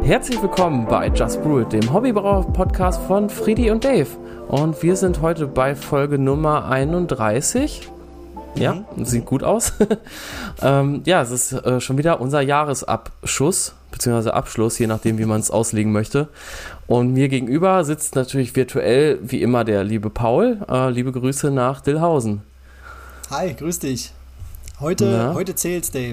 Herzlich willkommen bei Just Brew It, dem Hobbybrauer-Podcast von Friedi und Dave. Und wir sind heute bei Folge Nummer 31. Ja, sieht gut aus. Es ist schon wieder unser Jahresabschuss, beziehungsweise Abschluss, je nachdem, wie man es auslegen möchte. Und mir gegenüber sitzt natürlich virtuell, wie immer, der liebe Paul. Liebe Grüße nach Dillhausen. Hi, grüß dich. Heute zählt's, Dave.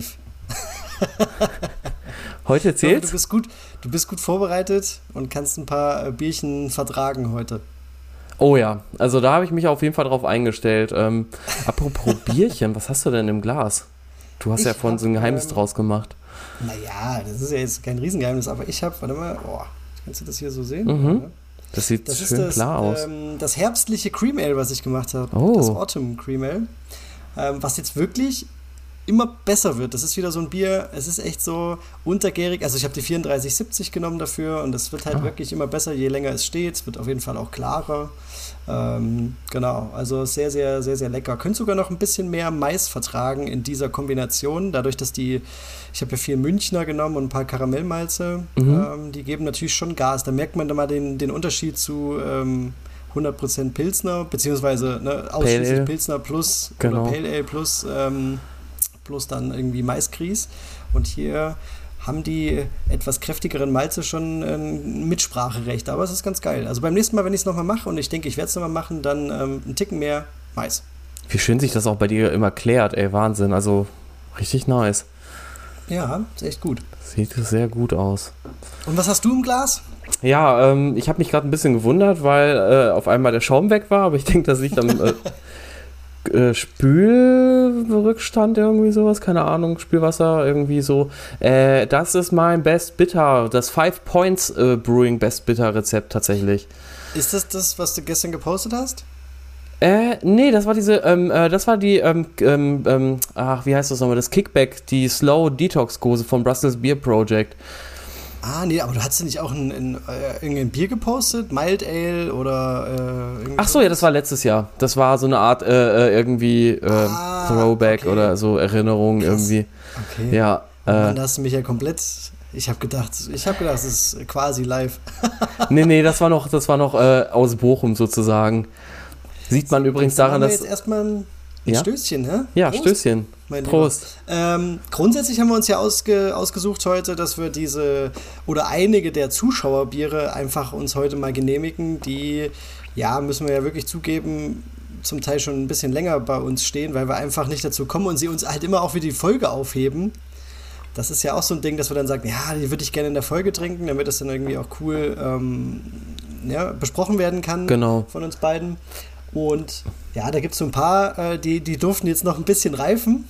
Heute zählt's? Du bist gut vorbereitet und kannst ein paar Bierchen vertragen heute. Oh ja, also da habe ich mich auf jeden Fall drauf eingestellt. Apropos Bierchen, was hast du denn im Glas? Du hast ja vorhin so ein Geheimnis draus gemacht. Naja, das ist ja jetzt kein Riesengeheimnis, aber ich habe, warte mal, kannst du das hier so sehen? Mhm. Das sieht schön klar aus. Das herbstliche Cream Ale, was ich gemacht habe. Oh. Das Autumn Cream Ale. Was jetzt wirklich immer besser wird. Das ist wieder so ein Bier, es ist echt so untergärig. Also ich habe die 34,70 genommen dafür und es wird halt wirklich immer besser, je länger es steht. Es wird auf jeden Fall auch klarer. Genau, also sehr, sehr, sehr, sehr lecker. Könnt sogar noch ein bisschen mehr Mais vertragen in dieser Kombination. Dadurch, dass ich habe ja 4 Münchner genommen und ein paar Karamellmalze. Die geben natürlich schon Gas. Da merkt man dann mal den Unterschied zu 100% Pilsner, beziehungsweise ausschließlich Pilsner plus oder Pale Ale plus dann irgendwie Maisgrieß. Und hier haben die etwas kräftigeren Malze schon ein Mitspracherecht. Aber es ist ganz geil. Also beim nächsten Mal, wenn ich es nochmal mache, und ich denke, ich werde es nochmal machen, dann einen Ticken mehr Mais. Wie schön sich das auch bei dir immer klärt, ey, Wahnsinn. Also richtig nice. Ja, ist echt gut. Sieht sehr gut aus. Und was hast du im Glas? Ja, ich habe mich gerade ein bisschen gewundert, weil auf einmal der Schaum weg war, aber ich denke, das liegt am Spülrückstand, irgendwie sowas, keine Ahnung, Spülwasser, irgendwie so. Das ist mein Best Bitter, das 5 Points Brewing Best Bitter Rezept tatsächlich. Ist das, was du gestern gepostet hast? Nee, das war wie heißt das nochmal, das Kickback, die Slow Detox Gose vom Brussels Beer Project. Nee, aber du hast ja nicht auch irgendein Bier gepostet? Mild Ale oder Ach so, ja, das war letztes Jahr. Das war so eine Art Throwback oder so Erinnerung. Krass. Irgendwie. Okay. Ja. Dann hast du mich ja komplett... Ich habe gedacht, es ist quasi live. Nee, das war noch aus Bochum sozusagen. Sieht man übrigens daran, dass... Jetzt erstmal ein Stößchen, hä? Ja, Prost, Stößchen. Prost. Grundsätzlich haben wir uns ja ausgesucht heute, dass wir einige der Zuschauerbiere einfach uns heute mal genehmigen, die, müssen wir ja wirklich zugeben, zum Teil schon ein bisschen länger bei uns stehen, weil wir einfach nicht dazu kommen und sie uns halt immer auch wieder die Folge aufheben. Das ist ja auch so ein Ding, dass wir dann sagen, die würde ich gerne in der Folge trinken, damit das dann irgendwie auch cool besprochen werden kann von uns beiden. Und da gibt es so ein paar, die durften jetzt noch ein bisschen reifen.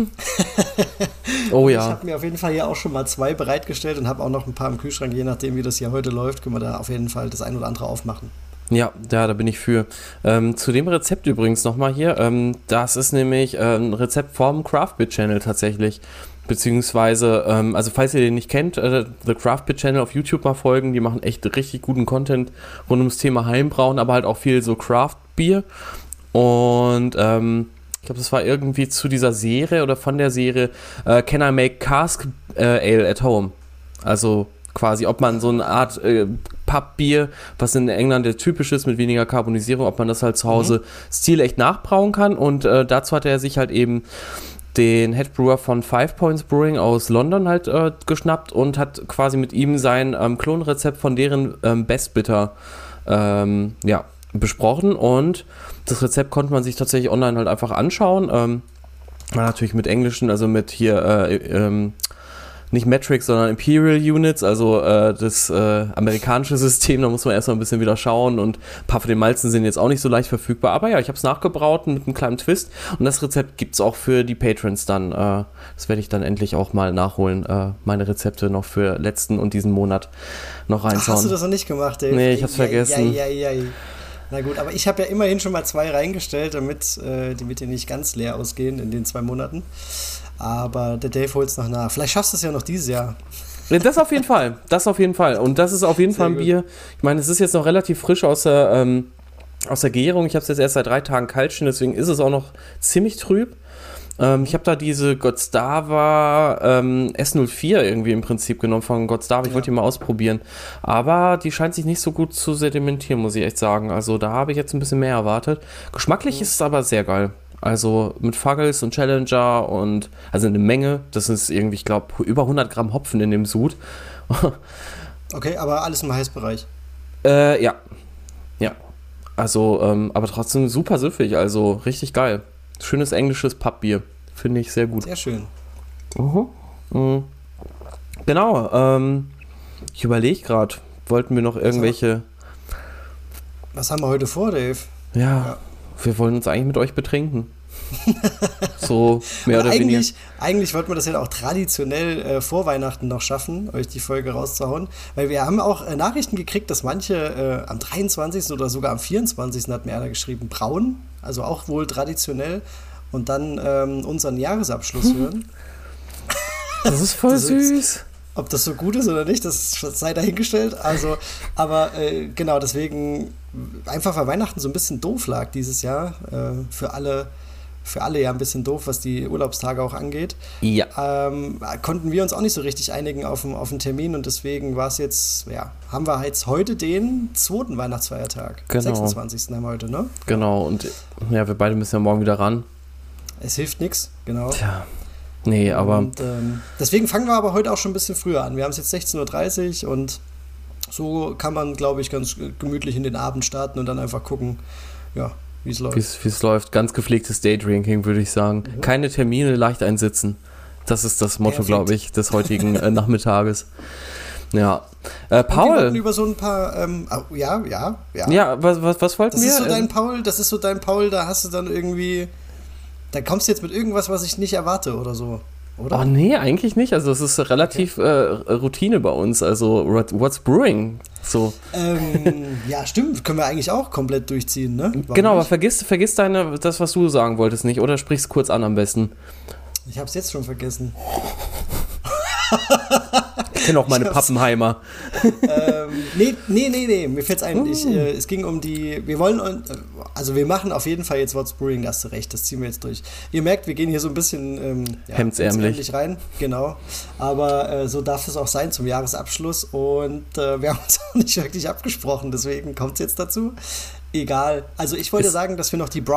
Oh ja. Ich habe mir auf jeden Fall hier auch schon mal 2 bereitgestellt und habe auch noch ein paar im Kühlschrank, je nachdem wie das hier heute läuft, können wir da auf jeden Fall das ein oder andere aufmachen. Ja, da bin ich für. Zu dem Rezept übrigens nochmal hier, das ist nämlich ein Rezept vom Craft Beer Channel tatsächlich. Beziehungsweise, also falls ihr den nicht kennt, The Craft Beer Channel auf YouTube mal folgen, die machen echt richtig guten Content rund ums Thema Heimbrauen, aber halt auch viel so Craft Bier. Und ich glaube, das war irgendwie zu dieser Serie oder von der Serie Can I Make Cask Ale at Home? Also quasi, ob man so eine Art Pappbier, was in England der typisch ist, mit weniger Karbonisierung, ob man das halt zu Hause stilecht nachbrauen kann. Und dazu hat er sich halt eben den Head Brewer von 5 Points Brewing aus London halt geschnappt und hat quasi mit ihm sein Klonrezept von deren Best Bitter besprochen, und das Rezept konnte man sich tatsächlich online halt einfach anschauen. War natürlich mit englischen, also mit hier nicht Metrics, sondern Imperial Units, also das amerikanische System, da muss man erstmal ein bisschen wieder schauen, und ein paar von den Malzen sind jetzt auch nicht so leicht verfügbar, aber ja, ich habe es nachgebraut mit einem kleinen Twist, und das Rezept gibt es auch für die Patrons dann. Das werde ich dann endlich auch mal nachholen, meine Rezepte noch für letzten und diesen Monat noch reinzauen. Hast du das noch nicht gemacht, Dave? Nee, ich hab's vergessen. Na gut, aber ich habe ja immerhin schon mal 2 reingestellt, damit die nicht ganz leer ausgehen in den 2 Monaten. Aber der Dave holt es noch nach. Vielleicht schaffst du es ja noch dieses Jahr. Das auf jeden Fall. Und das ist auf jeden Fall ein Bier. Ich meine, es ist jetzt noch relativ frisch aus der Gärung. Ich habe es jetzt erst seit 3 Tagen kalt stehen, deswegen ist es auch noch ziemlich trüb. Ich habe da diese Gotstava S04 irgendwie im Prinzip genommen von Gotstava. Ich wollte die mal ausprobieren. Aber die scheint sich nicht so gut zu sedimentieren, muss ich echt sagen. Also da habe ich jetzt ein bisschen mehr erwartet. Geschmacklich ist es aber sehr geil. Also mit Fuggles und Challenger und also eine Menge. Das ist irgendwie, ich glaube, über 100 Gramm Hopfen in dem Sud. Okay, aber alles im Heißbereich. Ja. Ja. Also, aber trotzdem super süffig. Also richtig geil. Schönes englisches Pappbier. Finde ich sehr gut. Sehr schön. Genau. Ich überlege gerade, wollten wir noch irgendwelche... Was haben wir heute vor, Dave? Ja, wir wollen uns eigentlich mit euch betrinken. So, mehr oder weniger. Eigentlich wollten wir das ja auch traditionell vor Weihnachten noch schaffen, euch die Folge rauszuhauen. Weil wir haben auch Nachrichten gekriegt, dass manche am 23. oder sogar am 24. hat mir einer geschrieben, brauen. Also auch wohl traditionell. Und dann unseren Jahresabschluss hören. Das ist voll süß. Ob das so gut ist oder nicht, das sei dahingestellt. Also, aber genau, deswegen einfach, weil Weihnachten so ein bisschen doof lag dieses Jahr. Für alle ja ein bisschen doof, was die Urlaubstage auch angeht. Ja. Konnten wir uns auch nicht so richtig einigen auf einen Termin und deswegen war es jetzt, haben wir jetzt heute den 2. Weihnachtsfeiertag. Genau. 26. haben wir heute, ne? Genau, und ja, wir beide müssen ja morgen wieder ran. Es hilft nichts, genau. Tja. Nee, aber... Und deswegen fangen wir aber heute auch schon ein bisschen früher an. Wir haben es jetzt 16.30 Uhr und so kann man, glaube ich, ganz gemütlich in den Abend starten und dann einfach gucken, wie es läuft. Wie es läuft. Ganz gepflegtes Daydrinking, würde ich sagen. Keine Termine, leicht einsitzen. Das ist das Motto, glaube ich, des heutigen Nachmittages. Ja. Paul. Wir wollten über so ein paar, Ja, was wollten wir? Das ist so dein Paul, da hast du dann irgendwie... Da kommst du jetzt mit irgendwas, was ich nicht erwarte oder so, oder? Oh nee, eigentlich nicht. Also es ist relativ Routine bei uns. Also what's brewing? So. Ja, stimmt. Können wir eigentlich auch komplett durchziehen, ne? Warum genau, nicht? Aber vergiss das, was du sagen wolltest nicht. Oder sprich's kurz an am besten. Ich hab's jetzt schon vergessen. Ich kenne auch meine Pappenheimer. Nee, mir fällt's ein. Es ging um die... Wir machen auf jeden Fall jetzt What's Brewing, da hast du recht, das ziehen wir jetzt durch. Ihr merkt, wir gehen hier so ein bisschen hemdsärmlich rein, genau. Aber so darf es auch sein zum Jahresabschluss und wir haben uns auch nicht wirklich abgesprochen, deswegen kommt es jetzt dazu. Egal. Also ich wollte sagen, dass wir noch die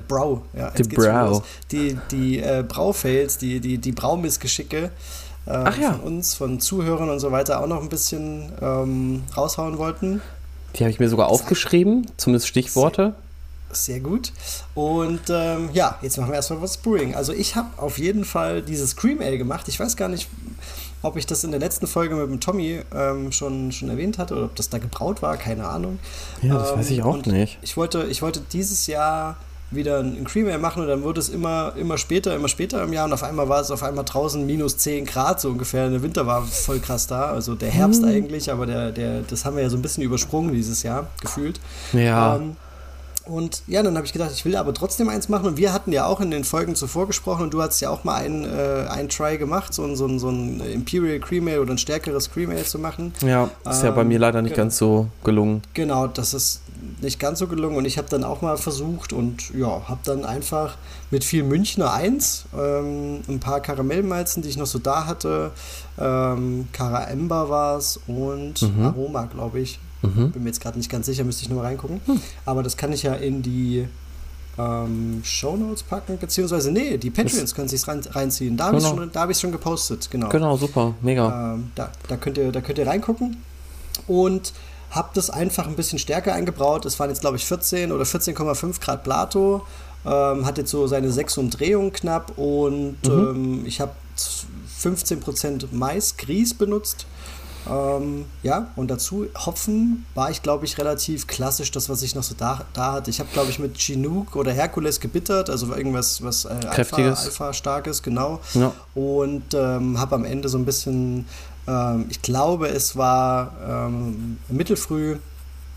Braufails, die Braumissgeschicke von uns, von Zuhörern und so weiter auch noch ein bisschen raushauen wollten. Die habe ich mir sogar aufgeschrieben, zumindest Stichworte. Sehr gut. Und jetzt machen wir erstmal was Brewing. Also ich habe auf jeden Fall dieses Cream Ale gemacht. Ich weiß gar nicht, ob ich das in der letzten Folge mit dem Tommy schon erwähnt hatte oder ob das da gebraut war, keine Ahnung. Ja, das weiß ich auch nicht. Ich wollte dieses Jahr wieder ein Cream Ale machen und dann wurde es immer später im Jahr und auf einmal war es draußen minus 10 Grad so ungefähr. Der Winter war voll krass da, also der Herbst eigentlich, aber das haben wir ja so ein bisschen übersprungen dieses Jahr, gefühlt. Ja. Und ja, dann habe ich gedacht, ich will aber trotzdem eins machen und wir hatten ja auch in den Folgen zuvor gesprochen und du hast ja auch mal einen Try gemacht, so ein Imperial Cream Ale oder ein stärkeres Cream Ale zu machen. Ja, ist ja bei mir leider nicht ganz so gelungen. Genau, das ist nicht ganz so gelungen und ich habe dann auch mal versucht und habe dann einfach mit viel Münchner 1, ein paar Karamellmalzen, die ich noch so da hatte, Cara Ember war es und Aroma, glaube ich. Bin mir jetzt gerade nicht ganz sicher, müsste ich nur mal reingucken. Aber das kann ich ja in die Shownotes packen, beziehungsweise die Patreons können sich reinziehen. Da habe ich es schon gepostet, genau. Genau, super, mega. Da könnt ihr reingucken und habe das einfach ein bisschen stärker eingebraut. Es waren jetzt, glaube ich, 14 oder 14,5 Grad Plato. Hat jetzt so seine 6 Umdrehungen knapp und ich habe 15% Mais-Grieß benutzt. Und dazu Hopfen war ich, glaube ich, relativ klassisch, das, was ich noch so da hatte. Ich habe, glaube ich, mit Chinook oder Herkules gebittert, also irgendwas was Alpha-starkes, genau. Ja. Und habe am Ende so ein bisschen, ich glaube, es war mittelfrüh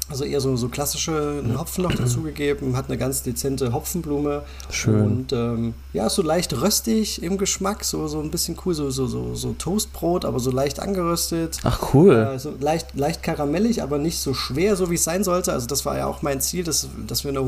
Also eher so klassische Hopfen noch dazugegeben, hat eine ganz dezente Hopfenblume. Schön. Und ja, ist so leicht röstig im Geschmack, so ein bisschen cool, so Toastbrot, aber so leicht angeröstet. Ach, cool. So leicht karamellig, aber nicht so schwer, so wie es sein sollte. Also das war ja auch mein Ziel, dass wir einen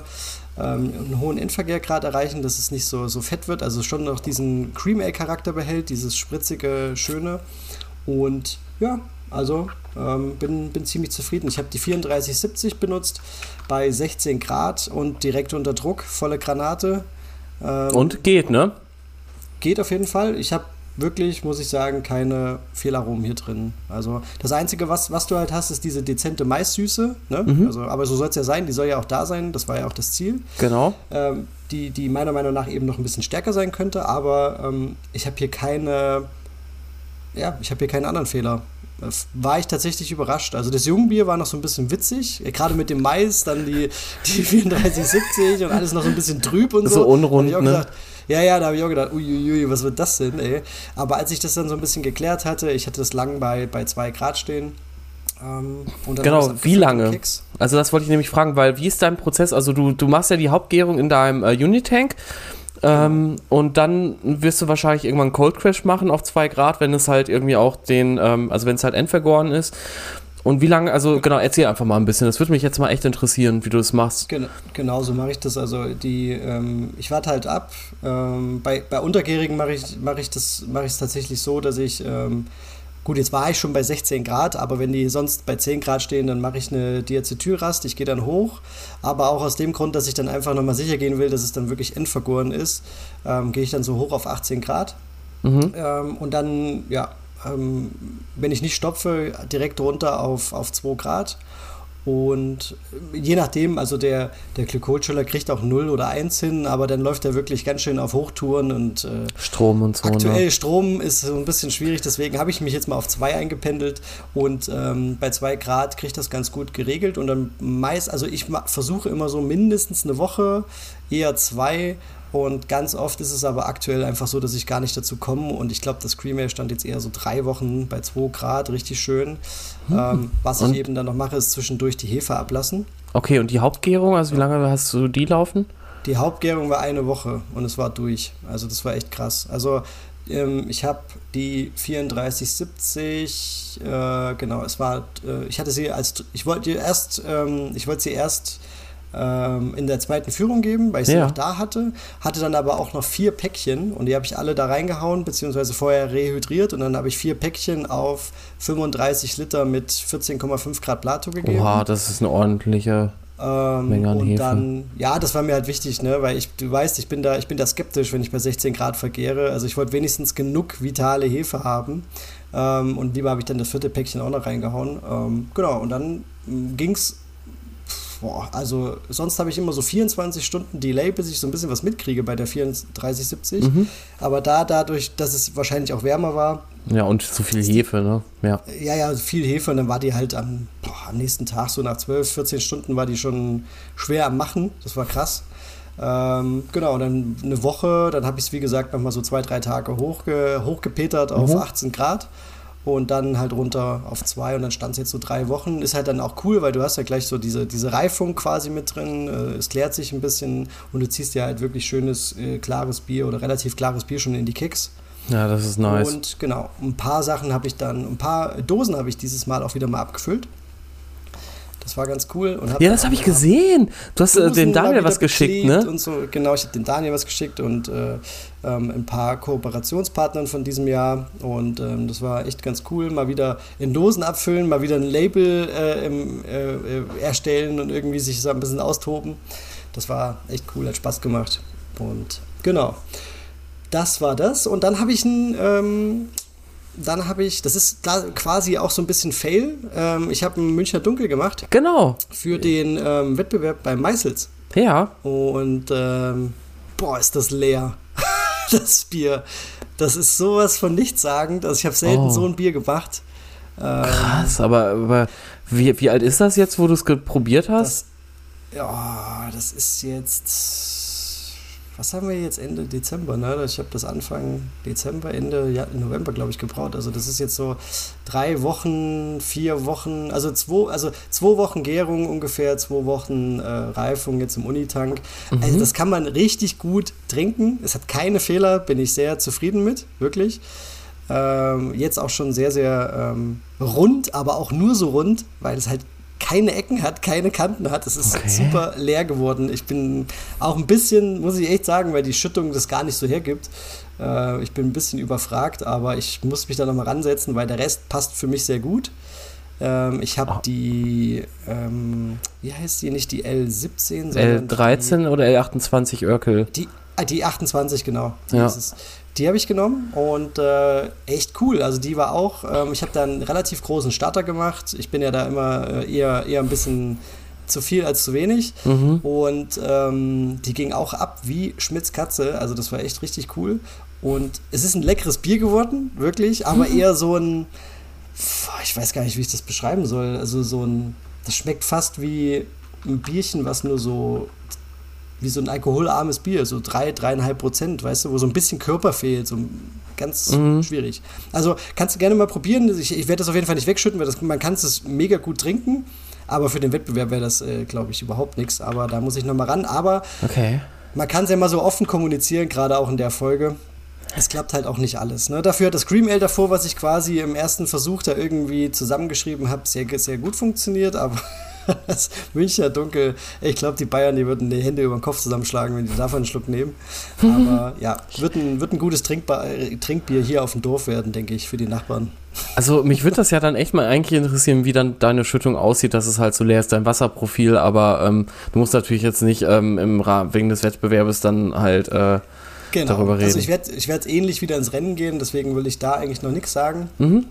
hohen Endvergärgrad erreichen, dass es nicht so fett wird, also schon noch diesen Cream Ale Charakter behält, dieses spritzige, schöne. Und ja, also bin ziemlich zufrieden. Ich habe die 3470 benutzt bei 16 Grad und direkt unter Druck, volle Granate. Und geht, ne? Geht auf jeden Fall. Ich habe wirklich, muss ich sagen, keine Fehlaromen hier drin. Also das Einzige, was du halt hast, ist diese dezente Maissüße. Ne? Mhm. Also, aber so soll es ja sein, die soll ja auch da sein, das war ja auch das Ziel. Genau. Die meiner Meinung nach eben noch ein bisschen stärker sein könnte, aber ich habe hier keine anderen Fehler. War ich tatsächlich überrascht. Also das Jungbier war noch so ein bisschen witzig, gerade mit dem Mais, dann die 3470 und alles noch so ein bisschen trüb und so. So unrund, ne? Gedacht, ja, da habe ich auch gedacht, uiuiui, was wird das denn, ey? Aber als ich das dann so ein bisschen geklärt hatte, ich hatte das lang bei 2 Grad stehen. Und dann genau, wie lange? Also das wollte ich nämlich fragen, weil wie ist dein Prozess? Also du machst ja die Hauptgärung in deinem Unitank. Und dann wirst du wahrscheinlich irgendwann Cold Crash machen auf 2 Grad, wenn es halt irgendwie auch also wenn es halt endvergoren ist. Und wie lange, also genau, erzähl einfach mal ein bisschen. Das würde mich jetzt mal echt interessieren, wie du das machst. Genau, so mache ich das. Also ich warte halt ab. Bei Untergärigen mache ich es tatsächlich so, dass ich gut, jetzt war ich schon bei 16 Grad, aber wenn die sonst bei 10 Grad stehen, dann mache ich eine Diacetylrast, ich gehe dann hoch, aber auch aus dem Grund, dass ich dann einfach nochmal sicher gehen will, dass es dann wirklich endvergoren ist, gehe ich dann so hoch auf 18 Grad. Mhm. Und dann, ja, wenn ich nicht stopfe, direkt runter auf 2 Grad. Und je nachdem, also der Glykolchiller kriegt auch 0 oder 1 hin, aber dann läuft er wirklich ganz schön auf Hochtouren und Strom und so. Aktuell ne? Strom ist so ein bisschen schwierig, deswegen habe ich mich jetzt mal auf 2 eingependelt und bei 2 Grad kriege ich das ganz gut geregelt und dann also ich versuche immer so mindestens eine Woche, eher 2. Und ganz oft ist es aber aktuell einfach so, dass ich gar nicht dazu komme. Und ich glaube, das Cream Ale stand jetzt eher so 3 Wochen bei 2 Grad, richtig schön. Was ich eben dann noch mache, ist zwischendurch die Hefe ablassen. Okay, und die Hauptgärung, also wie lange hast du die laufen? Die Hauptgärung war 1 Woche und es war durch. Also das war echt krass. Also ich habe die 3470, genau, ich hatte sie ich wollte sie erst in der zweiten Führung geben, weil ich sie noch da hatte dann aber auch noch 4 Päckchen und die habe ich alle da reingehauen, beziehungsweise vorher rehydriert und dann habe ich 4 Päckchen auf 35 Liter mit 14,5 Grad Plato gegeben. Oha, das ist eine ordentliche Menge an Hefe. Und dann, ja, das war mir halt wichtig, ne, weil du weißt, ich bin da skeptisch, wenn ich bei 16 Grad vergäre, also ich wollte wenigstens genug vitale Hefe haben und lieber habe ich dann das 4. Päckchen auch noch reingehauen, genau, und dann ging's. Also sonst habe ich immer so 24 Stunden Delay, bis ich so ein bisschen was mitkriege bei der 3470. Aber dadurch, dass es wahrscheinlich auch wärmer war. Ja, und zu viel Hefe, ne? Ja, viel Hefe und dann war die halt am nächsten Tag, so nach 12, 14 Stunden war die schon schwer am Machen. Das war krass. Genau, dann eine Woche, dann habe ich es wie gesagt nochmal so 2, 3 Tage hochgepetert auf 18 Grad. Und dann halt runter auf 2 und dann stand es jetzt so 3 Wochen. Ist halt dann auch cool, weil du hast ja gleich so diese Reifung quasi mit drin. Es klärt sich ein bisschen und du ziehst ja halt wirklich schönes, klares Bier oder relativ klares Bier schon in die Kicks. Ja, das ist nice. Und genau, ein paar Dosen habe ich dieses Mal auch wieder mal abgefüllt. Das war ganz cool. Und das habe ich gesehen. Du hast dem Daniel was geschickt, ne? Und so. Genau, ich habe dem Daniel was geschickt und ein paar Kooperationspartnern von diesem Jahr. Und das war echt ganz cool. Mal wieder in Dosen abfüllen, mal wieder ein Label erstellen und irgendwie sich so ein bisschen austoben. Das war echt cool, hat Spaß gemacht. Und genau, das war das. Und dann habe ich das ist quasi auch so ein bisschen Fail. Ich habe einen Münchner Dunkel gemacht. Genau. Für den Wettbewerb bei Meißels. Ja. Und ist das leer. Das Bier. Das ist sowas von nichtssagend. Also ich habe selten so ein Bier gemacht. Krass, aber wie alt ist das jetzt, wo du es probiert hast? Das ist jetzt was haben wir jetzt, Ende Dezember, ne? Ich habe das Anfang Dezember, Ende November, glaube ich, gebraut. Also das ist jetzt so 3 Wochen, 4 Wochen, also 2 Wochen Gärung ungefähr, 2 Wochen Reifung jetzt im Unitank. Also das kann man richtig gut trinken. Es hat keine Fehler, bin ich sehr zufrieden mit, wirklich. Jetzt auch schon sehr, sehr rund, aber auch nur so rund, weil es halt keine Ecken hat, keine Kanten hat. Es ist super leer geworden. Ich bin auch ein bisschen, muss ich echt sagen, weil die Schüttung das gar nicht so hergibt. Ich bin ein bisschen überfragt, aber ich muss mich da nochmal ransetzen, weil der Rest passt für mich sehr gut. Ich habe die, wie heißt die, nicht die L17, sondern L13 oder L28 Urkel? Die 28, genau. Ja. Die habe ich genommen und echt cool. Also die war auch, ich habe da einen relativ großen Starter gemacht. Ich bin ja da immer eher ein bisschen zu viel als zu wenig. Und die ging auch ab wie Schmitz Katze. Also das war echt richtig cool. Und es ist ein leckeres Bier geworden, wirklich, aber eher so ein, ich weiß gar nicht, wie ich das beschreiben soll. Also das schmeckt fast wie ein Bierchen, was nur so wie so ein alkoholarmes Bier, so 3,5%, weißt du, wo so ein bisschen Körper fehlt, so ganz schwierig. Also kannst du gerne mal probieren, ich werde das auf jeden Fall nicht wegschütten, weil man kann es mega gut trinken, aber für den Wettbewerb wäre das, glaube ich, überhaupt nichts, aber da muss ich nochmal ran, aber man kann es ja mal so offen kommunizieren, gerade auch in der Folge. Es klappt halt auch nicht alles. Ne? Dafür hat das Cream Ale davor, was ich quasi im ersten Versuch da irgendwie zusammengeschrieben habe, sehr, sehr gut funktioniert, aber das Münchner Dunkel, ich glaube, die Bayern, die würden die Hände über den Kopf zusammenschlagen, wenn die davon einen Schluck nehmen. Aber ja, wird ein gutes Trinkbier hier auf dem Dorf werden, denke ich, für die Nachbarn. Also mich würde das ja dann echt mal eigentlich interessieren, wie dann deine Schüttung aussieht, dass es halt so leer ist, dein Wasserprofil, aber du musst natürlich jetzt nicht wegen des Wettbewerbes dann halt darüber reden. Also ich werd ähnlich wieder ins Rennen gehen, deswegen will ich da eigentlich noch nichts sagen.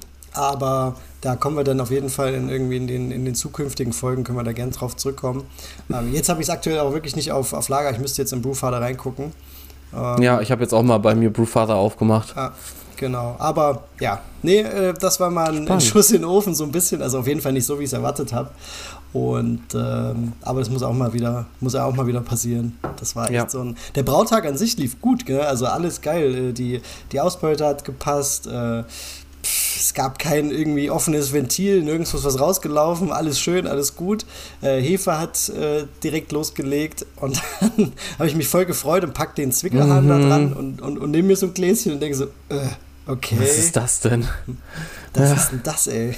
Aber da kommen wir dann auf jeden Fall in den zukünftigen Folgen, können wir da gerne drauf zurückkommen. Jetzt habe ich es aktuell auch wirklich nicht auf Lager, ich müsste jetzt im Brewfather reingucken. Ja, ich habe jetzt auch mal bei mir Brewfather aufgemacht. Genau, aber ja, das war mal ein Schuss in den Ofen, so ein bisschen, also auf jeden Fall nicht so, wie ich es erwartet habe. Und aber das muss auch mal wieder passieren. Das war echt der Brautag an sich lief gut, gell? Also alles geil, die Ausbeute hat gepasst, es gab kein irgendwie offenes Ventil, nirgendwo was rausgelaufen, alles schön, alles gut. Hefe hat direkt losgelegt und dann habe ich mich voll gefreut und pack den Zwickelhahn da dran und nehme mir so ein Gläschen und denke so, okay. Was ist das denn? Was ist denn das, ey?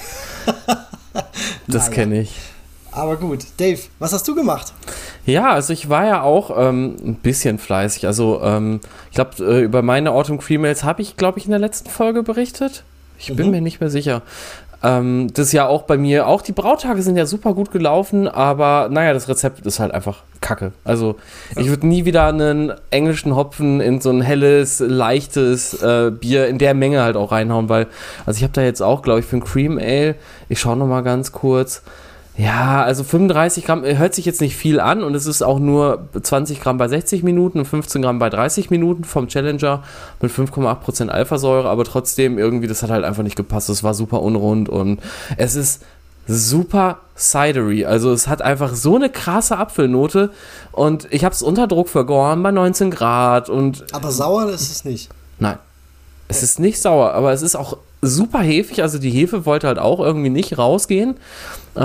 Das kenne ich. Aber gut, Dave, was hast du gemacht? Ja, also ich war ja auch ein bisschen fleißig. Also ich glaube, über meine Autumn Cream Ales habe ich, glaube ich, in der letzten Folge berichtet. Ich bin mir nicht mehr sicher. Das ist ja auch bei mir, auch die Brauttage sind ja super gut gelaufen, aber naja, das Rezept ist halt einfach Kacke. Also ich würde nie wieder einen englischen Hopfen in so ein helles, leichtes Bier in der Menge halt auch reinhauen, weil, also ich habe da jetzt auch, glaube ich, für ein Cream Ale, ich schaue nochmal ganz kurz, ja, also 35 Gramm hört sich jetzt nicht viel an und es ist auch nur 20 Gramm bei 60 Minuten und 15 Gramm bei 30 Minuten vom Challenger mit 5,8% Alphasäure, aber trotzdem irgendwie, das hat halt einfach nicht gepasst. Es war super unrund und es ist super cidery. Also es hat einfach so eine krasse Apfelnote und ich habe es unter Druck vergoren bei 19 Grad. Aber sauer ist es nicht. Nein. Es ist nicht sauer, aber es ist auch super hefig, also die Hefe wollte halt auch irgendwie nicht rausgehen. Die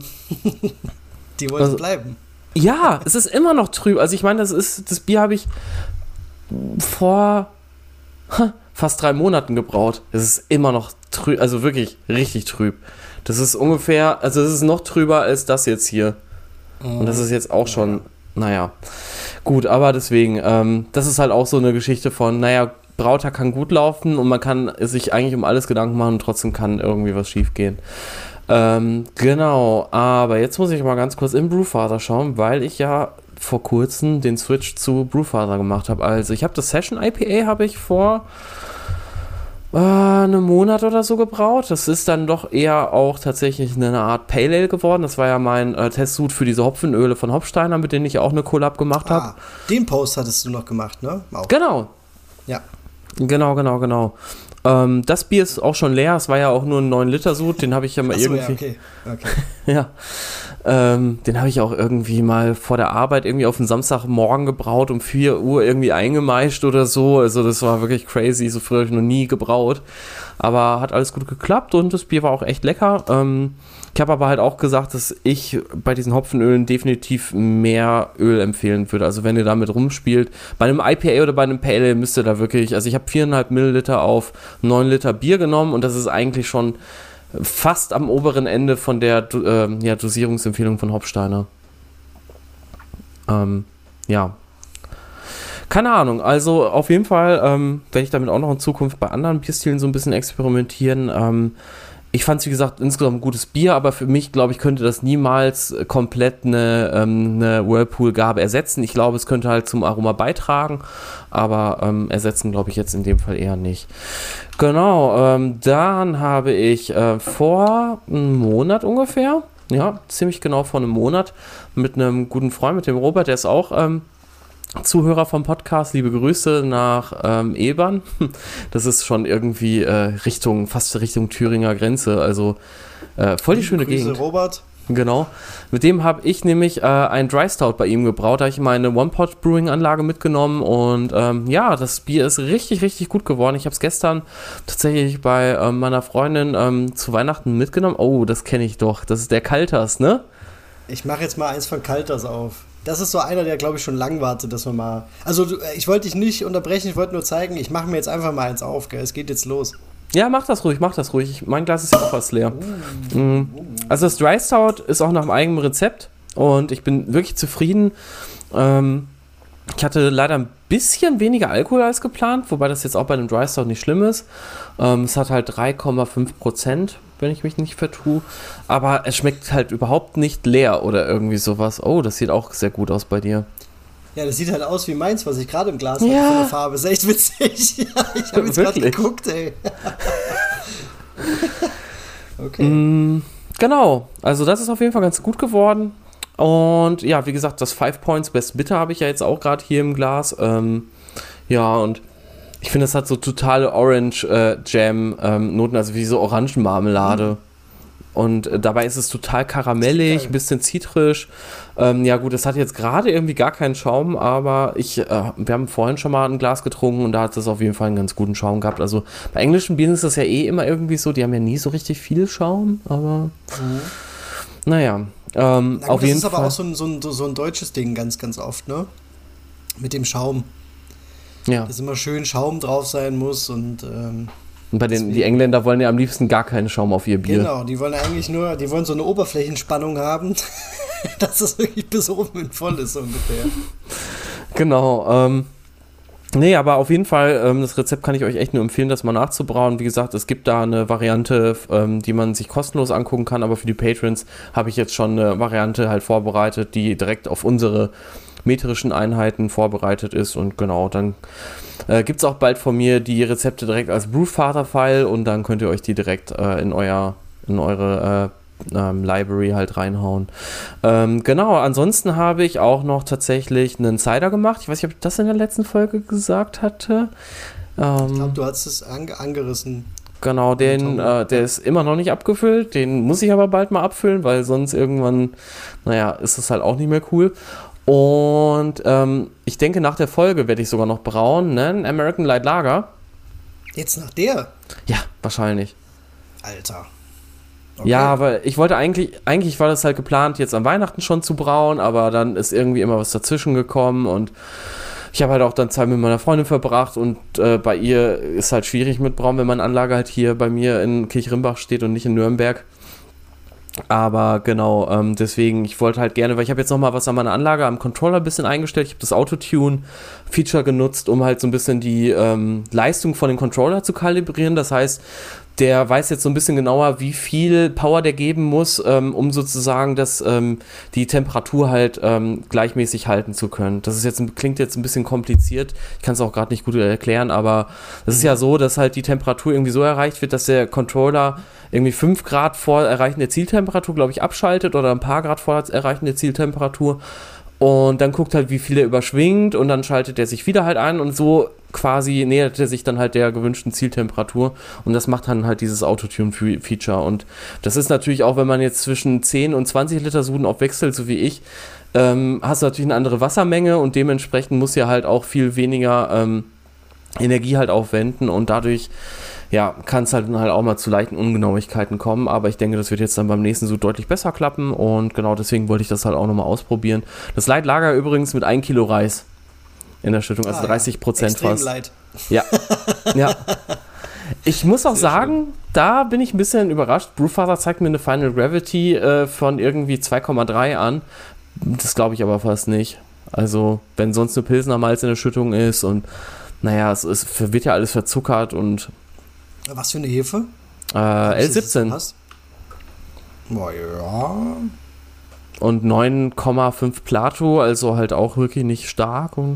wollte bleiben. Ja, es ist immer noch trüb. Also ich meine, das Bier habe ich vor fast 3 Monaten gebraut. Es ist immer noch trüb, also wirklich richtig trüb. Das ist ungefähr, also es ist noch trüber als das jetzt hier. Und das ist jetzt auch schon, naja, gut, aber deswegen, das ist halt auch so eine Geschichte von, naja, Brautag kann gut laufen und man kann sich eigentlich um alles Gedanken machen und trotzdem kann irgendwie was schief gehen. Genau, aber jetzt muss ich mal ganz kurz in Brewfather schauen, weil ich ja vor kurzem den Switch zu Brewfather gemacht habe. Also ich habe das Session IPA habe ich vor einem Monat oder so gebraut. Das ist dann doch eher auch tatsächlich eine Art Pale Ale geworden. Das war ja mein Testsud für diese Hopfenöle von Hopsteiner, mit denen ich auch eine Collab gemacht habe. Den Post hattest du noch gemacht, ne? Auch. Genau. Ja. Genau. Das Bier ist auch schon leer. Es war ja auch nur ein 9-Liter-Sud. Den habe ich ja mal irgendwie. Ja, okay. Ja. Den habe ich auch irgendwie mal vor der Arbeit irgendwie auf den Samstagmorgen gebraut, um 4 Uhr irgendwie eingemeischt oder so. Also das war wirklich crazy, so früh habe ich noch nie gebraut. Aber hat alles gut geklappt und das Bier war auch echt lecker. Ich habe aber halt auch gesagt, dass ich bei diesen Hopfenölen definitiv mehr Öl empfehlen würde. Also wenn ihr damit rumspielt, bei einem IPA oder bei einem Pale Ale müsst ihr da wirklich, also ich habe 4,5 Milliliter auf 9 Liter Bier genommen und das ist eigentlich schon fast am oberen Ende von der Dosierungsempfehlung von Hopsteiner. Ja. Keine Ahnung, also auf jeden Fall werde ich damit auch noch in Zukunft bei anderen Bierstilen so ein bisschen experimentieren. Ich fand es, wie gesagt, insgesamt ein gutes Bier, aber für mich, glaube ich, könnte das niemals komplett eine Whirlpool-Gabe ersetzen. Ich glaube, es könnte halt zum Aroma beitragen, aber ersetzen, glaube ich, jetzt in dem Fall eher nicht. Genau, dann habe ich vor einem Monat ungefähr, ja, ziemlich genau vor einem Monat, mit einem guten Freund, mit dem Robert, der ist auch Zuhörer vom Podcast, liebe Grüße nach Ebern. Das ist schon irgendwie fast Richtung Thüringer Grenze, also voll die schöne Grüße, Gegend. Robert. Genau. Mit dem habe ich nämlich ein Dry Stout bei ihm gebraut. Da habe ich meine One-Pot-Brewing-Anlage mitgenommen und das Bier ist richtig, richtig gut geworden. Ich habe es gestern tatsächlich bei meiner Freundin zu Weihnachten mitgenommen. Oh, das kenne ich doch. Das ist der Kalters, ne? Ich mache jetzt mal eins von Kalters auf. Das ist so einer, der, glaube ich, schon lang wartet, dass wir mal... Also, ich wollte dich nicht unterbrechen, ich wollte nur zeigen, ich mache mir jetzt einfach mal eins auf, gell? Es geht jetzt los. Ja, mach das ruhig. Mein Glas ist ja auch fast leer. Also das Dry Stout ist auch nach meinem eigenen Rezept und ich bin wirklich zufrieden. Ich hatte leider ein bisschen weniger Alkohol als geplant, wobei das jetzt auch bei einem Dry Stout nicht schlimm ist. Es hat halt 3,5%, wenn ich mich nicht vertue. Aber es schmeckt halt überhaupt nicht leer oder irgendwie sowas. Oh, das sieht auch sehr gut aus bei dir. Ja, das sieht halt aus wie meins, was ich gerade im Glas hatte von der Farbe. Ist echt witzig. Ich habe jetzt gerade geguckt, ey. Okay. Genau, also das ist auf jeden Fall ganz gut geworden. Und ja, wie gesagt, das 5 Points Best Bitter habe ich ja jetzt auch gerade hier im Glas. Ja, und ich finde, das hat so totale Orange Jam Noten, also wie so Orangenmarmelade. Und dabei ist es total karamellig, ein bisschen zitrisch. Ja gut, es hat jetzt gerade irgendwie gar keinen Schaum, aber wir haben vorhin schon mal ein Glas getrunken und da hat es auf jeden Fall einen ganz guten Schaum gehabt. Also bei englischen Bieren ist das ja eh immer irgendwie so, die haben ja nie so richtig viel Schaum, aber naja. Auf jeden Fall. Das ist aber auch so ein deutsches Ding ganz, ganz oft, ne? Mit dem Schaum. Ja. Dass immer schön Schaum drauf sein muss und die Engländer wollen ja am liebsten gar keinen Schaum auf ihr Bier. Genau, die wollen eigentlich die wollen so eine Oberflächenspannung haben, dass es wirklich bis oben voll ist, so ungefähr. Genau, nee, aber auf jeden Fall, das Rezept kann ich euch echt nur empfehlen, das mal nachzubrauen. Wie gesagt, es gibt da eine Variante, die man sich kostenlos angucken kann, aber für die Patrons habe ich jetzt schon eine Variante halt vorbereitet, die direkt auf unsere metrischen Einheiten vorbereitet ist und genau, dann gibt es auch bald von mir die Rezepte direkt als Brewfather-File und dann könnt ihr euch die direkt in eure Library halt reinhauen. Genau, ansonsten habe ich auch noch tatsächlich einen Cider gemacht. Ich weiß nicht, ob ich das in der letzten Folge gesagt hatte. Ich glaube, du hast es angerissen. Genau, der ist immer noch nicht abgefüllt. Den muss ich aber bald mal abfüllen, weil sonst irgendwann, ist das halt auch nicht mehr cool. Und ich denke, nach der Folge werde ich sogar noch brauen, ne? Ein American Light Lager. Jetzt nach der? Ja, wahrscheinlich. Alter. Okay. Ja, aber ich wollte eigentlich war das halt geplant, jetzt an Weihnachten schon zu brauen, aber dann ist irgendwie immer was dazwischen gekommen und ich habe halt auch dann Zeit mit meiner Freundin verbracht und bei ihr ist halt schwierig mit Brauen, wenn meine Anlage halt hier bei mir in Kirchrimbach steht und nicht in Nürnberg. Aber genau, deswegen, ich wollte halt gerne, weil ich habe jetzt nochmal was an meiner Anlage, am Controller ein bisschen eingestellt. Ich habe das Autotune-Feature genutzt, um halt so ein bisschen die Leistung von dem Controller zu kalibrieren. Das heißt, der weiß jetzt so ein bisschen genauer, wie viel Power der geben muss, um sozusagen die Temperatur halt gleichmäßig halten zu können. Das ist klingt jetzt ein bisschen kompliziert. Ich kann es auch gerade nicht gut erklären, aber es ist ja so, dass halt die Temperatur irgendwie so erreicht wird, dass der Controller irgendwie 5 Grad vor Erreichen der Zieltemperatur, glaube ich, abschaltet oder ein paar Grad vor Erreichen der Zieltemperatur Und dann guckt halt, wie viel er überschwingt und dann schaltet er sich wieder halt ein und so quasi nähert er sich dann halt der gewünschten Zieltemperatur und das macht dann halt dieses Autotune-Feature. Und das ist natürlich auch, wenn man jetzt zwischen 10 und 20 Liter Suden aufwechselt, so wie ich, hast du natürlich eine andere Wassermenge und dementsprechend muss ja halt auch viel weniger Energie halt aufwenden und dadurch ja, kann es halt auch mal zu leichten Ungenauigkeiten kommen, aber ich denke, das wird jetzt dann beim nächsten Sud deutlich besser klappen und genau deswegen wollte ich das halt auch nochmal ausprobieren. Das Light Lager übrigens mit 1 Kilo Reis in der Schüttung, also 30% fast. Light. Ja, ja. Ich muss auch sagen, da bin ich ein bisschen überrascht. Brewfather zeigt mir eine Final Gravity von irgendwie 2,3 an. Das glaube ich aber fast nicht. Also, wenn sonst eine Pilsner Malz in der Schüttung ist und naja, es wird ja alles verzuckert und was für eine Hefe? L17. Boah, ja. Und 9,5 Plato, also halt auch wirklich nicht stark. Und,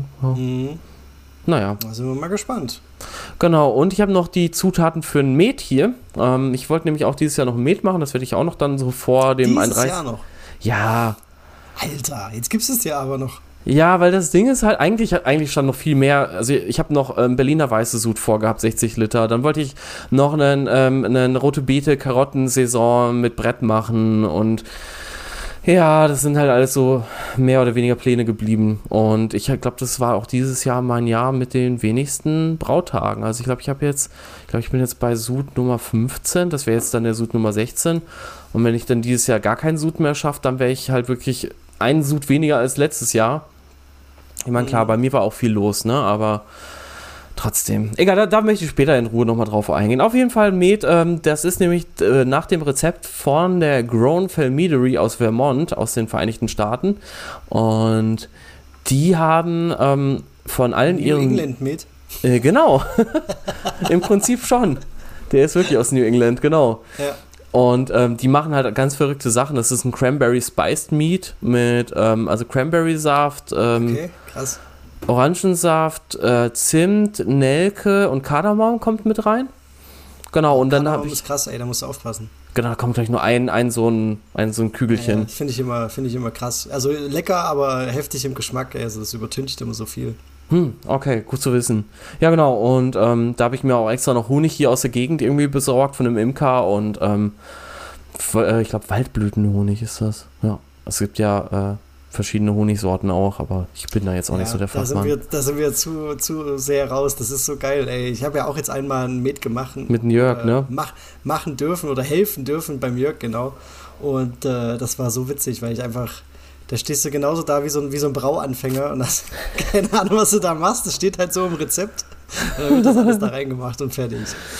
naja. Da sind wir mal gespannt. Genau, und ich habe noch die Zutaten für ein Met hier. Ich wollte nämlich auch dieses Jahr noch ein Met machen, das werde ich auch noch dann so vor dem 31. Dieses Jahr noch? Ja. Alter, jetzt gibt es ja aber noch. Ja, weil das Ding ist halt, eigentlich stand noch viel mehr. Also ich habe noch Berliner Weiße Sud vorgehabt, 60 Liter. Dann wollte ich noch einen rote Beete Karottensaison mit Brett machen und ja, das sind halt alles so mehr oder weniger Pläne geblieben. Und ich glaube, das war auch dieses Jahr mein Jahr mit den wenigsten Brautagen. Also ich glaube, ich bin jetzt bei Sud Nummer 15. Das wäre jetzt dann der Sud Nummer 16. Und wenn ich dann dieses Jahr gar keinen Sud mehr schaffe, dann wäre ich halt wirklich einen Sud weniger als letztes Jahr. Ich meine, klar, bei mir war auch viel los, ne, aber trotzdem. Egal, da möchte ich später in Ruhe nochmal drauf eingehen. Auf jeden Fall Met, das ist nämlich nach dem Rezept von der Grown-Fell Meadery aus Vermont, aus den Vereinigten Staaten. Und die haben von allen ihren... New England Met? Genau. Im Prinzip schon. Der ist wirklich aus New England, genau. Ja. Und die machen halt ganz verrückte Sachen. Das ist ein Cranberry Spiced Meat mit also Cranberry-Saft, okay, krass. Orangensaft, Zimt, Nelke und Kardamom kommt mit rein. Genau, und dann habe ich... ist krass, ey, da musst du aufpassen. Genau, da kommt gleich nur ein so ein Kügelchen. Ja, finde ich immer krass. Also lecker, aber heftig im Geschmack, ey, also das übertüncht immer so viel. Okay, gut zu wissen. Ja, genau, und da habe ich mir auch extra noch Honig hier aus der Gegend irgendwie besorgt von einem Imker und ich glaube Waldblütenhonig ist das. Ja, es gibt ja verschiedene Honigsorten auch, aber ich bin da jetzt auch nicht so der Fachmann. Da sind wir zu sehr raus, das ist so geil, ey. Ich habe ja auch jetzt einmal ein Met gemacht. Mit dem Jörg, ne? Machen dürfen oder helfen dürfen beim Jörg, genau. Und das war so witzig, weil ich einfach... Da stehst du genauso da wie so ein Brauanfänger und hast keine Ahnung, was du da machst. Das steht halt so im Rezept. Dann wird das alles da reingemacht und fertig.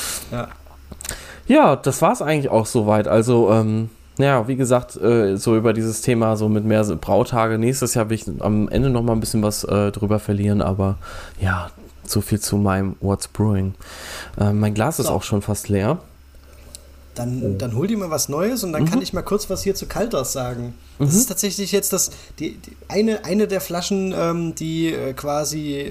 Ja, das war es eigentlich auch soweit. Also, ja, wie gesagt, so über dieses Thema, so mit mehr Brautage. Nächstes Jahr will ich am Ende noch mal ein bisschen was drüber verlieren, aber ja, so viel zu meinem What's Brewing. Mein Glas ist auch schon fast leer. Dann hol dir mal was Neues und dann kann ich mal kurz was hier zu Kalters sagen. Das ist tatsächlich jetzt eine der Flaschen, die quasi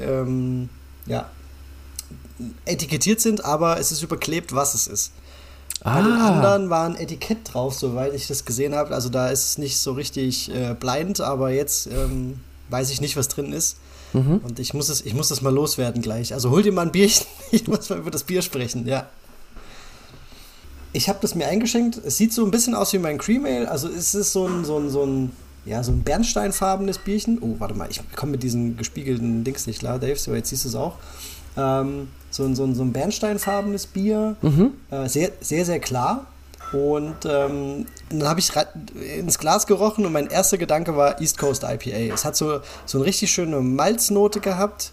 etikettiert sind, aber es ist überklebt, was es ist. Bei den anderen war ein Etikett drauf, soweit ich das gesehen habe. Also da ist es nicht so richtig blind, aber jetzt weiß ich nicht, was drin ist. Und ich muss das mal loswerden gleich. Also hol dir mal ein Bierchen, ich muss mal über das Bier sprechen, ja. Ich habe das mir eingeschenkt. Es sieht so ein bisschen aus wie mein Cream Ale. Also es ist so ein bernsteinfarbenes Bierchen. Oh, warte mal, ich komme mit diesen gespiegelten Dings nicht klar, Dave. So, jetzt siehst du es auch. So ein bernsteinfarbenes Bier. Sehr, sehr, sehr klar. Und dann habe ich ins Glas gerochen und mein erster Gedanke war East Coast IPA. Es hat so eine richtig schöne Malznote gehabt.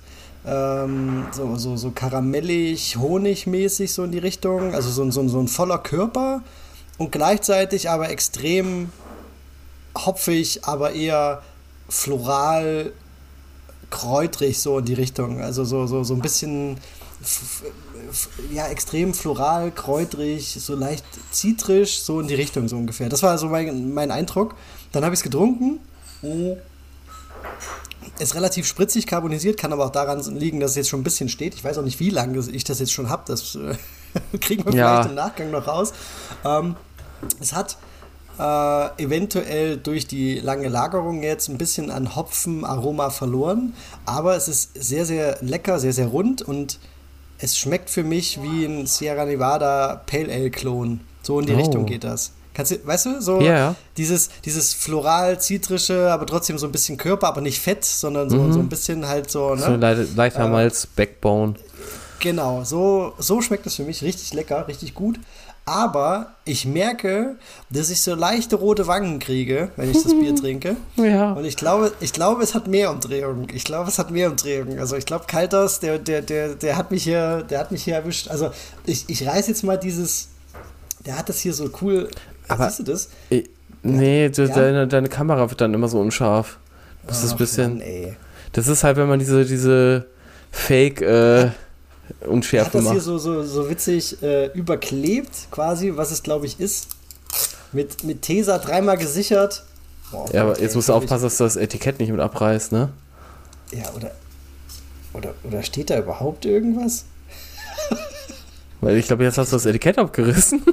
So karamellig, honigmäßig so in die Richtung, also so ein voller Körper und gleichzeitig aber extrem hopfig, aber eher floral, kräutrig so in die Richtung, also so ein bisschen extrem floral, kräutrig, so leicht zitrisch, so in die Richtung so ungefähr. Das war so mein Eindruck. Dann habe ich es getrunken. Ist relativ spritzig carbonisiert, kann aber auch daran liegen, dass es jetzt schon ein bisschen steht. Ich weiß auch nicht, wie lange ich das jetzt schon habe. Das kriegen wir vielleicht im Nachgang noch raus. Es hat eventuell durch die lange Lagerung jetzt ein bisschen an Hopfenaroma verloren, aber es ist sehr, sehr lecker, sehr, sehr rund und es schmeckt für mich wie ein Sierra Nevada Pale Ale Klon. So in die Richtung geht das. Kannst du, weißt du, so dieses floral-zitrische, aber trotzdem so ein bisschen Körper, aber nicht fett, sondern so ein bisschen halt so, ne? So leichter Malz, Backbone. Genau, so schmeckt es für mich richtig lecker, richtig gut. Aber ich merke, dass ich so leichte rote Wangen kriege, wenn ich das Bier trinke. Ja. Und ich glaube, es hat mehr Umdrehungen. Also ich glaube, Kalters, der hat mich hier erwischt. Also ich reiß jetzt mal der hat das hier so cool. Aber siehst du das? Nee, deine Kamera wird dann immer so unscharf. Das ist ein bisschen. Mann, das ist halt, wenn man diese Fake Unschärfe hat das macht. hier so witzig überklebt, quasi, was es glaube ich ist. Mit Tesa 3-mal gesichert. Boah, ja, aber jetzt musst du aufpassen, dass du das Etikett nicht mit abreißt, ne? Ja, oder steht da überhaupt irgendwas? Weil ich glaube, jetzt hast du das Etikett abgerissen.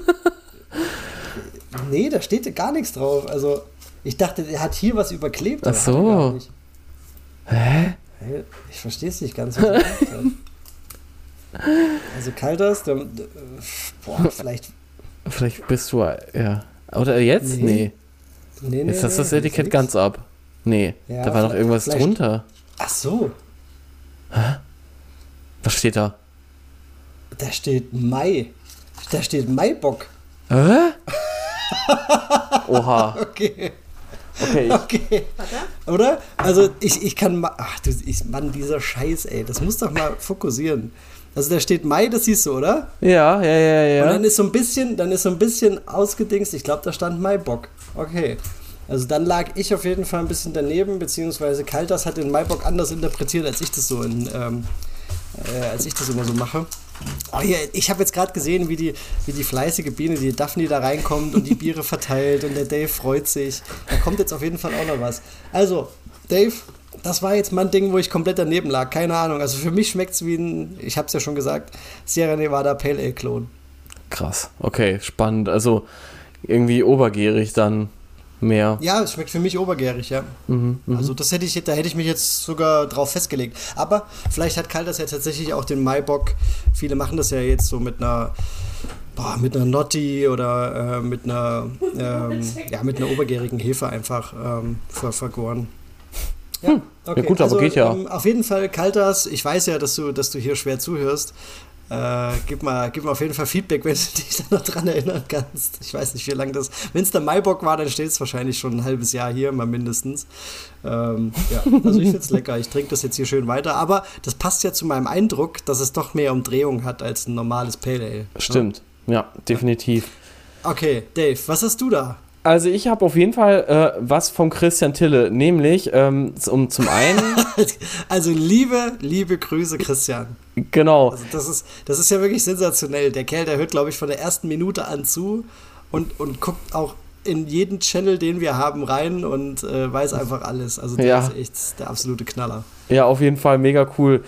Nee, da steht gar nichts drauf. Also, ich dachte, er hat hier was überklebt. Ach so. Hä? Ich verstehe es nicht ganz. Also, Kalters, vielleicht. Vielleicht bist du, ja. Oder jetzt? Nee. Jetzt hast du das Etikett ganz ab. Nee, ja, da war noch irgendwas drunter. Ach so. Hä? Was steht da? Da steht Mai. Da steht Maibock. Hä? Oha. Okay. Oder? Also ich kann mal. Ach du, Mann, dieser Scheiß, ey. Das muss doch mal fokussieren. Also da steht Mai, das siehst du, oder? Ja. Und dann ist so ein bisschen ausgedingst. Ich glaube, da stand Maibock. Okay. Also dann lag ich auf jeden Fall ein bisschen daneben, beziehungsweise Kalters hat den Maibock anders interpretiert, als ich das so als ich das immer so mache. Oh ja, ich habe jetzt gerade gesehen, wie die fleißige Biene, die Daphne da reinkommt und die Biere verteilt und der Dave freut sich. Da kommt jetzt auf jeden Fall auch noch was. Also, Dave, das war jetzt mein Ding, wo ich komplett daneben lag. Keine Ahnung. Also für mich schmeckt es wie ein, ich habe es ja schon gesagt, Sierra Nevada Pale Ale Klon. Krass. Okay, spannend. Also irgendwie obergärig dann mehr. Ja, es schmeckt für mich obergärig, ja. Also da hätte ich mich jetzt sogar drauf festgelegt. Aber vielleicht hat Kalters ja tatsächlich auch den Maibock. Viele machen das ja jetzt so mit einer Notti oder mit einer obergärigen Hefe einfach vergoren. Ja, okay. Ja gut, aber geht ja. Auf jeden Fall Kalters. Ich weiß ja, dass du hier schwer zuhörst. Gib mal auf jeden Fall Feedback, wenn du dich da noch dran erinnern kannst. Ich weiß nicht, wie lange das. Wenn es der Maibock war, dann steht es wahrscheinlich schon ein halbes Jahr hier, mal mindestens. Also ich finde es lecker. Ich trinke das jetzt hier schön weiter. Aber das passt ja zu meinem Eindruck, dass es doch mehr Umdrehung hat als ein normales Pale Ale. Stimmt, ja, definitiv. Okay, Dave, was hast du da? Also ich habe auf jeden Fall was vom Christian Tille, nämlich zum einen... Also liebe Grüße, Christian. Genau. Also das ist ja wirklich sensationell. Der Kerl, der hört, glaube ich, von der ersten Minute an zu und guckt auch in jeden Channel, den wir haben, rein und weiß einfach alles. Also der ist echt der absolute Knaller. Ja, auf jeden Fall mega cool.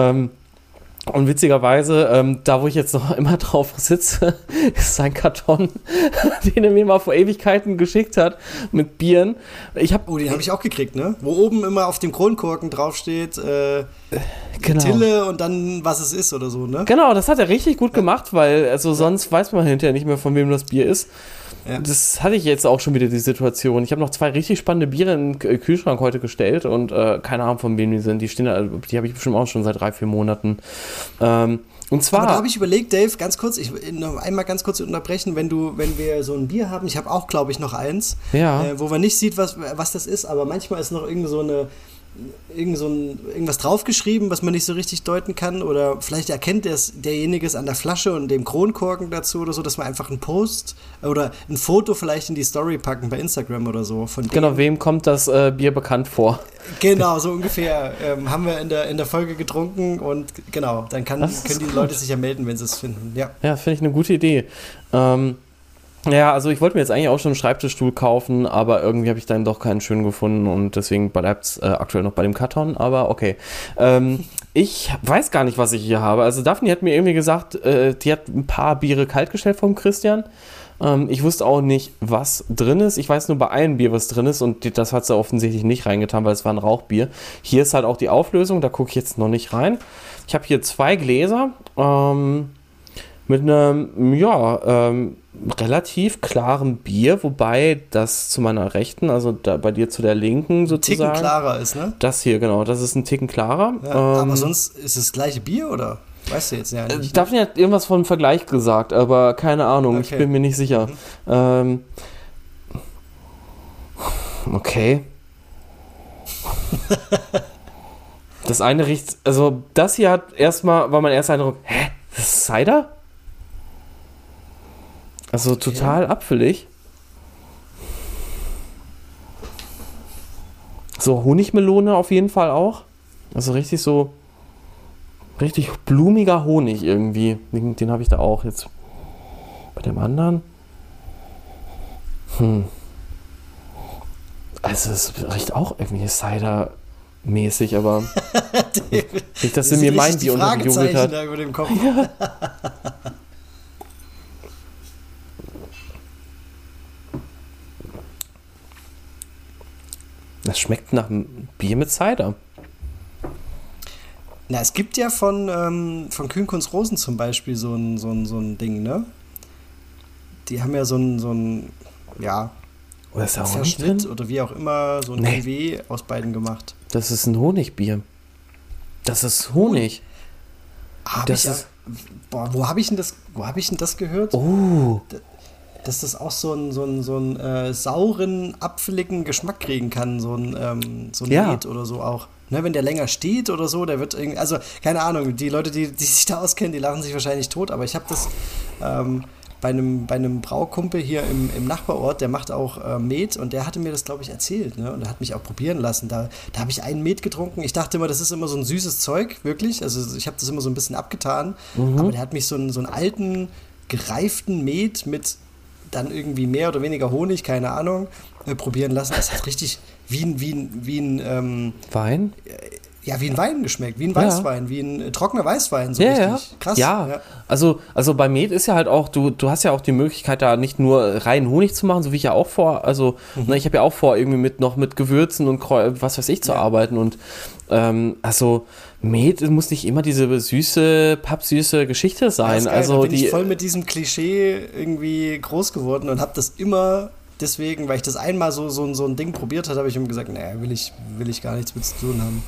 Und witzigerweise, da wo ich jetzt noch immer drauf sitze, ist sein Karton, den er mir mal vor Ewigkeiten geschickt hat, mit Bieren. Den habe ich auch gekriegt, ne? Wo oben immer auf dem Kronkorken draufsteht, genau. Tille und dann was es ist oder so, ne? Genau, das hat er richtig gut gemacht, weil sonst weiß man hinterher nicht mehr, von wem das Bier ist. Ja. Das hatte ich jetzt auch schon wieder, die Situation. Ich habe noch 2 richtig spannende Biere in den Kühlschrank heute gestellt und keine Ahnung, von wem die sind. Die habe ich bestimmt auch schon seit 3-4 Monaten. Und zwar. Aber da habe ich überlegt, Dave, ganz kurz, noch einmal ganz kurz unterbrechen, wenn wir so ein Bier haben, ich habe auch, glaube ich, noch eins, wo man nicht sieht, was das ist, aber manchmal ist noch irgendwas draufgeschrieben, was man nicht so richtig deuten kann, oder vielleicht erkennt derjenige es an der Flasche und dem Kronkorken dazu oder so, dass man einfach einen Post oder ein Foto vielleicht in die Story packen bei Instagram oder so. Genau, wem kommt das Bier bekannt vor? Genau, so ungefähr haben wir in der Folge getrunken und genau, dann können die Leute sich ja melden, wenn sie es finden. Ja, finde ich eine gute Idee. Ja, also ich wollte mir jetzt eigentlich auch schon einen Schreibtischstuhl kaufen, aber irgendwie habe ich dann doch keinen schönen gefunden und deswegen bleibt es aktuell noch bei dem Karton, aber okay. Ich weiß gar nicht, was ich hier habe. Also Daphne hat mir irgendwie gesagt, die hat ein paar Biere kaltgestellt vom Christian. Ich wusste auch nicht, was drin ist. Ich weiß nur bei einem Bier, was drin ist und das hat sie offensichtlich nicht reingetan, weil es war ein Rauchbier. Hier ist halt auch die Auflösung, da gucke ich jetzt noch nicht rein. Ich habe hier 2 Gläser mit einem, relativ klaren Bier, wobei das zu meiner Rechten, also da bei dir zu der Linken sozusagen. Ticken klarer ist, ne? Das hier, genau, das ist ein Ticken klarer. Ja, aber sonst ist es das gleiche Bier, oder? Weißt du jetzt ja nicht. Daphne hat irgendwas von Vergleich gesagt, aber keine Ahnung, Okay. ich bin mir nicht sicher. Okay. Das eine riecht, also das hier hat war mein erster Eindruck, hä, das ist Cider? Also total abfällig. So Honigmelone auf jeden Fall auch. Also richtig blumiger Honig irgendwie. Den habe ich da auch jetzt. Bei dem anderen. Also es riecht auch irgendwie Cider-mäßig, aber nicht, dass sie mir mein Bier untergejubelt hat. Da über dem Kopf. Ja. Das schmeckt nach einem Bier mit Cider. Na, es gibt ja von Kühn-Kunz Rosen zum Beispiel so ein Ding, ne? Die haben ja so ein Oder ist da auch nicht Verschnitt drin? oder wie auch immer, so ein Cuvée aus beiden gemacht. Das ist ein Honigbier. Das ist Honig. Wo habe ich denn das gehört? Oh. Dass das auch so einen sauren, apfeligen Geschmack kriegen kann, so ein Met oder so auch. Ne, wenn der länger steht oder so, der wird irgendwie, also keine Ahnung, die Leute, die sich da auskennen, die lachen sich wahrscheinlich tot, aber ich habe das bei einem Braukumpel hier im Nachbarort, der macht auch Met und der hatte mir das, glaube ich, erzählt, ne? Und er hat mich auch probieren lassen. Da habe ich einen Met getrunken. Ich dachte immer, das ist immer so ein süßes Zeug, wirklich. Also ich habe das immer so ein bisschen abgetan, aber der hat mich so einen alten, gereiften Met mit dann irgendwie mehr oder weniger Honig, keine Ahnung, probieren lassen. Das hat richtig wie ein Wein? Ja, wie ein Wein geschmeckt, wie ein Weißwein, wie ein trockener Weißwein, so Ja, richtig. Krass. Ja. Also bei Met ist ja halt auch, du hast ja auch die Möglichkeit, da nicht nur rein Honig zu machen, so wie ich ja auch vor, also ich habe ja auch vor, irgendwie mit Gewürzen und was weiß ich zu arbeiten und also Met muss nicht immer diese pappsüße Geschichte sein. Ja, geil. Also da bin ich voll mit diesem Klischee irgendwie groß geworden und habe das immer deswegen, weil ich das einmal so ein Ding probiert habe, habe ich ihm gesagt, naja, will ich gar nichts mit zu tun haben.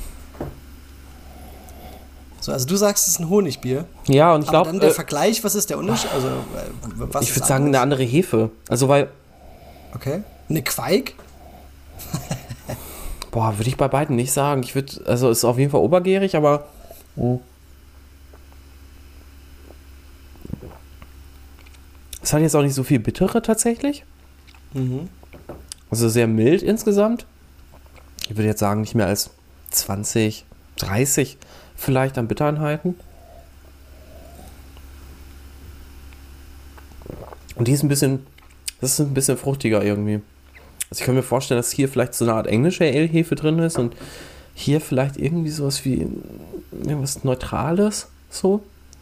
So, also du sagst, es ist ein Honigbier. Ja, und ich glaube. Dann der Vergleich, was ist der Unterschied? Also, was ich würde sagen, eine andere Hefe. Also, weil. Okay. Eine Queig? Boah, würde ich bei beiden nicht sagen. Also ist auf jeden Fall obergärig, aber. Es hat jetzt auch nicht so viel Bittere tatsächlich. Also sehr mild insgesamt. Ich würde jetzt sagen, nicht mehr als 20, 30 vielleicht an Bittereinheiten. Und das ist ein bisschen fruchtiger irgendwie. Also ich kann mir vorstellen, dass hier vielleicht so eine Art englische Ale-Hefe drin ist und hier vielleicht irgendwie sowas wie irgendwas Neutrales, so.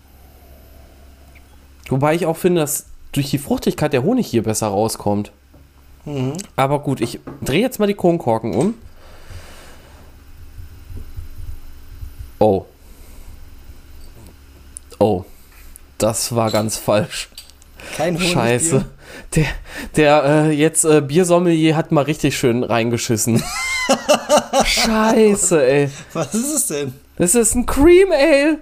Wobei ich auch finde, dass durch die Fruchtigkeit der Honig hier besser rauskommt. Aber gut, ich drehe jetzt mal die Kronkorken um. Oh, das war ganz falsch. Kein Honigbier. Scheiße. Der Biersommelier hat mal richtig schön reingeschissen. Scheiße, ey. Was ist es denn? Das ist ein Cream Ale.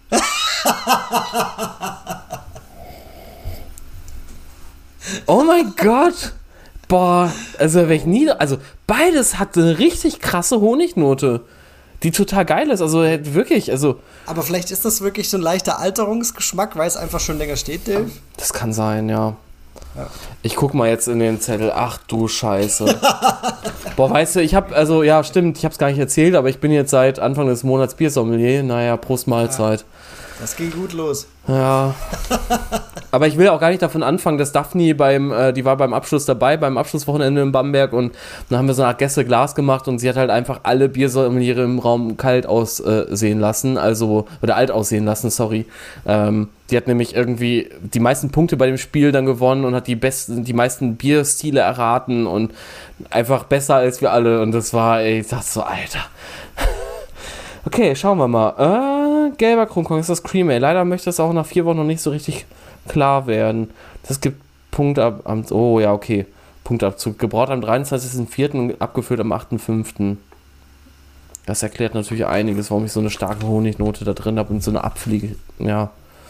Oh mein Gott. Boah, also beides hat eine richtig krasse Honignote, die total geil ist, also wirklich, also. Aber vielleicht ist das wirklich so ein leichter Alterungsgeschmack, weil es einfach schon länger steht, Dave. Das kann sein, ja. Ich guck mal jetzt in den Zettel, ach du Scheiße. Boah, weißt du, stimmt, ich hab's gar nicht erzählt, aber ich bin jetzt seit Anfang des Monats Biersommelier, naja, Prost Mahlzeit. Das ging gut los. Ja. Aber ich will auch gar nicht davon anfangen, dass Daphne die war beim Abschluss dabei, beim Abschlusswochenende in Bamberg und dann haben wir so eine Art Gäste Glas gemacht und sie hat halt einfach alle Biersommeliere im Raum kalt aussehen lassen, oder alt aussehen lassen, sorry. Die hat nämlich irgendwie die meisten Punkte bei dem Spiel dann gewonnen und hat die meisten Bierstile erraten und einfach besser als wir alle und das war, ich dachte so, Alter. Okay, schauen wir mal. Gelber Kronkorken ist das Cream Ale. Leider möchte es auch nach 4 Wochen noch nicht so richtig klar werden. Das gibt Punktabzug. Oh ja, okay. Punktabzug. Gebraut am 23.04. und abgefüllt am 8.05. Das erklärt natürlich einiges, warum ich so eine starke Honignote da drin habe und so eine Abfliege. Ja.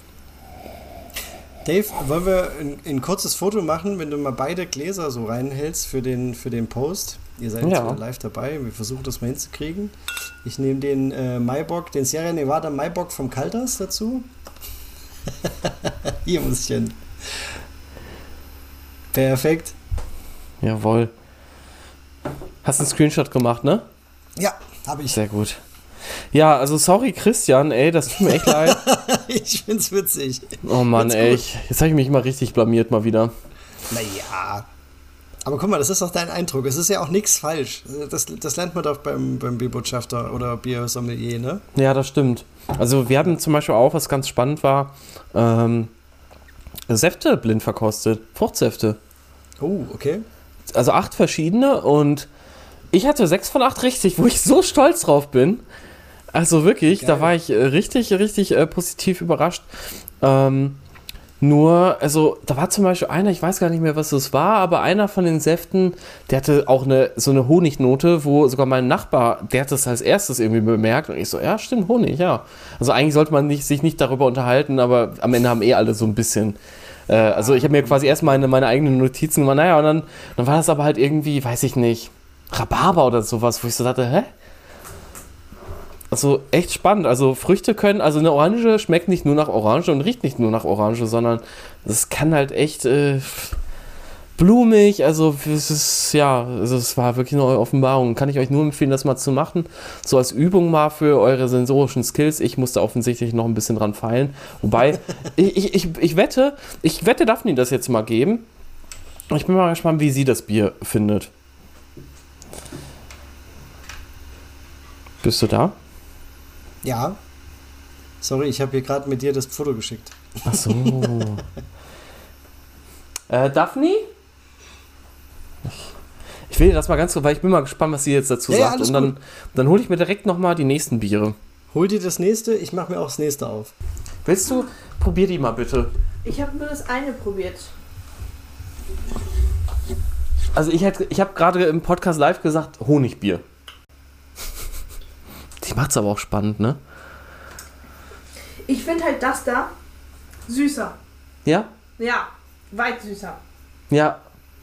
Dave, wollen wir ein kurzes Foto machen, wenn du mal beide Gläser so reinhältst für den Post? Ihr seid jetzt wieder live dabei. Wir versuchen das mal hinzukriegen. Ich nehme den Maibock, den Sierra Nevada Maibock vom Kalters dazu. Hier muss ich hin. Perfekt. Jawohl. Hast einen Screenshot gemacht, ne? Ja, habe ich. Sehr gut. Ja, also sorry Christian, ey, das tut mir echt leid. Ich find's witzig. Oh Mann, ey, jetzt habe ich mich mal richtig blamiert mal wieder. Naja. Aber guck mal, das ist doch dein Eindruck. Es ist ja auch nichts falsch. Das lernt man doch beim Bierbotschafter oder Biersommelier, ne? Ja, das stimmt. Also wir haben zum Beispiel auch, was ganz spannend war, Säfte blind verkostet. Fruchtsäfte. Oh, okay. Also 8 verschiedene und ich hatte 6 von 8 richtig, wo ich so stolz drauf bin. Also wirklich, geil. Da war ich richtig positiv überrascht. Nur, also da war zum Beispiel einer, ich weiß gar nicht mehr, was das war, aber einer von den Säften, der hatte auch so eine Honignote, wo sogar mein Nachbar, der hat das als erstes irgendwie bemerkt und ich so, ja, stimmt, Honig, ja. Also eigentlich sollte man sich nicht darüber unterhalten, aber am Ende haben alle so ein bisschen, also ich habe mir quasi erst meine eigenen Notizen gemacht, naja, und dann war das aber halt irgendwie, weiß ich nicht, Rhabarber oder sowas, wo ich so dachte, hä? Also echt spannend. Also Früchte können, also eine Orange schmeckt nicht nur nach Orange und riecht nicht nur nach Orange, sondern das kann halt echt blumig, also es war wirklich eine Offenbarung. Kann ich euch nur empfehlen, das mal zu machen. So als Übung mal für eure sensorischen Skills. Ich musste offensichtlich noch ein bisschen dran feilen. Wobei, ich wette, Daphne das jetzt mal geben. Ich bin mal gespannt, wie sie das Bier findet. Bist du da? Ja. Sorry, ich habe hier gerade mit dir das Foto geschickt. Ach so. Daphne? Ich will dir das mal ganz kurz, weil ich bin mal gespannt, was sie jetzt dazu sagt. Und dann hole ich mir direkt nochmal die nächsten Biere. Hol dir das nächste, ich mache mir auch das nächste auf. Willst du? Probier die mal bitte. Ich habe nur das eine probiert. Also ich habe gerade im Podcast live gesagt, Honigbier. Die macht's aber auch spannend, ne? Ich finde halt das da süßer. Ja? Ja, weit süßer. Ja.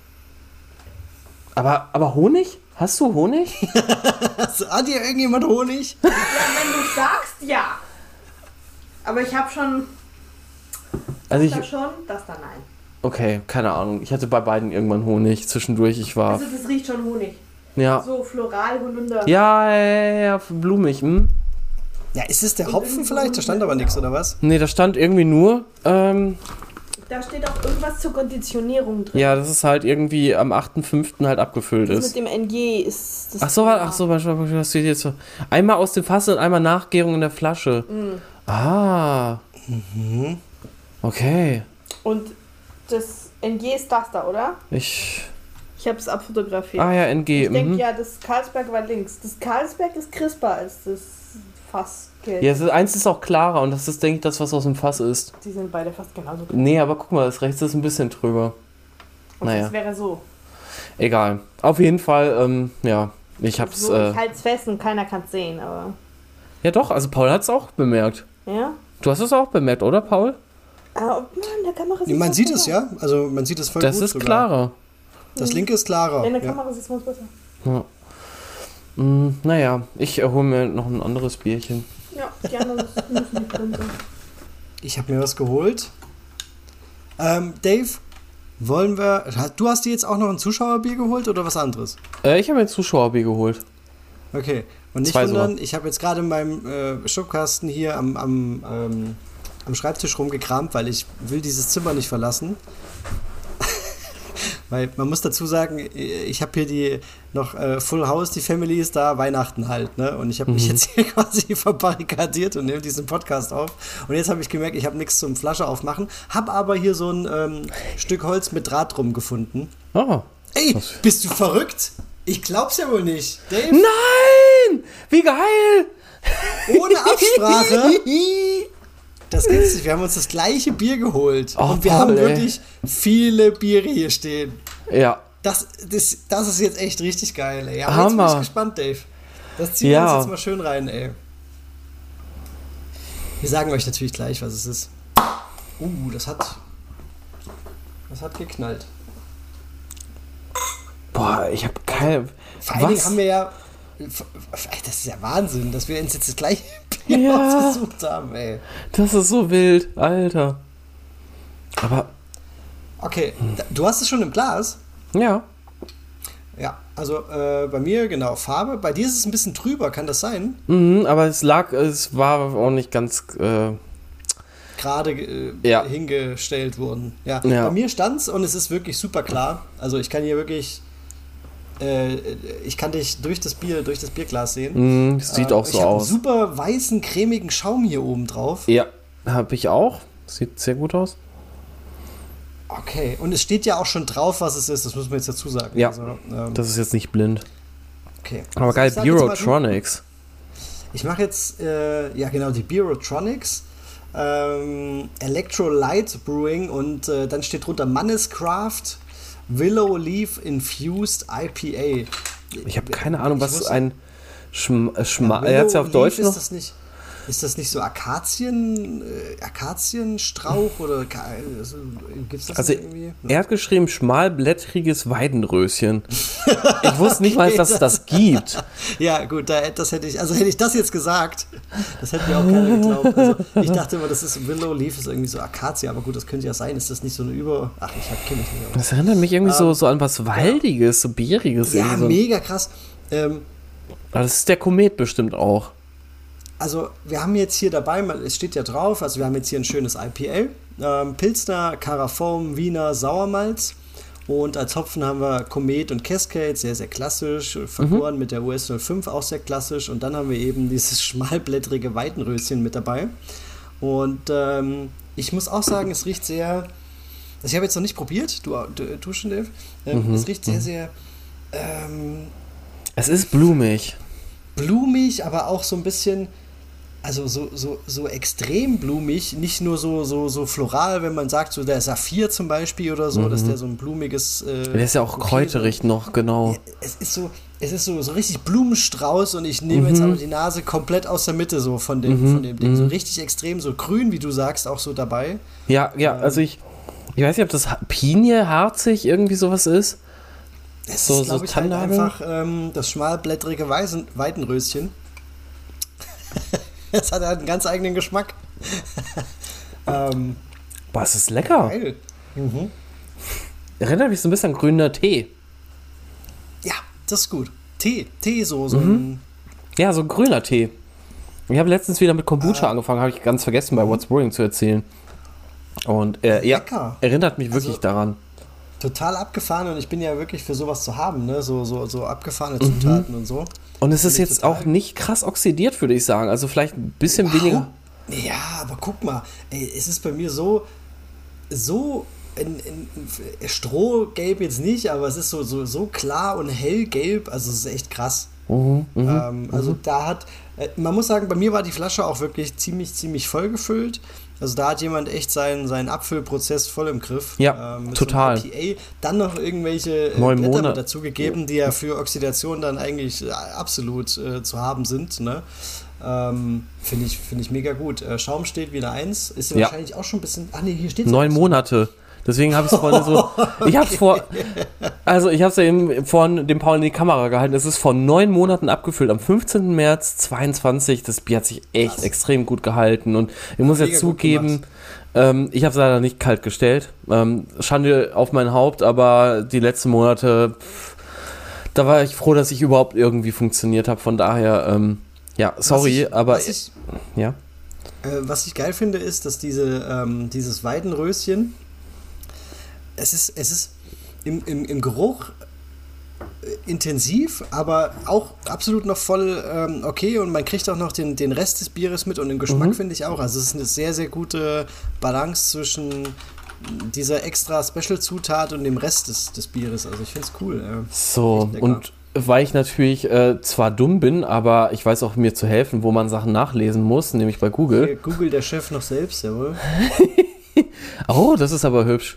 Aber Honig? Hast du Honig? Hat hier irgendjemand Honig? Ja, wenn du sagst, ja. Aber ich habe schon das da nein. Okay, keine Ahnung. Ich hatte bei beiden irgendwann Honig zwischendurch. Also das riecht schon Honig. Ja. So floral, Holunder. Ja, blumig. Hm? Ja, ist es der Hopfen vielleicht? Da stand aber nichts, oder was? Nee, da stand irgendwie nur... Da steht auch irgendwas zur Konditionierung drin. Ja, das ist halt irgendwie am 8.5. halt abgefüllt das ist. Mit dem NG ist das... Ach so, was steht jetzt so? Einmal aus dem Fass und einmal Nachgärung in der Flasche. Mhm. Ah. Mhm. Okay. Und das NG ist das da, oder? Ich habe es abfotografiert. Ah ja, NG. Ich denke, ja, das Carlsberg war links. Das Carlsberg ist crisper als das Fasskälte. Ja, eins ist auch klarer und das ist, denke ich, das, was aus dem Fass ist. Die sind beide fast genauso. Nee, aber guck mal, das rechts ist ein bisschen trüber. Und naja. das wäre so. Egal. Auf jeden Fall, ja, ich hab's... So, ich halte es fest und keiner kann es sehen, aber... Ja doch, also Paul hat's auch bemerkt. Ja? Du hast es auch bemerkt, oder Paul? Mann, der Kamera sieht man sieht es, ja. Also man sieht es voll das gut ist sogar. klarer. Das linke ist klarer. In der Kamera sieht es besser. Ja. Naja, ich hole mir noch ein anderes Bierchen. Ja, die anderen müssen nicht drin sein. Ich habe mir was geholt. Dave, du hast dir jetzt auch noch ein Zuschauerbier geholt oder was anderes? Ich habe mir ein Zuschauerbier geholt. Okay, und nicht wundern, ich habe jetzt gerade in meinem Schubkasten hier am am Schreibtisch rumgekramt, weil ich will dieses Zimmer nicht verlassen. Weil man muss dazu sagen, ich habe hier noch Full House, die Family ist da, Weihnachten halt, ne? Und ich habe mich jetzt hier quasi verbarrikadiert und nehme diesen Podcast auf. Und jetzt habe ich gemerkt, ich habe nichts zum Flasche aufmachen, habe aber hier so ein Stück Holz mit Draht drum gefunden. Oh. Ey, bist du verrückt? Ich glaub's ja wohl nicht. Dave? Nein! Wie geil! Ohne Absprache. Das gibt's nicht. Wir haben uns das gleiche Bier geholt. Oh, und wir haben wirklich viele Biere hier stehen. Ja. Das ist jetzt echt richtig geil, ey. Aber Hammer. jetzt bin ich gespannt, Dave. Das ziehen wir uns jetzt mal schön rein, ey. Wir sagen euch natürlich gleich, was es ist. Das hat geknallt. Boah, ich habe keine... Vor allen Dingen haben wir ja... Das ist ja Wahnsinn, dass wir uns jetzt das gleiche Bier ausgesucht haben, ey. Das ist so wild, Alter. Aber... Okay, du hast es schon im Glas? Ja. Ja, also bei mir, genau, Farbe. Bei dir ist es ein bisschen trüber, kann das sein? Aber es war auch nicht ganz... gerade hingestellt worden. Ja. Bei mir stand's und es ist wirklich super klar. Also ich kann hier wirklich... ich kann dich durch das Bierglas sehen. Sieht auch so ich aus. Ich habe super weißen, cremigen Schaum hier oben drauf. Ja, habe ich auch. Sieht sehr gut aus. Okay, und es steht ja auch schon drauf, was es ist. Das müssen wir jetzt dazu sagen. Ja, also, das ist jetzt nicht blind. Okay. Aber geil, Bureautronics. Ich mache jetzt, die Bureautronics. Electrolyte Brewing und dann steht drunter Mannescraft Willow Leaf Infused IPA. Ich habe keine Ahnung, was ein er hat es ja auf Deutsch noch. Ist das nicht so Akazienstrauch oder gibt's das irgendwie? Er hat geschrieben schmalblättriges Weidenröschen. Ich wusste nicht mal, dass es das gibt. Ja, gut, hätte ich das jetzt gesagt, das hätte mir auch keiner geglaubt. Also, ich dachte immer, das ist Willow Leaf, ist irgendwie so Akazie, aber gut, das könnte ja sein. Ist das nicht so eine kenne ich nicht aus. Das erinnert mich irgendwie so an was Waldiges, so Bäriges. Ja, mega krass. Aber das ist der Komet bestimmt auch. Also wir haben jetzt hier dabei, es steht ja drauf, also wir haben jetzt hier ein schönes IPA, Pilsner, Carafoam, Wiener, Sauermalz und als Hopfen haben wir Komet und Cascade, sehr, sehr klassisch, vergoren mit der US 05, auch sehr klassisch und dann haben wir eben dieses schmalblättrige Weidenröschen mit dabei und ich muss auch sagen, es riecht sehr, also ich habe jetzt noch nicht probiert, du schon, Dave, es riecht sehr, sehr es ist blumig, aber auch so ein bisschen, also so extrem blumig, nicht nur so floral, wenn man sagt, so der Saphir zum Beispiel oder so, dass der so ein blumiges... der ist ja auch kräuterig noch, genau. Es ist so richtig Blumenstrauß und ich nehme jetzt aber die Nase komplett aus der Mitte so von dem Ding. So richtig extrem, so grün, wie du sagst, auch so dabei. Ja, also ich weiß nicht, ob das Pinie, harzig, irgendwie sowas ist. Es ist, glaube ich, halt einfach das schmalblättrige Weidenröschen. Es hat halt einen ganz eigenen Geschmack. Boah, es ist lecker. Geil. Erinnert mich so ein bisschen an grüner Tee. Ja, das ist gut. Tee so Ja, so ein grüner Tee. Ich habe letztens wieder mit Kombucha angefangen, habe ich ganz vergessen bei What's Brewing zu erzählen. Und lecker. Erinnert mich wirklich daran. Total abgefahren und ich bin ja wirklich für sowas zu haben, ne? So abgefahrene Zutaten und so. Und es ist jetzt auch nicht krass oxidiert, würde ich sagen. Also vielleicht ein bisschen weniger. Ja, aber guck mal, es ist bei mir so in Strohgelb jetzt nicht, aber es ist so klar und hellgelb, also es ist echt krass. Also da hat, man muss sagen, bei mir war die Flasche auch wirklich ziemlich voll gefüllt. Also da hat jemand echt seinen Abfüllprozess voll im Griff. Ja, total. So IPA, dann noch irgendwelche 9 Blätter Monate mit dazu gegeben, die ja für Oxidation dann eigentlich absolut zu haben sind. Ne? Finde ich mega gut. Schaum steht wieder 1. Ist ja wahrscheinlich auch schon ein bisschen... Ach nee, hier steht 9 Monate. Deswegen habe ich es vorhin so... Ich habe es ja eben vorhin dem Paul in die Kamera gehalten. Es ist vor 9 Monaten abgefüllt. Am 15. März 22. Das Bier hat sich echt extrem gut gehalten. Und ich muss jetzt zugeben, ich habe es leider nicht kalt gestellt. Schande auf mein Haupt, aber die letzten Monate, da war ich froh, dass ich überhaupt irgendwie funktioniert habe. Von daher, sorry, aber... Ja. Was ich geil finde, ist, dass dieses Weidenröschen, es ist im Geruch intensiv, aber auch absolut noch voll okay, und man kriegt auch noch den Rest des Bieres mit, und im Geschmack finde ich auch. Also es ist eine sehr, sehr gute Balance zwischen dieser extra Special-Zutat und dem Rest des Bieres. Also ich finde es cool. So, und weil ich natürlich zwar dumm bin, aber ich weiß auch, mir zu helfen, wo man Sachen nachlesen muss, nämlich bei Google. Hier googelt der Chef noch selbst, jawohl. Oh, das ist aber hübsch.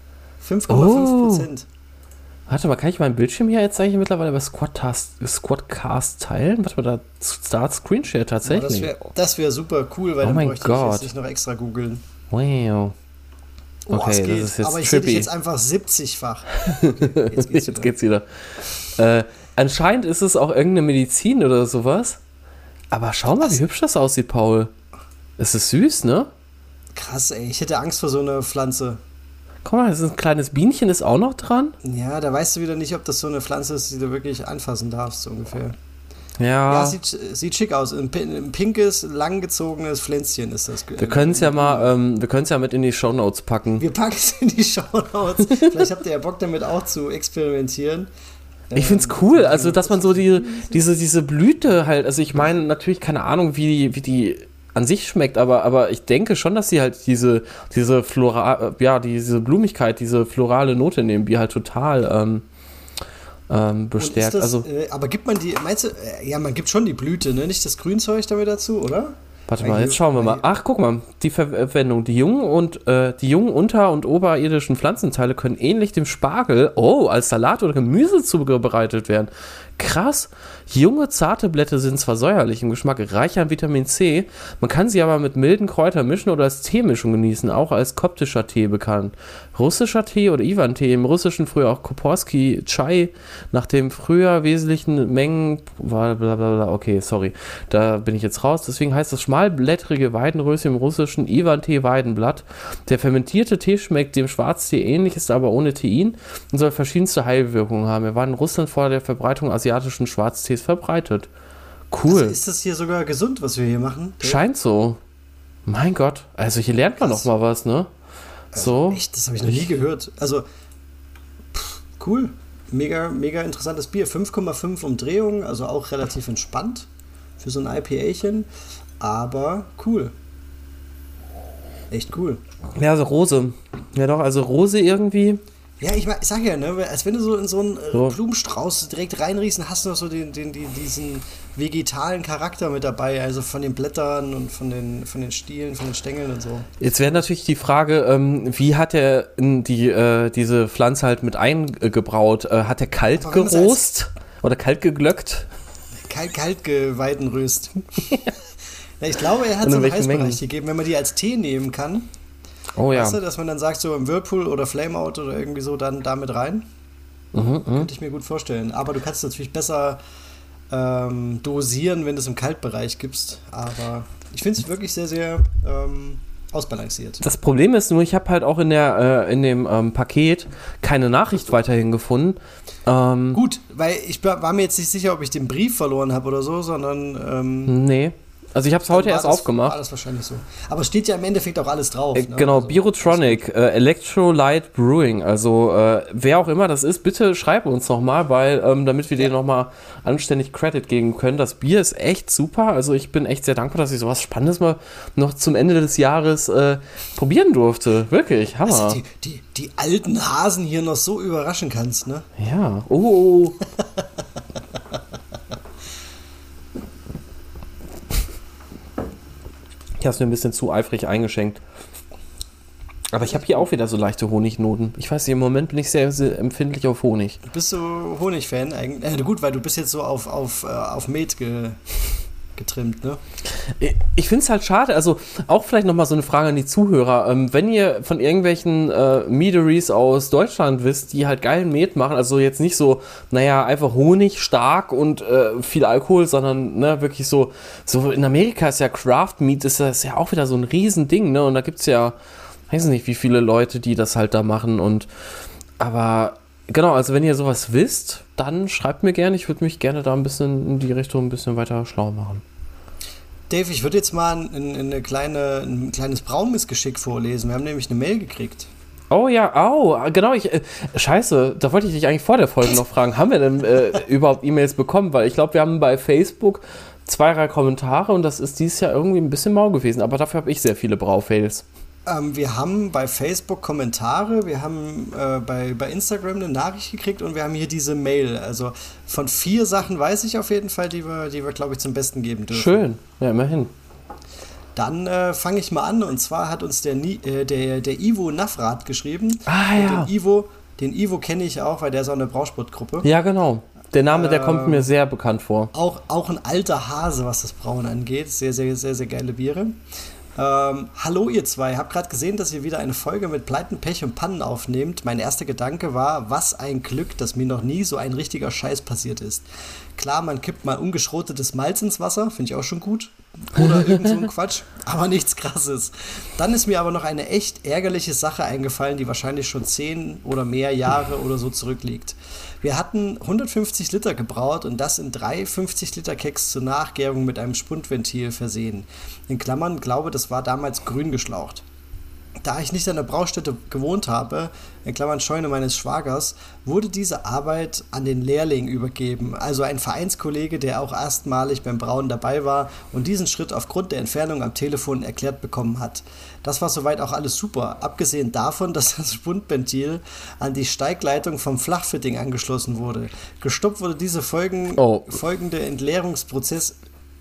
5,5%. Warte mal, kann ich meinen Bildschirm hier jetzt eigentlich mittlerweile bei Squadcast teilen? Warte mal, da Start Screenshare tatsächlich. Ja, das wär super cool, weil dann bräuchte ich jetzt nicht noch extra googeln. Wow. Oh, okay, es geht. das ist jetzt aber ich trippy. sehe dich jetzt einfach 70-fach. Okay, jetzt geht's wieder. Anscheinend ist es auch irgendeine Medizin oder sowas. Aber schau mal, wie hübsch das aussieht, Paul. Es ist süß, ne? Krass, ey. Ich hätte Angst vor so einer Pflanze. Guck mal, das ist ein kleines Bienchen, ist auch noch dran. Ja, da weißt du wieder nicht, ob das so eine Pflanze ist, die du wirklich anfassen darfst, so ungefähr. Ja. Ja, sieht schick aus. Ein pinkes, langgezogenes Pflänzchen ist das. Wir können es ja mit in die Shownotes packen. Wir packen es in die Shownotes. Vielleicht habt ihr ja Bock damit auch zu experimentieren. Ich find's cool, also dass man so diese Blüte halt, also ich meine natürlich keine Ahnung, wie die an sich schmeckt, aber ich denke schon, dass sie halt diese Blumigkeit, diese florale Note in dem Bier halt total bestärkt. Aber gibt man die, meinst du, ja, man gibt schon die Blüte, ne? Nicht das Grünzeug damit dazu, oder? Warte mal, jetzt schauen wir mal. Ach, guck mal, die Verwendung. Die jungen unter- und oberirdischen Pflanzenteile können ähnlich dem Spargel, als Salat oder Gemüse zubereitet werden. Krass. Junge, zarte Blätter sind zwar säuerlich im Geschmack, reich an Vitamin C, man kann sie aber mit milden Kräutern mischen oder als Teemischung genießen, auch als koptischer Tee bekannt. Russischer Tee oder Iwan-Tee, im Russischen früher auch Koporski Chai, nach dem früher wesentlichen Mengen, blablabla, okay, sorry, da bin ich jetzt raus, deswegen heißt das schmalblättrige Weidenröschen im Russischen Iwan-Tee Weidenblatt. Der fermentierte Tee schmeckt dem Schwarztee ähnlich, ist aber ohne Tein und soll verschiedenste Heilwirkungen haben. Er war in Russland vor der Verbreitung asiatischen Schwarztees verbreitet. Cool. Also ist das hier sogar gesund, was wir hier machen? Scheint so. Mein Gott. Also hier lernt man noch mal was, ne? So. Echt, das habe ich noch nie gehört. Also, cool. Mega, mega interessantes Bier. 5,5 Umdrehungen, also auch relativ entspannt für so ein IPAchen. Aber cool. Echt cool. Ja, also Rose. Ja doch, also Rose irgendwie. Ja, ich sag ja, ne, als wenn du so in so einen Blumenstrauß direkt reinriechst, hast du noch so diesen vegetalen Charakter mit dabei, also von den Blättern und von den Stielen, von den Stängeln und so. Jetzt wäre natürlich die Frage, wie hat er diese Pflanze halt mit eingebraut? Hat er kalt gerost oder kalt geglöckt? Kalt geweidenröst. Ja, ich glaube, er hat so einen Heißbereich gegeben, wenn man die als Tee nehmen kann. Oh ja. Weißt du, dass man dann sagt, so im Whirlpool oder Flameout oder irgendwie so dann damit rein? Könnte ich mir gut vorstellen. Aber du kannst natürlich besser dosieren, wenn du es im Kaltbereich gibst. Aber ich finde es wirklich sehr, sehr ausbalanciert. Das Problem ist nur, ich habe halt auch in dem Paket keine Nachricht weiterhin gefunden. Gut, weil ich war mir jetzt nicht sicher, ob ich den Brief verloren habe oder so, sondern nee. Also ich habe es heute erst aufgemacht. War das wahrscheinlich so. Aber steht ja im Endeffekt auch alles drauf. Ne? Genau, also, Birotronic, Electrolyte Brewing. Also wer auch immer das ist, bitte schreib uns nochmal, weil damit wir denen nochmal anständig Credit geben können. Das Bier ist echt super. Also ich bin echt sehr dankbar, dass ich sowas Spannendes mal noch zum Ende des Jahres probieren durfte. Wirklich, Hammer. Also die alten Hasen hier noch so überraschen kannst, ne? Ja. Oh. Ich habe es mir ein bisschen zu eifrig eingeschenkt. Aber ich habe hier auch wieder so leichte Honignoten. Ich weiß nicht, im Moment bin ich sehr, sehr empfindlich auf Honig. Bist du Honig-Fan eigentlich? Gut, weil du bist jetzt so auf Met getrimmt, ne? Ich finde es halt schade, also auch vielleicht nochmal so eine Frage an die Zuhörer. Wenn ihr von irgendwelchen Meaderies aus Deutschland wisst, die halt geilen Met machen, also jetzt nicht so, einfach Honig, stark und viel Alkohol, sondern wirklich so in Amerika ist ja Craft Meat, ist ja auch wieder so ein Riesending, ne? Und da gibt es ja, weiß nicht, wie viele Leute, die das halt da machen aber genau, also wenn ihr sowas wisst, dann schreibt mir gerne, ich würde mich gerne da ein bisschen in die Richtung ein bisschen weiter schlau machen. Dave, ich würde jetzt mal ein kleines Braumissgeschick vorlesen. Wir haben nämlich eine Mail gekriegt. Oh ja, genau, scheiße, da wollte ich dich eigentlich vor der Folge noch fragen, haben wir denn überhaupt E-Mails bekommen? Weil ich glaube, wir haben bei Facebook 2, 3 Kommentare und das ist dieses Jahr irgendwie ein bisschen mau gewesen, aber dafür habe ich sehr viele Braufails. Wir haben bei Facebook Kommentare, wir haben bei Instagram eine Nachricht gekriegt und wir haben hier diese Mail. Also von 4 Sachen weiß ich auf jeden Fall, die wir glaube ich, zum Besten geben dürfen. Schön, ja, immerhin. Dann fange ich mal an und zwar hat uns der Ivo Nafrat geschrieben. Ah ja. Und den Ivo kenne ich auch, weil der ist auch eine Brausportgruppe. Ja, genau. Der Name, der kommt mir sehr bekannt vor. Auch ein alter Hase, was das Brauen angeht. Sehr, sehr, sehr, sehr geile Biere. Hallo ihr zwei, hab gerade gesehen, dass ihr wieder eine Folge mit Pleiten, Pech und Pannen aufnehmt. Mein erster Gedanke war, was ein Glück, dass mir noch nie so ein richtiger Scheiß passiert ist. Klar, man kippt mal ungeschrotetes Malz ins Wasser, finde ich auch schon gut. Oder irgend so ein Quatsch, aber nichts Krasses. Dann ist mir aber noch eine echt ärgerliche Sache eingefallen, die wahrscheinlich schon 10 oder mehr Jahre oder so zurückliegt. Wir hatten 150 Liter gebraut und das in 3 50-Liter-Keks zur Nachgärung mit einem Spundventil versehen. In Klammern, glaube, das war damals grün geschlaucht. Da ich nicht an der Braustätte gewohnt habe, in Klammern Scheune meines Schwagers, wurde diese Arbeit an den Lehrling übergeben, also ein Vereinskollege, der auch erstmalig beim Brauen dabei war und diesen Schritt aufgrund der Entfernung am Telefon erklärt bekommen hat. Das war soweit auch alles super, abgesehen davon, dass das Spundventil an die Steigleitung vom Flachfitting angeschlossen wurde. Gestoppt wurde dieser folgende Entleerungsprozess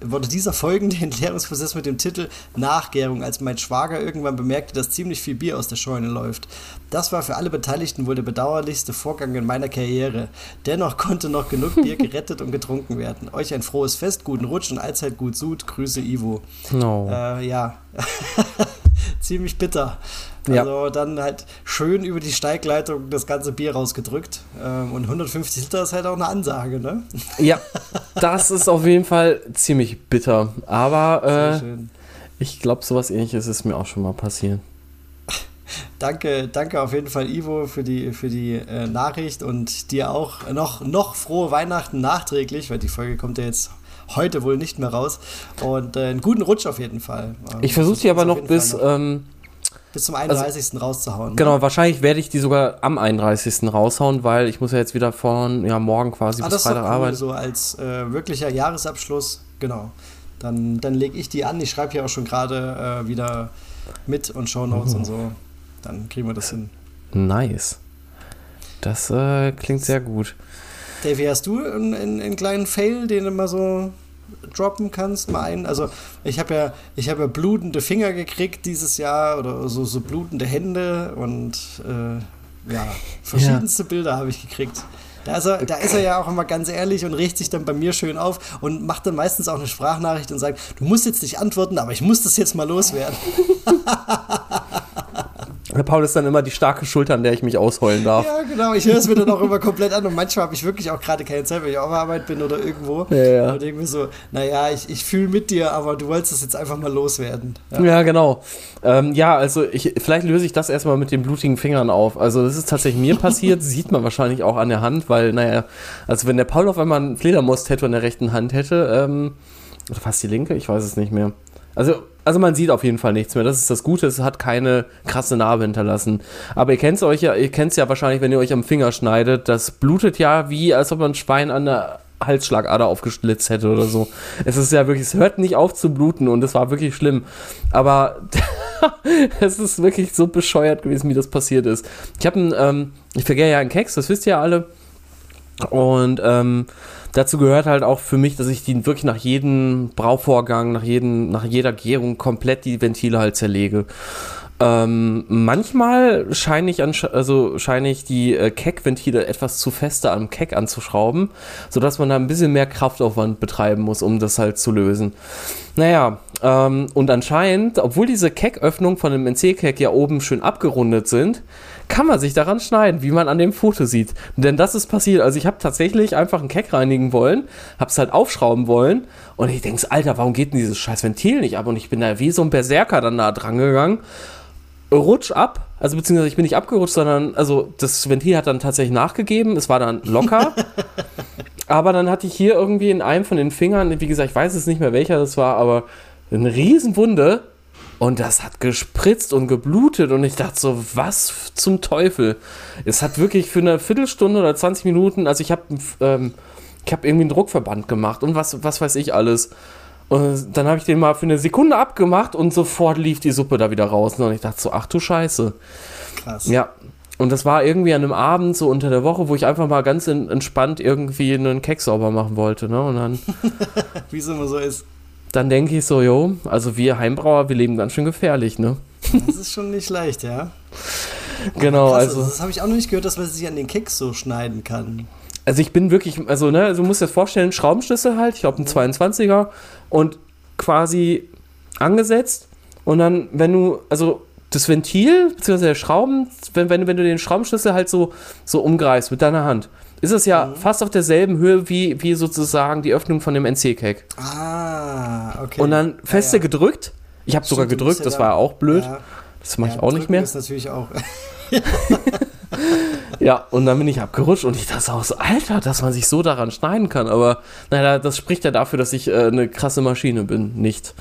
mit dem Titel Nachgärung, als mein Schwager irgendwann bemerkte, dass ziemlich viel Bier aus der Scheune läuft. Das war für alle Beteiligten wohl der bedauerlichste Vorgang in meiner Karriere. Dennoch konnte noch genug Bier gerettet und getrunken werden. Euch ein frohes Fest, guten Rutsch und allzeit gut Sud. Grüße, Ivo. No. Ja, ziemlich bitter. Ja. Also dann halt schön über die Steigleitung das ganze Bier rausgedrückt. Und 150 Liter ist halt auch eine Ansage, ne? Ja, das ist auf jeden Fall ziemlich bitter. Aber ich glaube, sowas Ähnliches ist mir auch schon mal passiert. Danke auf jeden Fall, Ivo, für die Nachricht und dir auch noch frohe Weihnachten nachträglich, weil die Folge kommt ja jetzt heute wohl nicht mehr raus. Und einen guten Rutsch auf jeden Fall. Ich versuche sie aber noch bis zum 31. rauszuhauen. Genau, ne? wahrscheinlich werde ich die sogar am 31. raushauen, weil ich muss ja jetzt wieder morgen quasi bis Freitag arbeiten. So als wirklicher Jahresabschluss, genau. Dann lege ich die an. Ich schreibe hier auch schon gerade wieder mit und Shownotes und so. Dann kriegen wir das hin. Nice. Das klingt sehr gut. Davey, hast du einen kleinen Fail, den du mal so droppen kannst? Mal einen? Also ich habe ja blutende Finger gekriegt dieses Jahr oder so blutende Hände und verschiedenste Bilder habe ich gekriegt. Da ist er ja auch immer ganz ehrlich und regt sich dann bei mir schön auf und macht dann meistens auch eine Sprachnachricht und sagt, du musst jetzt nicht antworten, aber ich muss das jetzt mal loswerden. Der Paul ist dann immer die starke Schulter, an der ich mich ausheulen darf. Ja, genau. Ich höre es mir dann auch immer komplett an und manchmal habe ich wirklich auch gerade keine Zeit, wenn ich auf Arbeit bin oder irgendwo. Ja. Und denke mir so, naja, ich fühle mit dir, aber du wolltest das jetzt einfach mal loswerden. Ja, genau. Also vielleicht löse ich das erstmal mit den blutigen Fingern auf. Also das ist tatsächlich mir passiert, sieht man wahrscheinlich auch an der Hand, weil, also wenn der Paul auf einmal einen Fledermaus-Tattoo an der rechten Hand hätte, oder fast die linke, ich weiß es nicht mehr. Also man sieht auf jeden Fall nichts mehr. Das ist das Gute, es hat keine krasse Narbe hinterlassen. Aber ihr kennt es ja wahrscheinlich, wenn ihr euch am Finger schneidet. Das blutet ja wie, als ob man ein Schwein an der Halsschlagader aufgeschlitzt hätte oder so. Es ist ja wirklich, es hört nicht auf zu bluten und es war wirklich schlimm. Aber es ist wirklich so bescheuert gewesen, wie das passiert ist. Ich vergehre ja einen Keks, das wisst ihr ja alle. Und dazu gehört halt auch für mich, dass ich die wirklich nach jedem Brauvorgang, nach jeder Gärung komplett die Ventile halt zerlege. Manchmal scheine ich die Keck-Ventile etwas zu feste am Keck anzuschrauben, sodass man da ein bisschen mehr Kraftaufwand betreiben muss, um das halt zu lösen. Und anscheinend, obwohl diese Kecköffnungen von dem NC-Keck ja oben schön abgerundet sind, kann man sich daran schneiden, wie man an dem Foto sieht. Denn das ist passiert. Also ich habe tatsächlich einfach einen Keck reinigen wollen, habe es halt aufschrauben wollen und ich denke, Alter, warum geht denn dieses scheiß Ventil nicht ab? Und ich bin da wie so ein Berserker dann da dran gegangen, rutsch ab, also beziehungsweise ich bin nicht abgerutscht, sondern also das Ventil hat dann tatsächlich nachgegeben, es war dann locker. Aber dann hatte ich hier irgendwie in einem von den Fingern, wie gesagt, ich weiß es nicht mehr, welcher das war, aber eine Riesenwunde und das hat gespritzt und geblutet und ich dachte so, was zum Teufel? Es hat wirklich für eine Viertelstunde oder 20 Minuten, also ich habe irgendwie einen Druckverband gemacht und was weiß ich alles. Und dann habe ich den mal für eine Sekunde abgemacht und sofort lief die Suppe da wieder raus. Und ich dachte so, ach du Scheiße. Krass. Ja, und das war irgendwie an einem Abend so unter der Woche, wo ich einfach mal ganz entspannt irgendwie einen Keks sauber machen wollte. Ne? Und dann, wie es immer so ist. Dann denke ich so, jo, also wir Heimbrauer, wir leben ganz schön gefährlich, ne? Das ist schon nicht leicht, ja. Genau, krass, also. Das habe ich auch noch nicht gehört, dass man sich an den Keks so schneiden kann. Also ich bin wirklich, also ne, du musst dir das vorstellen, Schraubenschlüssel halt, ich glaube ein 22er und quasi angesetzt und dann, wenn du, also das Ventil, beziehungsweise der Schrauben, wenn du den Schraubenschlüssel halt so umgreifst mit deiner Hand, ist es ja fast auf derselben Höhe wie sozusagen die Öffnung von dem NC-Cake. Ah, okay. Und dann feste gedrückt, ich habe sogar gedrückt, das war ja auch blöd, das mache ich auch nicht mehr. Das ist natürlich auch... Ja, und dann bin ich abgerutscht und ich dachte auch so, Alter, dass man sich so daran schneiden kann. Aber naja, das spricht ja dafür, dass ich eine krasse Maschine bin. Nicht.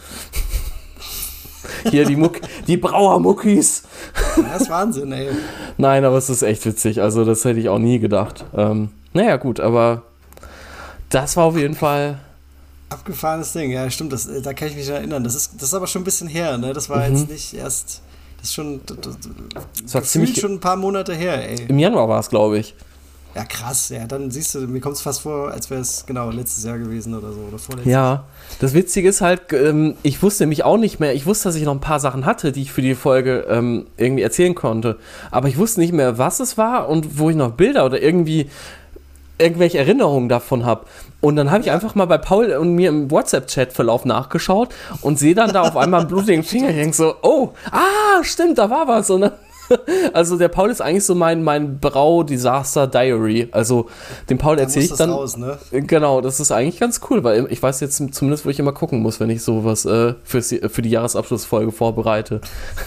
Hier die Brauermuckis. Das ist Wahnsinn, ey. Nein, aber es ist echt witzig. Also das hätte ich auch nie gedacht. Naja, gut, aber das war auf jeden Fall... Abgefahrenes Ding, ja, stimmt. Da kann ich mich erinnern. Das ist aber schon ein bisschen her, ne? Das war jetzt nicht erst... Das ist schon, das war ziemlich schon ein paar Monate her, ey. Im Januar war es, glaube ich. Ja, krass, ja, dann siehst du, mir kommt es fast vor, als wäre es genau letztes Jahr gewesen oder so, oder vorletztes. Ja, das Witzige ist halt, ich wusste nämlich auch nicht mehr, ich wusste, dass ich noch ein paar Sachen hatte, die ich für die Folge irgendwie erzählen konnte, aber ich wusste nicht mehr, was es war und wo ich noch Bilder oder irgendwelche Erinnerungen davon habe. Und dann habe ich einfach mal bei Paul und mir im WhatsApp-Chat-Verlauf nachgeschaut und sehe dann da auf einmal einen blutigen Finger. Ich denke so, oh, stimmt, da war was. Und dann, also der Paul ist eigentlich so mein Brau-Disaster-Diary. Also dem Paul erzähle ich dann... raus, ne? Genau, das ist eigentlich ganz cool, weil ich weiß jetzt zumindest, wo ich immer gucken muss, wenn ich sowas für die Jahresabschlussfolge vorbereite.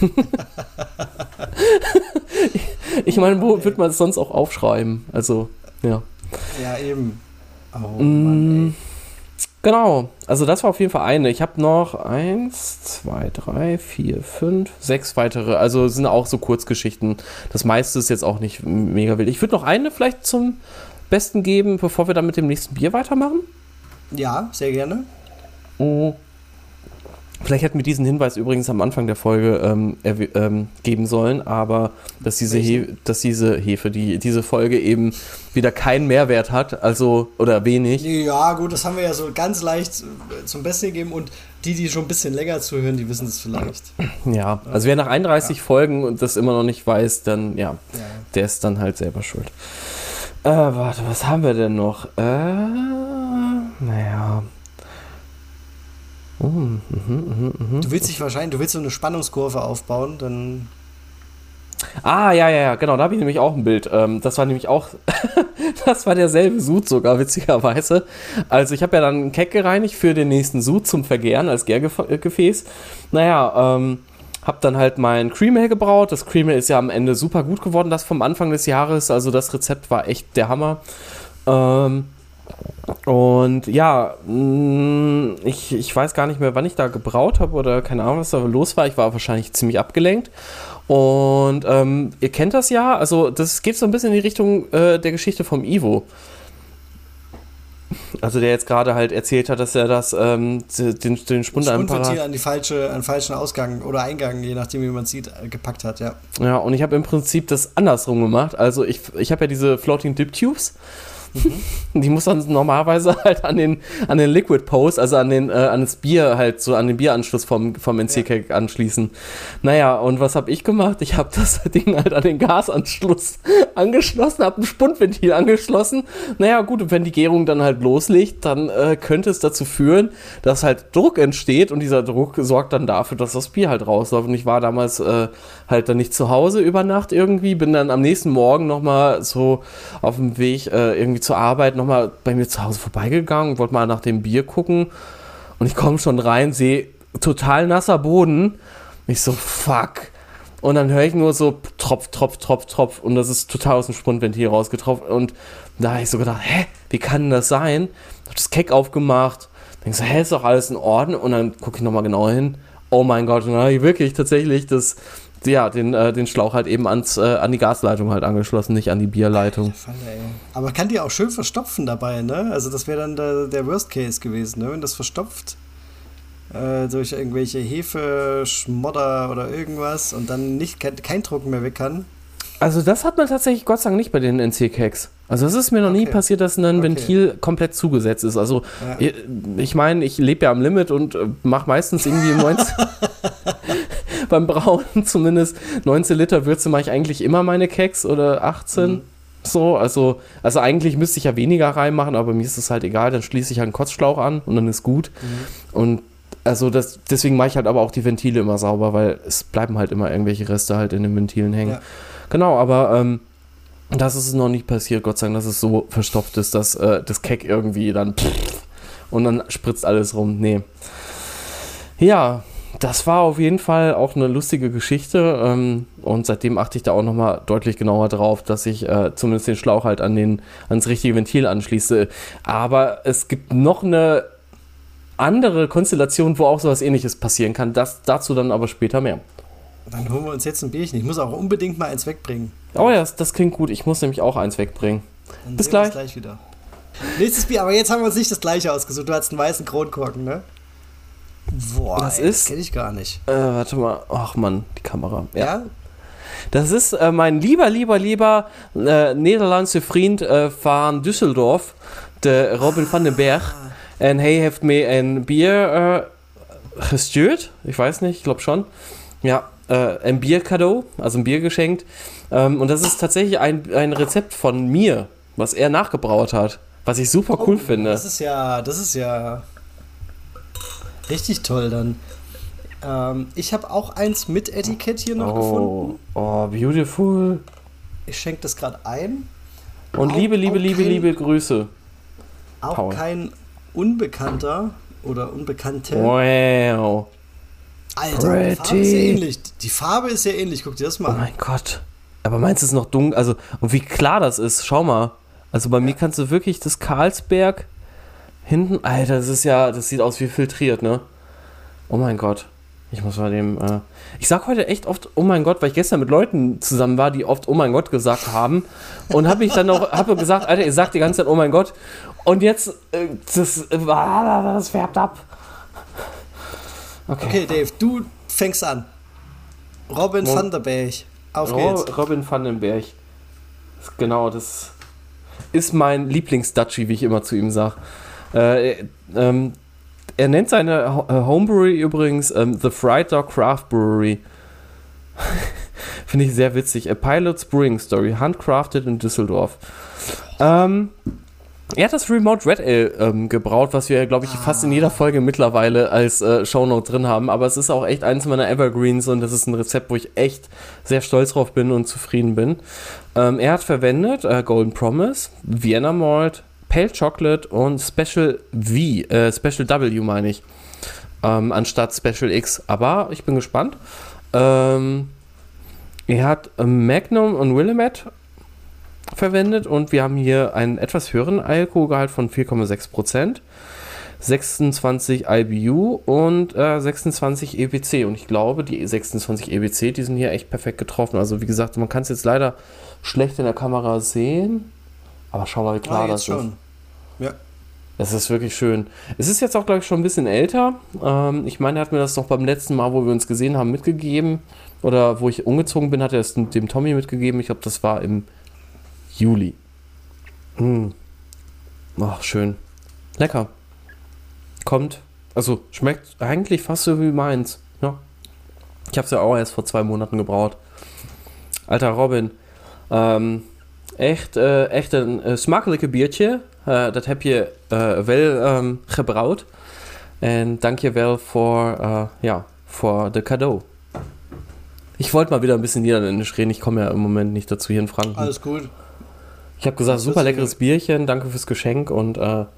Ich meine, wo wird man es sonst auch aufschreiben? Also, ja. Ja, eben. Oh, Mann, ey. Genau, also das war auf jeden Fall eine. Ich habe noch 1, 2, 3, 4, 5, 6 weitere. Also sind auch so Kurzgeschichten. Das meiste ist jetzt auch nicht mega wild. Ich würde noch eine vielleicht zum Besten geben, bevor wir dann mit dem nächsten Bier weitermachen. Ja, sehr gerne. Vielleicht hätten wir diesen Hinweis übrigens am Anfang der Folge geben sollen, aber dass diese Folge eben wieder keinen Mehrwert hat, also oder wenig. Ja, gut, das haben wir ja so ganz leicht zum Besten gegeben und die schon ein bisschen länger zuhören, die wissen es vielleicht. Ja, also wer nach 31 Folgen und das immer noch nicht weiß, dann der ist dann halt selber schuld. Warte, was haben wir denn noch? Naja. Du willst so eine Spannungskurve aufbauen, dann... Ja, genau, da habe ich nämlich auch ein Bild. Das war nämlich auch, das war derselbe Sud sogar, witzigerweise. Also ich habe ja dann einen Keck gereinigt für den nächsten Sud zum Vergären als Gärgefäß. Naja, habe dann halt mein Cream Ale gebraut. Das Cream Ale ist ja am Ende super gut geworden, das vom Anfang des Jahres. Also das Rezept war echt der Hammer. Und ja, ich weiß gar nicht mehr, wann ich da gebraut habe oder keine Ahnung, was da los war. Ich war wahrscheinlich ziemlich abgelenkt. Und ihr kennt das ja, also das geht so ein bisschen in die Richtung der Geschichte vom Ivo. Also der jetzt gerade halt erzählt hat, dass er den Spundventil an den falschen Ausgang oder Eingang, je nachdem wie man sieht, gepackt hat, ja. Ja, und ich habe im Prinzip das andersrum gemacht. Also ich habe ja diese Floating Dip Tubes. Die muss dann normalerweise halt an den Liquid Post, also an das Bier halt so an den Bieranschluss vom NC-Cake anschließen. Naja, und was habe ich gemacht? Ich habe das Ding halt an den Gasanschluss angeschlossen, habe ein Spundventil angeschlossen. Naja, gut, und wenn die Gärung dann halt loslegt, dann könnte es dazu führen, dass halt Druck entsteht und dieser Druck sorgt dann dafür, dass das Bier halt rausläuft. Und ich war damals halt dann nicht zu Hause über Nacht irgendwie, bin dann am nächsten Morgen nochmal so auf dem Weg irgendwie zur Arbeit nochmal bei mir zu Hause vorbeigegangen, wollte mal nach dem Bier gucken und ich komme schon rein, sehe total nasser Boden. Ich so, fuck. Und dann höre ich nur so Tropf, Tropf, Tropf, Tropf und das ist total aus dem Spundventil rausgetropft und da habe ich so gedacht, wie kann denn das sein? Hab das Keck aufgemacht, Denkst du, ist doch alles in Ordnung? Und dann gucke ich nochmal genauer hin. Oh mein Gott, und dann habe ich wirklich tatsächlich den Schlauch halt eben an die Gasleitung halt angeschlossen, nicht an die Bierleitung. Aber kann die auch schön verstopfen dabei, ne? Also das wäre dann der Worst Case gewesen, ne? Wenn das verstopft durch irgendwelche Hefeschmodder oder irgendwas und dann kein Druck mehr weg kann. Also das hat man tatsächlich Gott sei Dank nicht bei den NC-Keks. Also es ist mir noch nie passiert, dass ein Ventil komplett zugesetzt ist. Also ich meine, ich lebe ja am Limit und mache meistens irgendwie beim Brauen zumindest 19 Liter Würze mache ich eigentlich immer meine Keks oder 18. So, also eigentlich müsste ich ja weniger reinmachen, aber mir ist es halt egal, dann schließe ich halt einen Kotzschlauch an und dann ist gut. Und also deswegen mache ich halt aber auch die Ventile immer sauber, weil es bleiben halt immer irgendwelche Reste halt in den Ventilen hängen. Ja. Genau, aber das ist noch nicht passiert, Gott sei Dank, dass es so verstopft ist, dass das Keck irgendwie dann und dann spritzt alles rum. Nee. Ja, das war auf jeden Fall auch eine lustige Geschichte und seitdem achte ich da auch nochmal deutlich genauer drauf, dass ich zumindest den Schlauch halt ans richtige Ventil anschließe. Aber es gibt noch eine andere Konstellation, wo auch sowas Ähnliches passieren kann. Dazu dann aber später mehr. Dann holen wir uns jetzt ein Bierchen. Ich muss auch unbedingt mal eins wegbringen. Oh ja, das klingt gut. Ich muss nämlich auch eins wegbringen. Dann bis gleich. Gleich wieder. Nächstes Bier, aber jetzt haben wir uns nicht das gleiche ausgesucht. Du hast einen weißen Kronkorken, ne? Boah, das kenne ich gar nicht. Warte mal. Ach Mann, die Kamera. Ja? Das ist mein lieber Nederlandse Vriend van Düsseldorf, der Robin van den Berg. Und hij heeft mir ein Bier gestuurd. Ich weiß nicht, ich glaube schon. Ja, ein Biercadeau, also ein Bier geschenkt. Und das ist tatsächlich ein Rezept von mir, was er nachgebraut hat. Was ich super cool finde. Das ist ja richtig toll dann. Ich habe auch eins mit Etikett hier noch gefunden. Oh, beautiful. Ich schenke das gerade ein. Und auch, liebe Grüße. Auch Paul. Kein Unbekannter oder Unbekannte. Wow. Alter, die Farbe ist ja ähnlich. Die Farbe ist ja ähnlich, guck dir das mal an. Oh mein Gott. Aber meinst du, es ist noch dunkel? Also, und wie klar das ist, schau mal. Also bei mir kannst du wirklich das Carlsberg hinten, Alter, das sieht aus wie filtriert, ne? Oh mein Gott. Ich muss mal ich sag heute echt oft, oh mein Gott, weil ich gestern mit Leuten zusammen war, die oft oh mein Gott gesagt haben. Und habe ich dann noch, gesagt, Alter, ihr sagt die ganze Zeit oh mein Gott. Und jetzt, das färbt ab. Okay, Dave, du fängst an. Robin van den Berg. Auf geht's. Robin van den Berg. Genau, das ist mein Lieblings-Dutchie, wie ich immer zu ihm sage. Er nennt seine Homebrewery übrigens The Fried Dog Craft Brewery. Finde ich sehr witzig. A Pilot's Brewing Story, handcrafted in Düsseldorf. Er hat das Remote Red Ale gebraut, was wir, glaube ich, fast in jeder Folge mittlerweile als Shownote drin haben. Aber es ist auch echt eins meiner Evergreens und das ist ein Rezept, wo ich echt sehr stolz drauf bin und zufrieden bin. Er hat verwendet Golden Promise, Vienna Malt, Pale Chocolate und Special W meine ich, anstatt Special X. Aber ich bin gespannt. Er hat Magnum und Willamette verwendet und wir haben hier einen etwas höheren Alkoholgehalt von 4,6%, 26 IBU und 26 EBC und ich glaube, die 26 EBC, die sind hier echt perfekt getroffen. Also wie gesagt, man kann es jetzt leider schlecht in der Kamera sehen, aber schau mal, wie klar das ist. Ja. Das ist wirklich schön. Es ist jetzt auch, glaube ich, schon ein bisschen älter. Ich meine, er hat mir das doch beim letzten Mal, wo wir uns gesehen haben, mitgegeben. Oder wo ich umgezogen bin, hat er es dem Tommy mitgegeben. Ich glaube, das war im Juli. Ach, schön. Lecker. Schmeckt eigentlich fast so wie meins. Ja. Ich habe es ja auch erst vor 2 Monaten gebraut. Alter Robin. Echt een smakelijke biertje. Dat heb je wel gebraut. En dank je wel voor de cadeau. Ich wollte mal wieder ein bisschen Niederländisch reden. Ich komme ja im Moment nicht dazu hier in Franken. Alles gut. Ich habe gesagt, super leckeres Bierchen. Danke fürs Geschenk. Und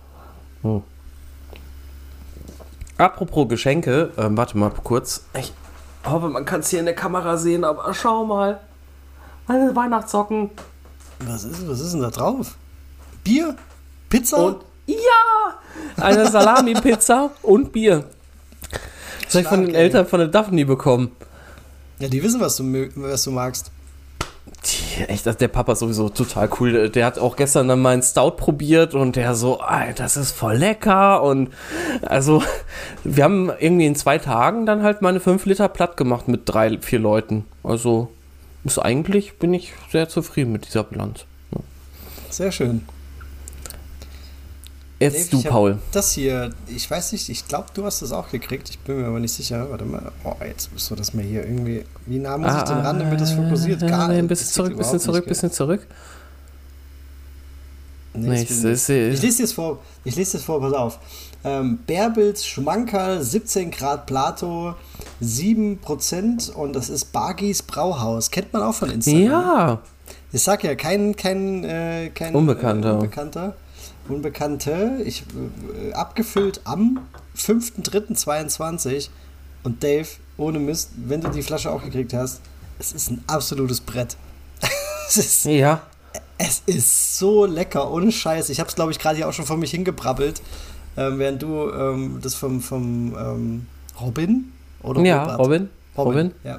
apropos Geschenke. Warte mal kurz. Ich hoffe, man kann es hier in der Kamera sehen. Aber schau mal. Meine Weihnachtssocken. Was ist denn da drauf? Bier? Pizza? Und Ja! Eine Salami-Pizza und Bier. Das habe ich von den Eltern von der Daphne bekommen. Ja, die wissen, was du magst. Echt, der Papa ist sowieso total cool. Der hat auch gestern dann meinen Stout probiert und der so, Alter, das ist voll lecker. Und also, wir haben irgendwie in 2 Tagen dann halt meine 5 Liter platt gemacht mit 3, 4 Leuten. Also, bin ich sehr zufrieden mit dieser Bilanz. Ja. Sehr schön. Jetzt Dave, du, Paul. Das hier, ich weiß nicht, ich glaube, du hast das auch gekriegt. Ich bin mir aber nicht sicher. Warte mal. Oh, jetzt bist du das mir hier irgendwie. Wie nah muss ich denn ran, damit das fokussiert? Gar nicht. Ein bisschen zurück. Nee, ich lese dir vor, pass auf. Bärbels Schmankerl, 17 Grad Plato, 7% und das ist Bargis Brauhaus. Kennt man auch von Instagram. Ja. Ich sag ja, kein Unbekannter. Unbekannte. Abgefüllt am 5.3.22 und Dave, ohne Mist, wenn du die Flasche auch gekriegt hast, es ist ein absolutes Brett. Es ist so lecker, ohne Scheiß. Ich habe es, glaube ich, gerade hier auch schon vor mich hingebrabbelt, während du das vom Robin oder ja, Robin. Ja.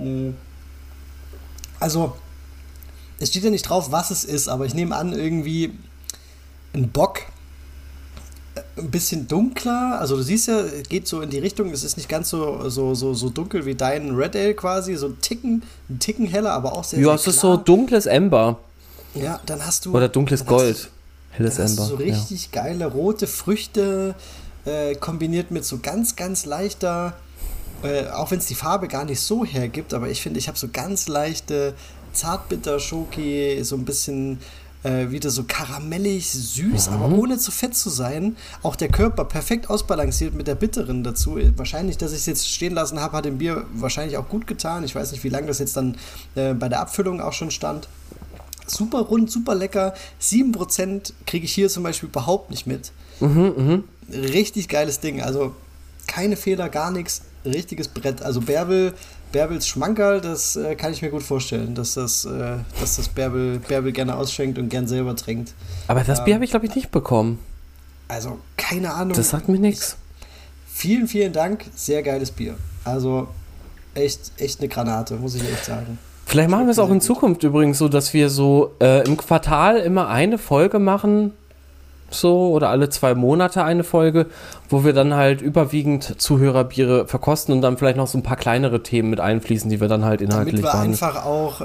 Also, es steht ja nicht drauf, was es ist, aber ich nehme an, irgendwie ein Bock, ein bisschen dunkler, also du siehst ja, es geht so in die Richtung, es ist nicht ganz so dunkel wie dein Red Ale quasi, so ein Ticken heller, aber auch sehr, ja, sehr es ist so dunkles Amber. Ja, dann hast du... Oder dunkles Gold, helles Amber. Hast du so richtig geile rote Früchte, kombiniert mit so ganz, ganz leichter, auch wenn es die Farbe gar nicht so hergibt, aber ich finde, ich habe so ganz leichte Zartbitter-Schoki, so ein bisschen... wieder so karamellig, süß, aber ohne zu fett zu sein. Auch der Körper perfekt ausbalanciert mit der bitteren dazu. Wahrscheinlich, dass ich es jetzt stehen lassen habe, hat dem Bier wahrscheinlich auch gut getan. Ich weiß nicht, wie lange das jetzt dann bei der Abfüllung auch schon stand. Super rund, super lecker. 7% kriege ich hier zum Beispiel überhaupt nicht mit. Richtig geiles Ding. Also keine Fehler, gar nichts. Richtiges Brett. Also Bärbels Schmankerl, das kann ich mir gut vorstellen, dass das Bärbel gerne ausschenkt und gern selber trinkt. Aber das Bier habe ich, glaube ich, nicht bekommen. Also, keine Ahnung. Das sagt mir nichts. Vielen, vielen Dank. Sehr geiles Bier. Also, echt eine Granate, muss ich echt sagen. Vielleicht machen wir es auch in Zukunft übrigens so, dass wir so im Quartal immer eine Folge machen, so, oder alle 2 Monate eine Folge, wo wir dann halt überwiegend Zuhörerbiere verkosten und dann vielleicht noch so ein paar kleinere Themen mit einfließen, die wir dann halt inhaltlich behandeln. Damit wir einfach auch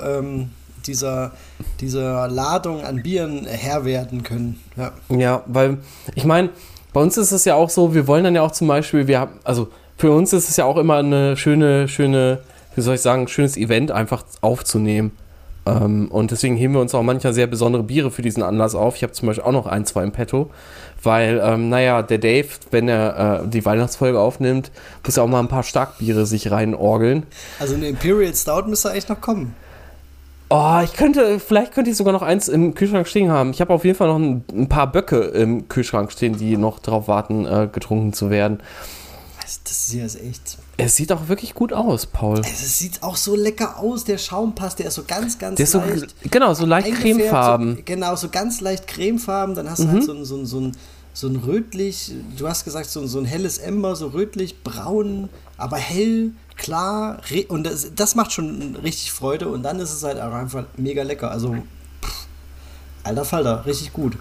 dieser Ladung an Bieren Herr werden können. Ja, weil, ich meine, bei uns ist es ja auch so, wir wollen dann ja auch zum Beispiel, für uns ist es ja auch immer eine schöne, wie soll ich sagen, schönes Event einfach aufzunehmen. Und deswegen heben wir uns auch manchmal sehr besondere Biere für diesen Anlass auf. Ich habe zum Beispiel auch noch 1, 2 im Petto, weil, der Dave, wenn er die Weihnachtsfolge aufnimmt, muss ja auch mal ein paar Starkbiere sich reinorgeln. Also eine Imperial Stout müsste eigentlich noch kommen. Oh, vielleicht könnte ich sogar noch 1 im Kühlschrank stehen haben. Ich habe auf jeden Fall noch ein paar Böcke im Kühlschrank stehen, die noch drauf warten, getrunken zu werden. Das hier ist echt... Es sieht auch wirklich gut aus, Paul. Es sieht auch so lecker aus, der Schaum passt, der ist so ganz, ganz leicht. So leicht cremefarben. So ganz leicht cremefarben, dann hast du halt so ein rötlich, du hast gesagt, so ein helles Ember, so rötlich, braun, aber hell, klar, und das macht schon richtig Freude und dann ist es halt auch einfach mega lecker, also alter Falter, richtig gut.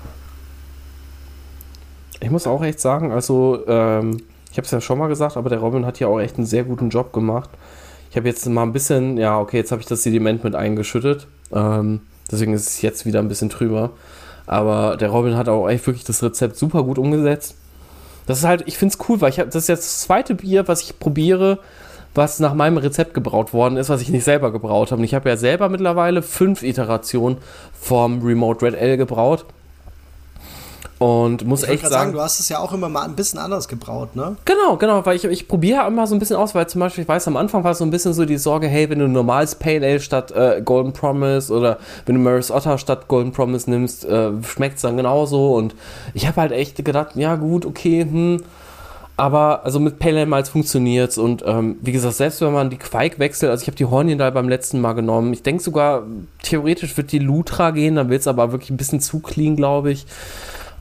Ich muss auch echt sagen, also ich habe es ja schon mal gesagt, aber der Robin hat hier auch echt einen sehr guten Job gemacht. Ich habe jetzt mal ein bisschen, jetzt habe ich das Sediment mit eingeschüttet. Deswegen ist es jetzt wieder ein bisschen trüber. Aber der Robin hat auch echt wirklich das Rezept super gut umgesetzt. Das ist halt, ich finde es cool, weil das ist jetzt das 2. Bier, was ich probiere, was nach meinem Rezept gebraut worden ist, was ich nicht selber gebraut habe. Und ich habe ja selber mittlerweile 5 Iterationen vom Remote Red Ale gebraut. Und muss echt sagen, du hast es ja auch immer mal ein bisschen anders gebraut, ne? Genau, weil ich probiere immer so ein bisschen aus, weil zum Beispiel, ich weiß, am Anfang war es so ein bisschen so die Sorge, hey, wenn du ein normales Pale Ale statt Golden Promise oder wenn du Maris Otter statt Golden Promise nimmst, schmeckt es dann genauso. Und ich habe halt echt gedacht, ja gut, okay, aber also mit Pale Ale Malz funktioniert es und wie gesagt, selbst wenn man die Quake wechselt, also ich habe die Horniendal beim letzten Mal genommen, ich denke sogar, theoretisch wird die Lutra gehen, dann wird es aber wirklich ein bisschen zu clean, glaube ich.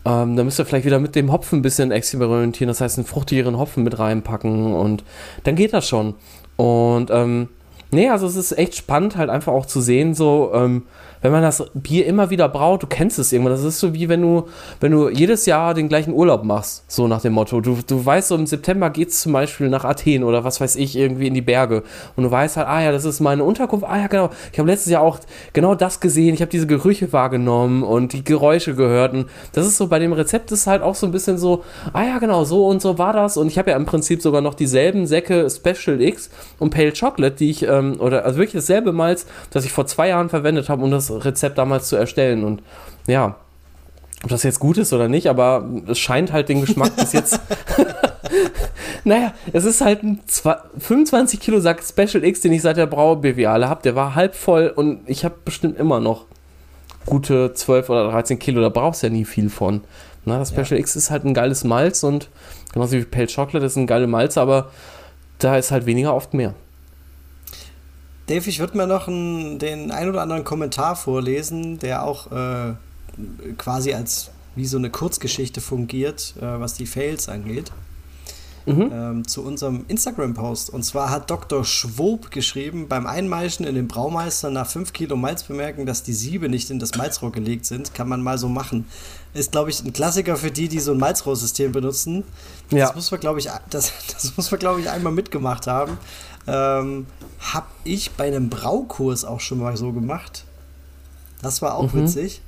Dann müsst ihr vielleicht wieder mit dem Hopfen ein bisschen experimentieren, das heißt einen fruchtigeren Hopfen mit reinpacken und dann geht das schon. Und nee, also es ist echt spannend halt einfach auch zu sehen, so wenn man das Bier immer wieder braut, du kennst es irgendwann, das ist so wie wenn du jedes Jahr den gleichen Urlaub machst, so nach dem Motto, du weißt so im September geht's zum Beispiel nach Athen oder was weiß ich, irgendwie in die Berge und du weißt halt, ja, das ist meine Unterkunft, ja genau, ich habe letztes Jahr auch genau das gesehen, ich habe diese Gerüche wahrgenommen und die Geräusche gehört und das ist so, bei dem Rezept ist halt auch so ein bisschen so, ja genau, so und so war das und ich habe ja im Prinzip sogar noch dieselben Säcke Special X und Pale Chocolate, die ich, oder also wirklich dasselbe Malz, das ich vor 2 Jahren verwendet habe, um das Rezept damals zu erstellen und ja, ob das jetzt gut ist oder nicht, aber es scheint halt den Geschmack bis jetzt naja, es ist halt ein 25 Kilo Sack Special X, den ich seit der Braubeviale habe, der war halb voll und ich habe bestimmt immer noch gute 12 oder 13 Kilo, da brauchst du ja nie viel von. Na, das Special X ist halt ein geiles Malz und genauso wie Pale Chocolate ist ein geiles Malz, aber da ist halt weniger oft mehr. Dave, ich würde mal noch den ein oder anderen Kommentar vorlesen, der auch quasi als wie so eine Kurzgeschichte fungiert, was die Fails angeht. Zu unserem Instagram-Post. Und zwar hat Dr. Schwob geschrieben, beim Einmeischen in den Braumeister nach 5 Kilo Malz bemerken, dass die Siebe nicht in das Malzrohr gelegt sind. Kann man mal so machen. Ist, glaube ich, ein Klassiker für die so ein Malzrohrsystem benutzen. Ja. Das muss man, glaube ich, einmal mitgemacht haben. Hab ich bei einem Braukurs auch schon mal so gemacht. Das war auch witzig.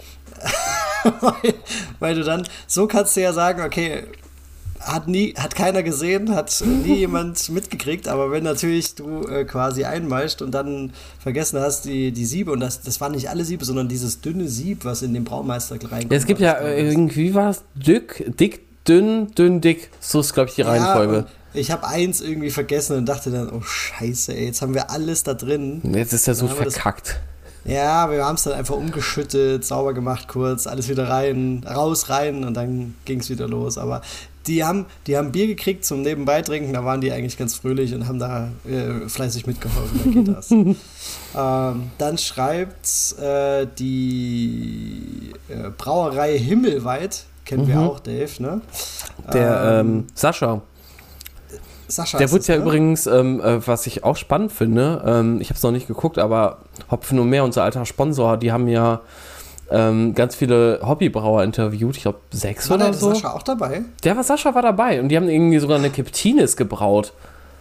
weil du dann, so kannst du ja sagen, okay, hat keiner gesehen, hat nie jemand mitgekriegt, aber wenn natürlich du quasi einmeischt und dann vergessen hast, die Siebe, und das waren nicht alle Siebe, sondern dieses dünne Sieb, was in den Braumeister reinkommt. Ja, es gibt ja irgendwie was, dick, dünn, dick, so ist, glaube ich, die Reihenfolge. Ich habe eins irgendwie vergessen und dachte dann, oh Scheiße, ey, jetzt haben wir alles da drin. Jetzt ist er so verkackt. Ja, wir haben es dann einfach umgeschüttet, sauber gemacht kurz, alles wieder rein und dann ging es wieder los. Aber die haben Bier gekriegt zum Nebenbei trinken, da waren die eigentlich ganz fröhlich und haben da fleißig mitgeholfen, da geht das. Dann schreibt die Brauerei Himmelweit, kennen wir auch, Dave, ne? Der Sascha, der wurde ja übrigens, was ich auch spannend finde, ich habe es noch nicht geguckt, aber Hopfen und Meer, unser alter Sponsor, die haben ja ganz viele Hobbybrauer interviewt, ich glaube 6 war oder so. War der Sascha auch dabei? Sascha war dabei und die haben irgendwie sogar eine Keptines gebraut.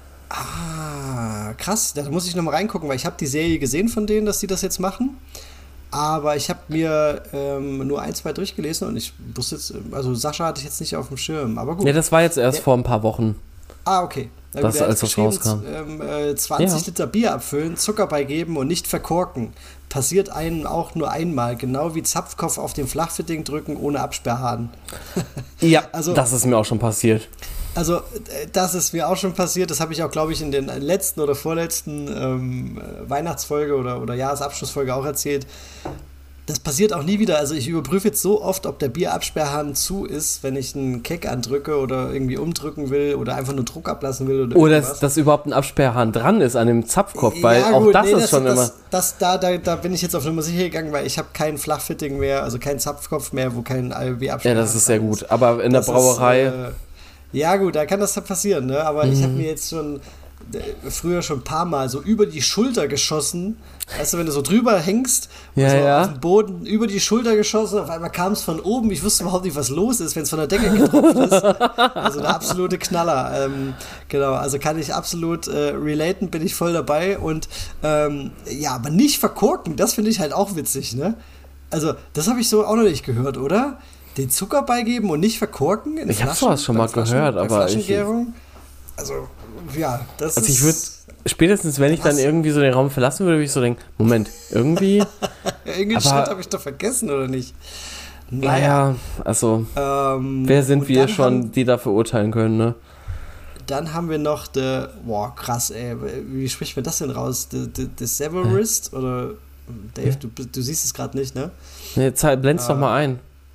Ah, krass, da muss ich nochmal reingucken, weil ich habe die Serie gesehen von denen, dass die das jetzt machen. Aber ich habe mir nur 1, 2 durchgelesen und ich wusste jetzt, also Sascha hatte ich jetzt nicht auf dem Schirm, aber gut. Ja, das war jetzt erst vor ein paar Wochen. Ah, okay. Das, als das rauskam. 20 Liter Bier abfüllen, Zucker beigeben und nicht verkorken. Passiert einem auch nur einmal, genau wie Zapfkopf auf den Flachfitting drücken ohne Absperrhahn. Ja, also, das ist mir auch schon passiert. Also, das ist mir auch schon passiert. Das habe ich auch, glaube ich, in den letzten oder vorletzten Weihnachtsfolge oder Jahresabschlussfolge auch erzählt. Das passiert auch nie wieder. Also ich überprüfe jetzt so oft, ob der Bierabsperrhahn zu ist, wenn ich einen Keck andrücke oder irgendwie umdrücken will oder einfach nur Druck ablassen will. Oder dass überhaupt ein Absperrhahahn dran ist an dem Zapfkopf, weil ja, auch das ist schon immer... Da bin ich jetzt auf Nummer sicher gegangen, weil ich habe kein Flachfitting mehr, also keinen Zapfkopf mehr, wo kein ALB-Absperrhahn ist. Ja, das ist sehr gut. Aber in der Brauerei... ja gut, da kann das passieren, ne? Aber ich habe mir jetzt früher schon ein paar Mal so über die Schulter geschossen. Weißt du, wenn du so drüber hängst, auf dem Boden über die Schulter geschossen, auf einmal kam es von oben, ich wusste überhaupt nicht, was los ist, wenn es von der Decke getropft ist. Also der absolute Knaller. Genau, also kann ich absolut relaten, bin ich voll dabei. Und aber nicht verkorken, das finde ich halt auch witzig, ne? Also, das habe ich so auch noch nicht gehört, oder? Den Zucker beigeben und nicht verkorken? Ich habe sowas schon mal gehört, aber also, ja, das ist... Ich würde... Spätestens, wenn ich dann irgendwie so den Raum verlassen würde, würde ich so denken, Moment, irgendwie... Irgendeinen Schritt habe ich doch vergessen, oder nicht? Naja, also, wer sind wir schon, die da verurteilen können, ne? Dann haben wir noch krass, ey, wie spricht man das denn raus? The Severist? Oder, Dave, du siehst es gerade nicht, ne? Ne, blend's doch mal ein.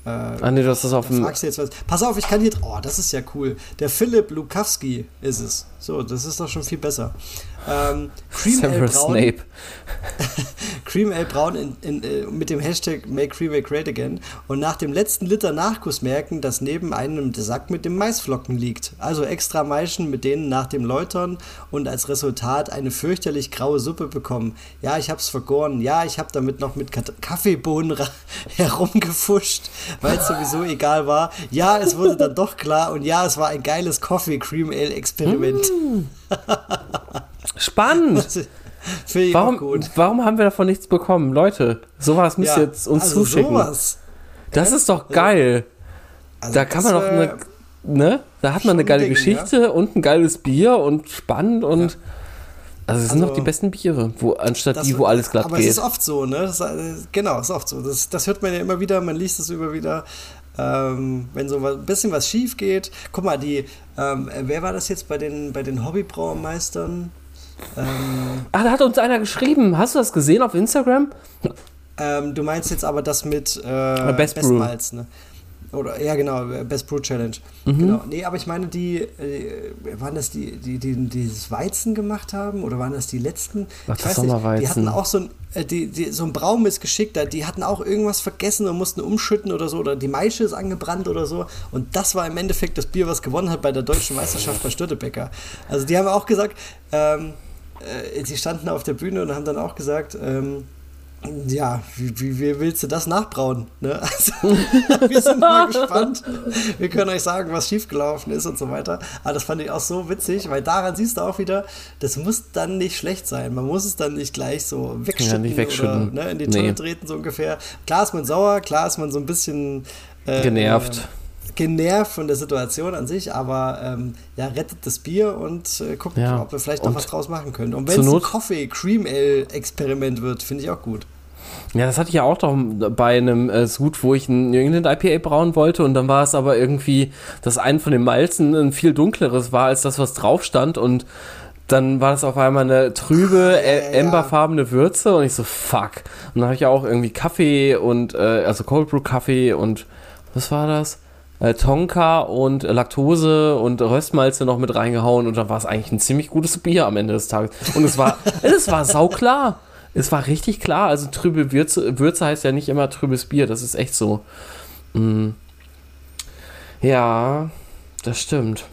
nee, du hast das auf dem... Fragst du jetzt was? Pass auf, ich kann hier... Oh, das ist ja cool. Der Philipp Lukowski ist es. So, das ist doch schon viel besser. Cream Ale Braun. Snape. Cream Ale Braun mit dem Hashtag Make Cream Ale Great Again und nach dem letzten Liter Nachguss merken, dass neben einem der Sack mit dem Maisflocken liegt. Also extra Maischen mit denen nach dem Läutern und als Resultat eine fürchterlich graue Suppe bekommen. Ja, ich hab's vergoren. Ja, ich hab damit noch mit Kaffeebohnen herumgefuscht, weil es sowieso egal war. Ja, es wurde dann doch klar und ja, es war ein geiles Coffee Cream Ale Experiment. Spannend! Warum haben wir davon nichts bekommen? Leute, sowas müsst ihr jetzt uns zuschicken. Sowas. Das ist doch geil. Also da kann man doch da hat man eine geile Geschichte und ein geiles Bier und spannend und also es sind doch die besten Biere, wo alles glatt geht. Aber es ist oft so, ne? Genau, es ist oft so. Das hört man ja immer wieder, man liest es immer wieder. Wenn so ein bisschen was schief geht. Guck mal, wer war das jetzt bei den Hobbybrauermeistern? Da hat uns einer geschrieben. Hast du das gesehen auf Instagram? Du meinst jetzt aber das mit Best Brew. Malz, ne? Oder, ja, genau, Best Brew Challenge. Genau. Nee, aber ich meine, waren das die dieses Weizen gemacht haben? Oder waren das die letzten? Ach, das Sommerweizen. Die hatten auch so ein Braumissgeschick, die hatten auch irgendwas vergessen und mussten umschütten oder so. Oder die Maische ist angebrannt oder so. Und das war im Endeffekt das Bier, was gewonnen hat bei der Deutschen Meisterschaft bei Störtebeker. Also die haben auch gesagt, sie standen auf der Bühne und haben dann auch gesagt, ja, wie willst du das nachbrauen? Ne? Also, wir sind mal gespannt. Wir können euch sagen, was schiefgelaufen ist und so weiter. Aber das fand ich auch so witzig, weil daran siehst du auch wieder, das muss dann nicht schlecht sein. Man muss es dann nicht gleich so wegschütten, oder in die Tonne treten, so ungefähr. Klar ist man sauer, klar ist man so ein bisschen genervt von der Situation an sich, aber rettet das Bier und guckt, ob wir vielleicht noch was draus machen können. Und wenn es ein Coffee-Cream-Ale-Experiment wird, finde ich auch gut. Ja, das hatte ich ja auch doch bei einem Sud, wo ich ein New England IPA brauen wollte und dann war es aber irgendwie, dass ein von den Malzen ein viel dunkleres war als das, was drauf stand und dann war das auf einmal eine trübe, amberfarbene Würze und ich so, fuck. Und dann habe ich ja auch irgendwie Kaffee und, also Cold Brew Kaffee und, was war das? Tonka und Laktose und Röstmalze noch mit reingehauen und dann war es eigentlich ein ziemlich gutes Bier am Ende des Tages. Und es war sauklar. Es war richtig klar, also trübe Würze heißt ja nicht immer trübes Bier, das ist echt so. Ja, das stimmt.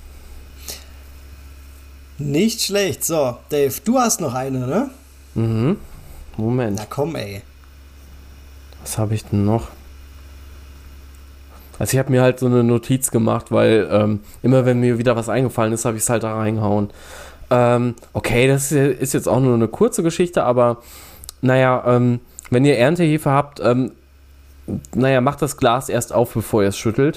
Nicht schlecht. So, Dave, du hast noch eine, ne? Mhm. Moment. Na komm, ey. Was habe ich denn noch? Also ich habe mir halt so eine Notiz gemacht, weil immer wenn mir wieder was eingefallen ist, habe ich es halt da reingehauen. Okay, das ist jetzt auch nur eine kurze Geschichte, aber naja, wenn ihr Erntehefe habt, macht das Glas erst auf, bevor ihr es schüttelt.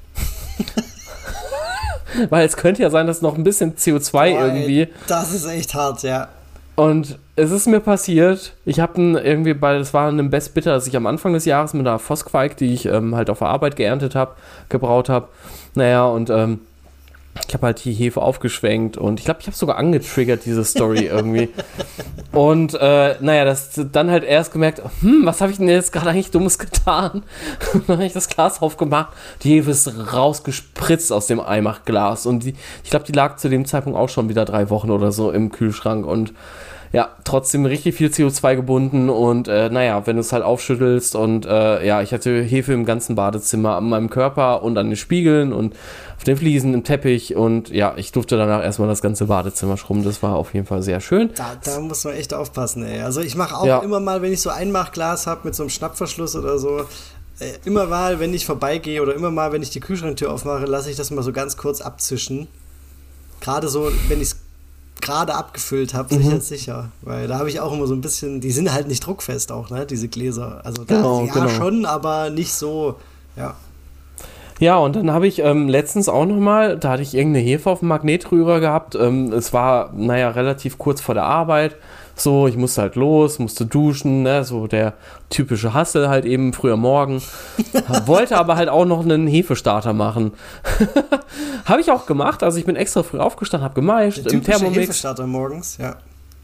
Weil es könnte ja sein, dass noch ein bisschen CO2 irgendwie... Das ist echt hart, ja. Und es ist mir passiert, ich habe das war ein Best Bitter, das ich am Anfang des Jahres mit einer Vossqueig, die ich halt auf der Arbeit gebraut habe. Naja, und ich habe halt die Hefe aufgeschwenkt und ich glaube, ich habe sogar angetriggert, diese Story irgendwie. Und das dann halt erst gemerkt, was habe ich denn jetzt gerade eigentlich Dummes getan? Und dann habe ich das Glas aufgemacht, die Hefe ist rausgespritzt aus dem Eimachglas und ich glaube, die lag zu dem Zeitpunkt auch schon wieder 3 Wochen oder so im Kühlschrank und ja, trotzdem richtig viel CO2 gebunden und wenn du es halt aufschüttelst und ich hatte Hefe im ganzen Badezimmer an meinem Körper und an den Spiegeln und auf den Fliesen, im Teppich und ja, ich durfte danach erstmal das ganze Badezimmer schrubben, das war auf jeden Fall sehr schön. Da muss man echt aufpassen, ey. Also ich mache auch immer mal, wenn ich so ein Einmachglas habe mit so einem Schnappverschluss oder so, immer mal, wenn ich vorbeigehe oder immer mal, wenn ich die Kühlschranktür aufmache, lasse ich das mal so ganz kurz abzischen. Gerade so, wenn ich es gerade abgefüllt habe, sicher. Weil da habe ich auch immer so ein bisschen, die sind halt nicht druckfest auch, ne, diese Gläser. Also da schon, aber nicht so, ja. Ja, und dann habe ich letztens auch nochmal, da hatte ich irgendeine Hefe auf dem Magnetrührer gehabt. Es war, relativ kurz vor der Arbeit. So, ich musste halt los, musste duschen, ne, so der typische Hustle halt eben früher Morgen. Wollte aber halt auch noch einen Hefestarter machen. Habe ich auch gemacht, also ich bin extra früh aufgestanden, habe gemeischt. Der typische Hefestarter morgens, ja.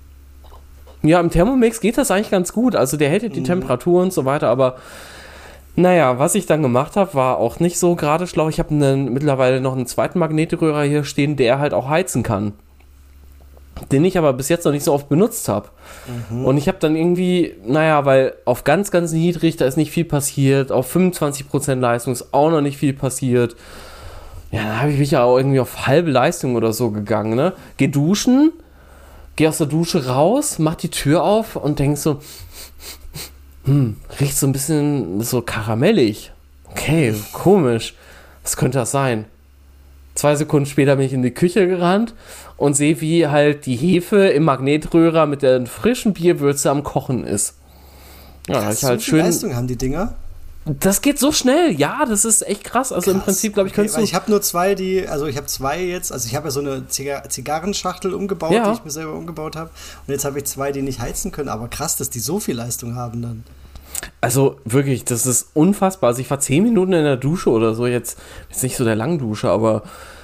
Ja, im Thermomix geht das eigentlich ganz gut, also der hält die Temperatur und so weiter, aber Naja, was ich dann gemacht habe, war auch nicht so gerade schlau. Ich habe mittlerweile noch einen zweiten Magnetröhrer hier stehen, der halt auch heizen kann. Den ich aber bis jetzt noch nicht so oft benutzt habe. Und ich habe dann irgendwie, weil auf ganz, ganz niedrig, da ist nicht viel passiert. Auf 25% Leistung ist auch noch nicht viel passiert. Ja, dann habe ich mich ja auch irgendwie auf halbe Leistung oder so gegangen, ne? Geh duschen, geh aus der Dusche raus, mach die Tür auf und denk so, riecht so ein bisschen so karamellig. Okay, komisch. Was könnte das sein? 2 Sekunden später bin ich in die Küche gerannt und sehe, wie halt die Hefe im Magnetröhrer mit der frischen Bierwürze am Kochen ist. Ja, Krass, ich halt so viel schön. Leistung haben die Dinger. Das geht so schnell, ja, das ist echt krass. Also im Prinzip, glaube ich, könntest du. Ich habe nur 2, ich habe 2 jetzt, also ich habe ja so eine Zigarrenschachtel umgebaut, die ich mir selber umgebaut habe. Und jetzt habe ich 2, die nicht heizen können, aber krass, dass die so viel Leistung haben dann. Also wirklich, das ist unfassbar. Also ich war 10 Minuten in der Dusche oder so, jetzt nicht so der Langdusche, aber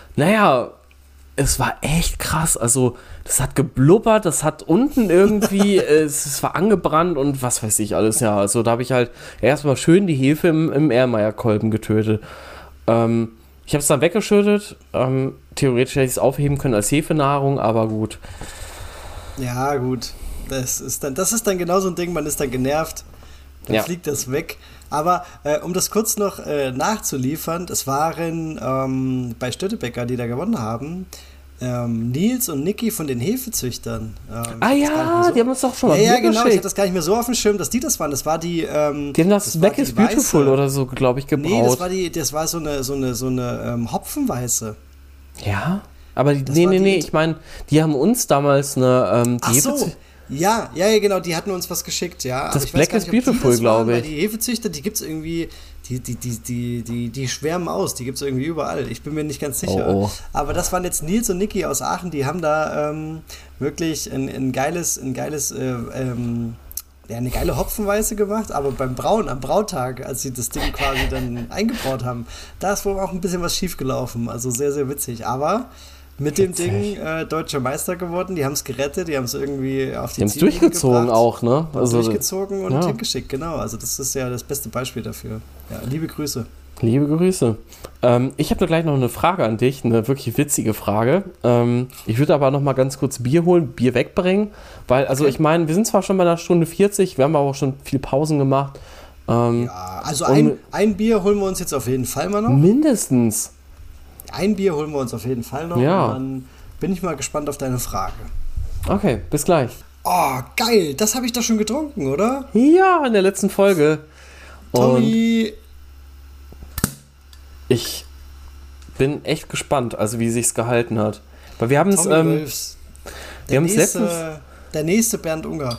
es war echt krass. Also das hat geblubbert, das hat unten irgendwie, es war angebrannt und was weiß ich alles, ja. Also da habe ich halt erstmal schön die Hefe im Erlenmeyer-Kolben getötet. Ich habe es dann weggeschüttet. Theoretisch hätte ich es aufheben können als Hefenahrung, aber gut. Ja, gut. Das ist dann genau so ein Ding, man ist dann genervt. Dann fliegt das weg. Aber um das kurz noch nachzuliefern, es waren bei Stöttebecker, die da gewonnen haben, Nils und Niki von den Hefezüchtern. Die haben uns doch schon mal genau, geschickt. ich hatte das gar nicht mehr so auf dem Schirm, dass die das waren. Das war die... die haben das Black is Beautiful oder so, glaube ich, gebraut. Nee, das war so eine Hopfenweiße. Ja? Aber ich meine, die haben uns damals eine Ja, genau, die hatten uns was geschickt, ja. Das Black is Beautiful, glaube ich. Die Hefezüchter, die gibt's irgendwie, die schwärmen aus, die gibt's irgendwie überall. Ich bin mir nicht ganz sicher. Oh. Aber das waren jetzt Nils und Niki aus Aachen, die haben da wirklich eine geile Hopfenweiße gemacht, aber beim Brauen, am Brautag, als sie das Ding quasi dann eingebraut haben, da ist wohl auch ein bisschen was schiefgelaufen. Also sehr, sehr witzig. Aber mit dem Ding deutscher Meister geworden, die haben es gerettet, die haben es irgendwie auf die Ziele durchgezogen gebracht, auch, ne? Also durchgezogen und hingeschickt, genau. Also das ist ja das beste Beispiel dafür. Ja, liebe Grüße. Liebe Grüße. Ich habe da gleich noch eine Frage an dich, eine wirklich witzige Frage. Ich würde aber noch mal ganz kurz Bier holen, Bier wegbringen, weil, ich meine, wir sind zwar schon bei einer Stunde 40, wir haben aber auch schon viel Pausen gemacht. Also ein Bier holen wir uns jetzt auf jeden Fall mal noch. Mindestens. Ein Bier holen wir uns auf jeden Fall noch. Ja. Und dann bin ich mal gespannt auf deine Frage. Okay, bis gleich. Oh, geil. Das habe ich doch schon getrunken, oder? Ja, in der letzten Folge. Tommy. Ich bin echt gespannt, also wie sich's gehalten hat. Weil wir haben es letztens... Der nächste Bernd Unger.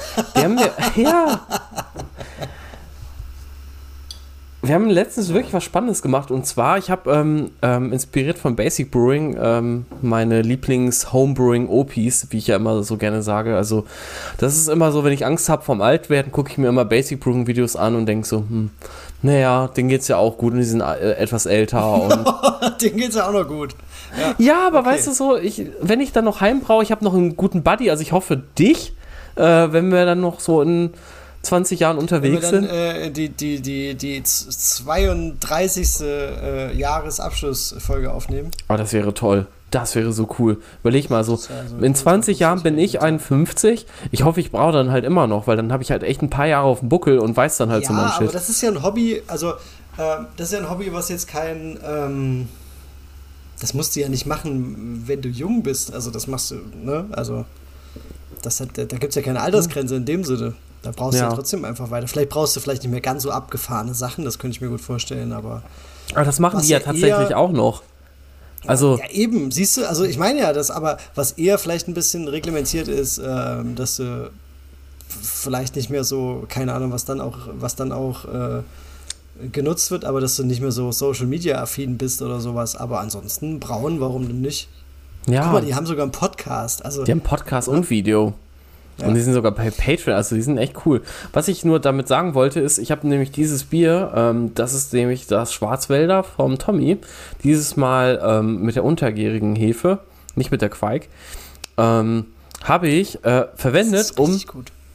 Wir haben letztens wirklich was Spannendes gemacht und zwar, ich habe inspiriert von Basic Brewing meine Lieblings-Homebrewing-OPs, wie ich ja immer so gerne sage. Also das ist immer so, wenn ich Angst habe vom Altwerden, gucke ich mir immer Basic Brewing-Videos an und denke so, denen geht's ja auch gut und die sind etwas älter. Und denen geht's ja auch noch gut. Ja, aber weißt du so, wenn ich dann noch heim brauche, ich habe noch einen guten Buddy, also ich hoffe dich, wenn wir dann noch so in 20 Jahren unterwegs sind. Die 32. Jahresabschlussfolge aufnehmen. Oh, das wäre toll. Das wäre so cool. Überleg mal so, in 20 Jahren bin ich 51. Ich hoffe, ich brauche dann halt immer noch, weil dann habe ich halt echt ein paar Jahre auf dem Buckel und weiß dann halt so mein Shit. Aber das ist ja ein Hobby, das ist ja ein Hobby, was jetzt kein, das musst du ja nicht machen, wenn du jung bist. Also das machst du, ne? Also da gibt es ja keine Altersgrenze in dem Sinne. Da brauchst du ja trotzdem einfach weiter. Vielleicht brauchst du nicht mehr ganz so abgefahrene Sachen, das könnte ich mir gut vorstellen, aber das machen die ja tatsächlich auch noch. Also ja, eben, siehst du, also ich meine ja, aber was eher vielleicht ein bisschen reglementiert ist, dass du vielleicht nicht mehr so, keine Ahnung, was dann auch genutzt wird, aber dass du nicht mehr so Social-Media-affin bist oder sowas, aber ansonsten brauen, warum denn nicht? Ja. Guck mal, die haben sogar einen Podcast. Also, die haben Podcast und Video. Ja. Und die sind sogar bei Patreon, also die sind echt cool. Was ich nur damit sagen wollte, ist, ich habe nämlich dieses Bier, das ist nämlich das Schwarzwälder vom Tommy, dieses Mal mit der untergärigen Hefe, nicht mit der Quake, habe ich verwendet, das ist gut.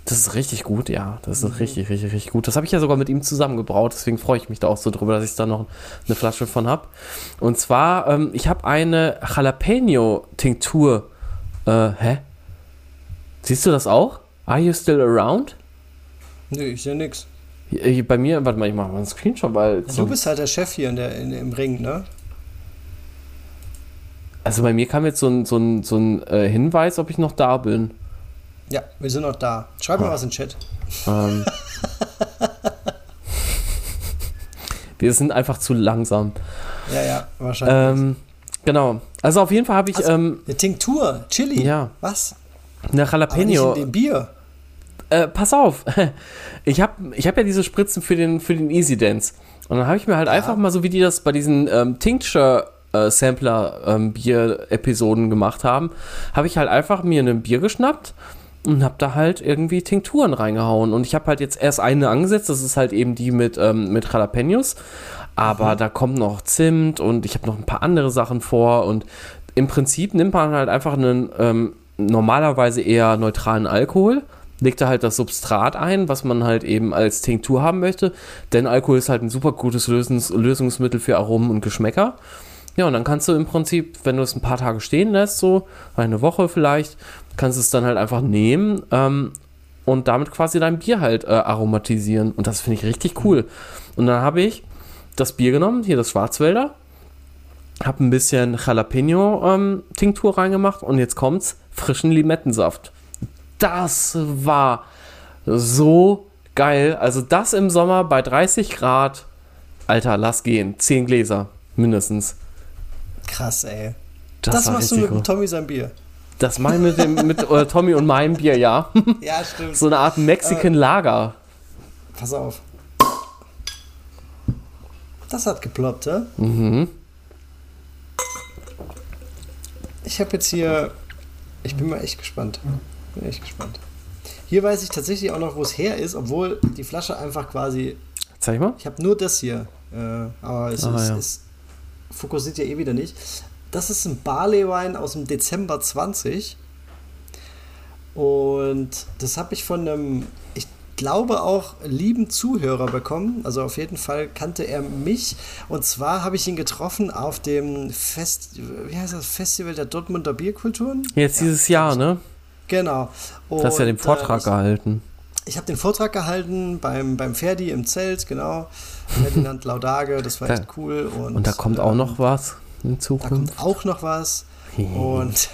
Das ist richtig gut, ja. Das ist richtig, richtig, richtig gut. Das habe ich ja sogar mit ihm zusammen gebraut, deswegen freue ich mich da auch so drüber, dass ich da noch eine Flasche von habe. Und zwar, ich habe eine Jalapeno-Tinktur. Hä? Siehst du das auch? Are you still around? Nö, ich sehe nix. Bei mir, warte mal, ich mache mal einen Screenshot, weil... Du bist halt der Chef hier im Ring, ne? Also bei mir kam jetzt so ein Hinweis, ob ich noch da bin. Ja, wir sind noch da. Schreib mal was in den Chat. Wir sind einfach zu langsam. Ja, wahrscheinlich. Genau. Also auf jeden Fall habe ich... eine Tinktur, Chili. Ja. Was? Eine Jalapeno. Aber nicht in dem Bier. Pass auf. Ich hab ja diese Spritzen für den Easy Dance. Und dann habe ich mir halt einfach mal, so wie die das bei diesen Tincture Sampler Bier-Episoden gemacht haben, habe ich halt einfach mir ein Bier geschnappt und habe da halt irgendwie Tinkturen reingehauen. Und ich habe halt jetzt erst eine angesetzt, das ist halt eben die mit Jalapenos. Aber da kommt noch Zimt und ich habe noch ein paar andere Sachen vor. Und im Prinzip nimmt man halt einfach einen normalerweise eher neutralen Alkohol, legt da halt das Substrat ein, was man halt eben als Tinktur haben möchte. Denn Alkohol ist halt ein super gutes Lösungsmittel für Aromen und Geschmäcker. Ja, und dann kannst du im Prinzip, wenn du es ein paar Tage stehen lässt, so eine Woche vielleicht, kannst du es dann halt einfach nehmen und damit quasi dein Bier halt aromatisieren. Und das finde ich richtig cool. Und dann habe ich das Bier genommen, hier das Schwarzwälder, habe ein bisschen Jalapeno-Tinktur reingemacht und jetzt kommt's, frischen Limettensaft. Das war so geil. Also das im Sommer bei 30 Grad. Alter, lass gehen. 10 Gläser mindestens. Krass, ey. Das machst du mit dem Tommy sein Bier. Das mache ich mit Tommy und meinem Bier, ja. Ja, stimmt. So eine Art Mexican Lager. Pass auf. Das hat geploppt, hä? Mhm. Ich habe jetzt hier... Ich bin mal echt gespannt. Hier weiß ich tatsächlich auch noch, wo es her ist, obwohl die Flasche einfach quasi... Zeig mal. Ich habe nur das hier. Aber es fokussiert ja eh wieder nicht. Das ist ein Barley Wine aus dem Dezember 20. Und das habe ich von einem, ich glaube auch, lieben Zuhörer bekommen. Also auf jeden Fall kannte er mich. Und zwar habe ich ihn getroffen auf dem Festival der Dortmunder Bierkulturen. Jetzt dieses Jahr, ne? Genau. Du hast ja den Vortrag gehalten. Ich habe den Vortrag gehalten beim Ferdi im Zelt, genau. Ferdinand Laudage, das war echt cool. Und da kommt auch noch was in Zukunft. Da kommt auch noch was. Und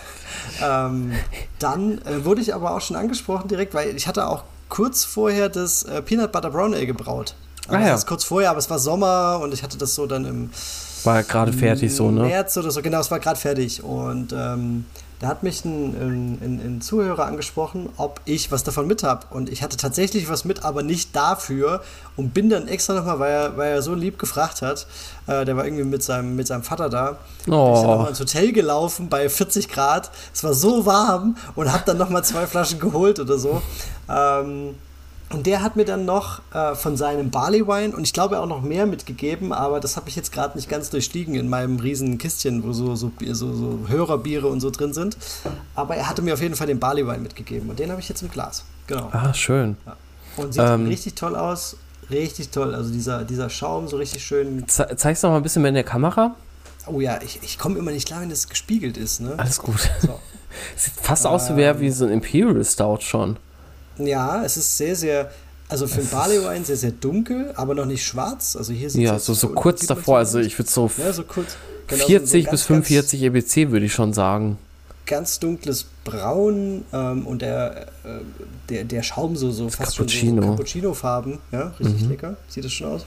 dann wurde ich aber auch schon angesprochen direkt, weil ich hatte auch kurz vorher das Peanut Butter Brown Ale gebraut. Das ist kurz vorher, aber es war Sommer und ich hatte das so dann im war gerade fertig so, ne? März oder so, genau, es war gerade fertig. Und da hat mich ein Zuhörer angesprochen, ob ich was davon mit habe. Und ich hatte tatsächlich was mit, aber nicht dafür. Und bin dann extra nochmal, weil er so lieb gefragt hat, der war irgendwie mit seinem Vater da. Oh. Ich bin nochmal ins Hotel gelaufen bei 40 Grad. Es war so warm und habe dann nochmal 2 Flaschen geholt oder so. Und der hat mir dann noch von seinem Barley Wine und ich glaube auch noch mehr mitgegeben, aber das habe ich jetzt gerade nicht ganz durchstiegen in meinem riesen Kistchen, wo so Hörerbiere und so drin sind. Aber er hatte mir auf jeden Fall den Barley Wine mitgegeben und den habe ich jetzt im Glas. Genau. Ah, schön. Ja. Und sieht richtig toll aus. Richtig toll. Also dieser Schaum so richtig schön. Zeig's noch mal ein bisschen mehr in der Kamera. Oh ja, ich komme immer nicht klar, wenn das gespiegelt ist. Ne? Alles gut. So. Sieht fast aus wie so ein Imperial Stout schon. Ja, es ist sehr, sehr, also für einen Barley Wine sehr, sehr dunkel, aber noch nicht schwarz. Also hier sieht es so kurz davor, also ich würde so kurz, genau, 40 so bis 45 EBC würde ich schon sagen. Ganz dunkles Braun und der Schaum so fast schon so Cappuccino-Farben. Ja, richtig lecker. Sieht das schon aus?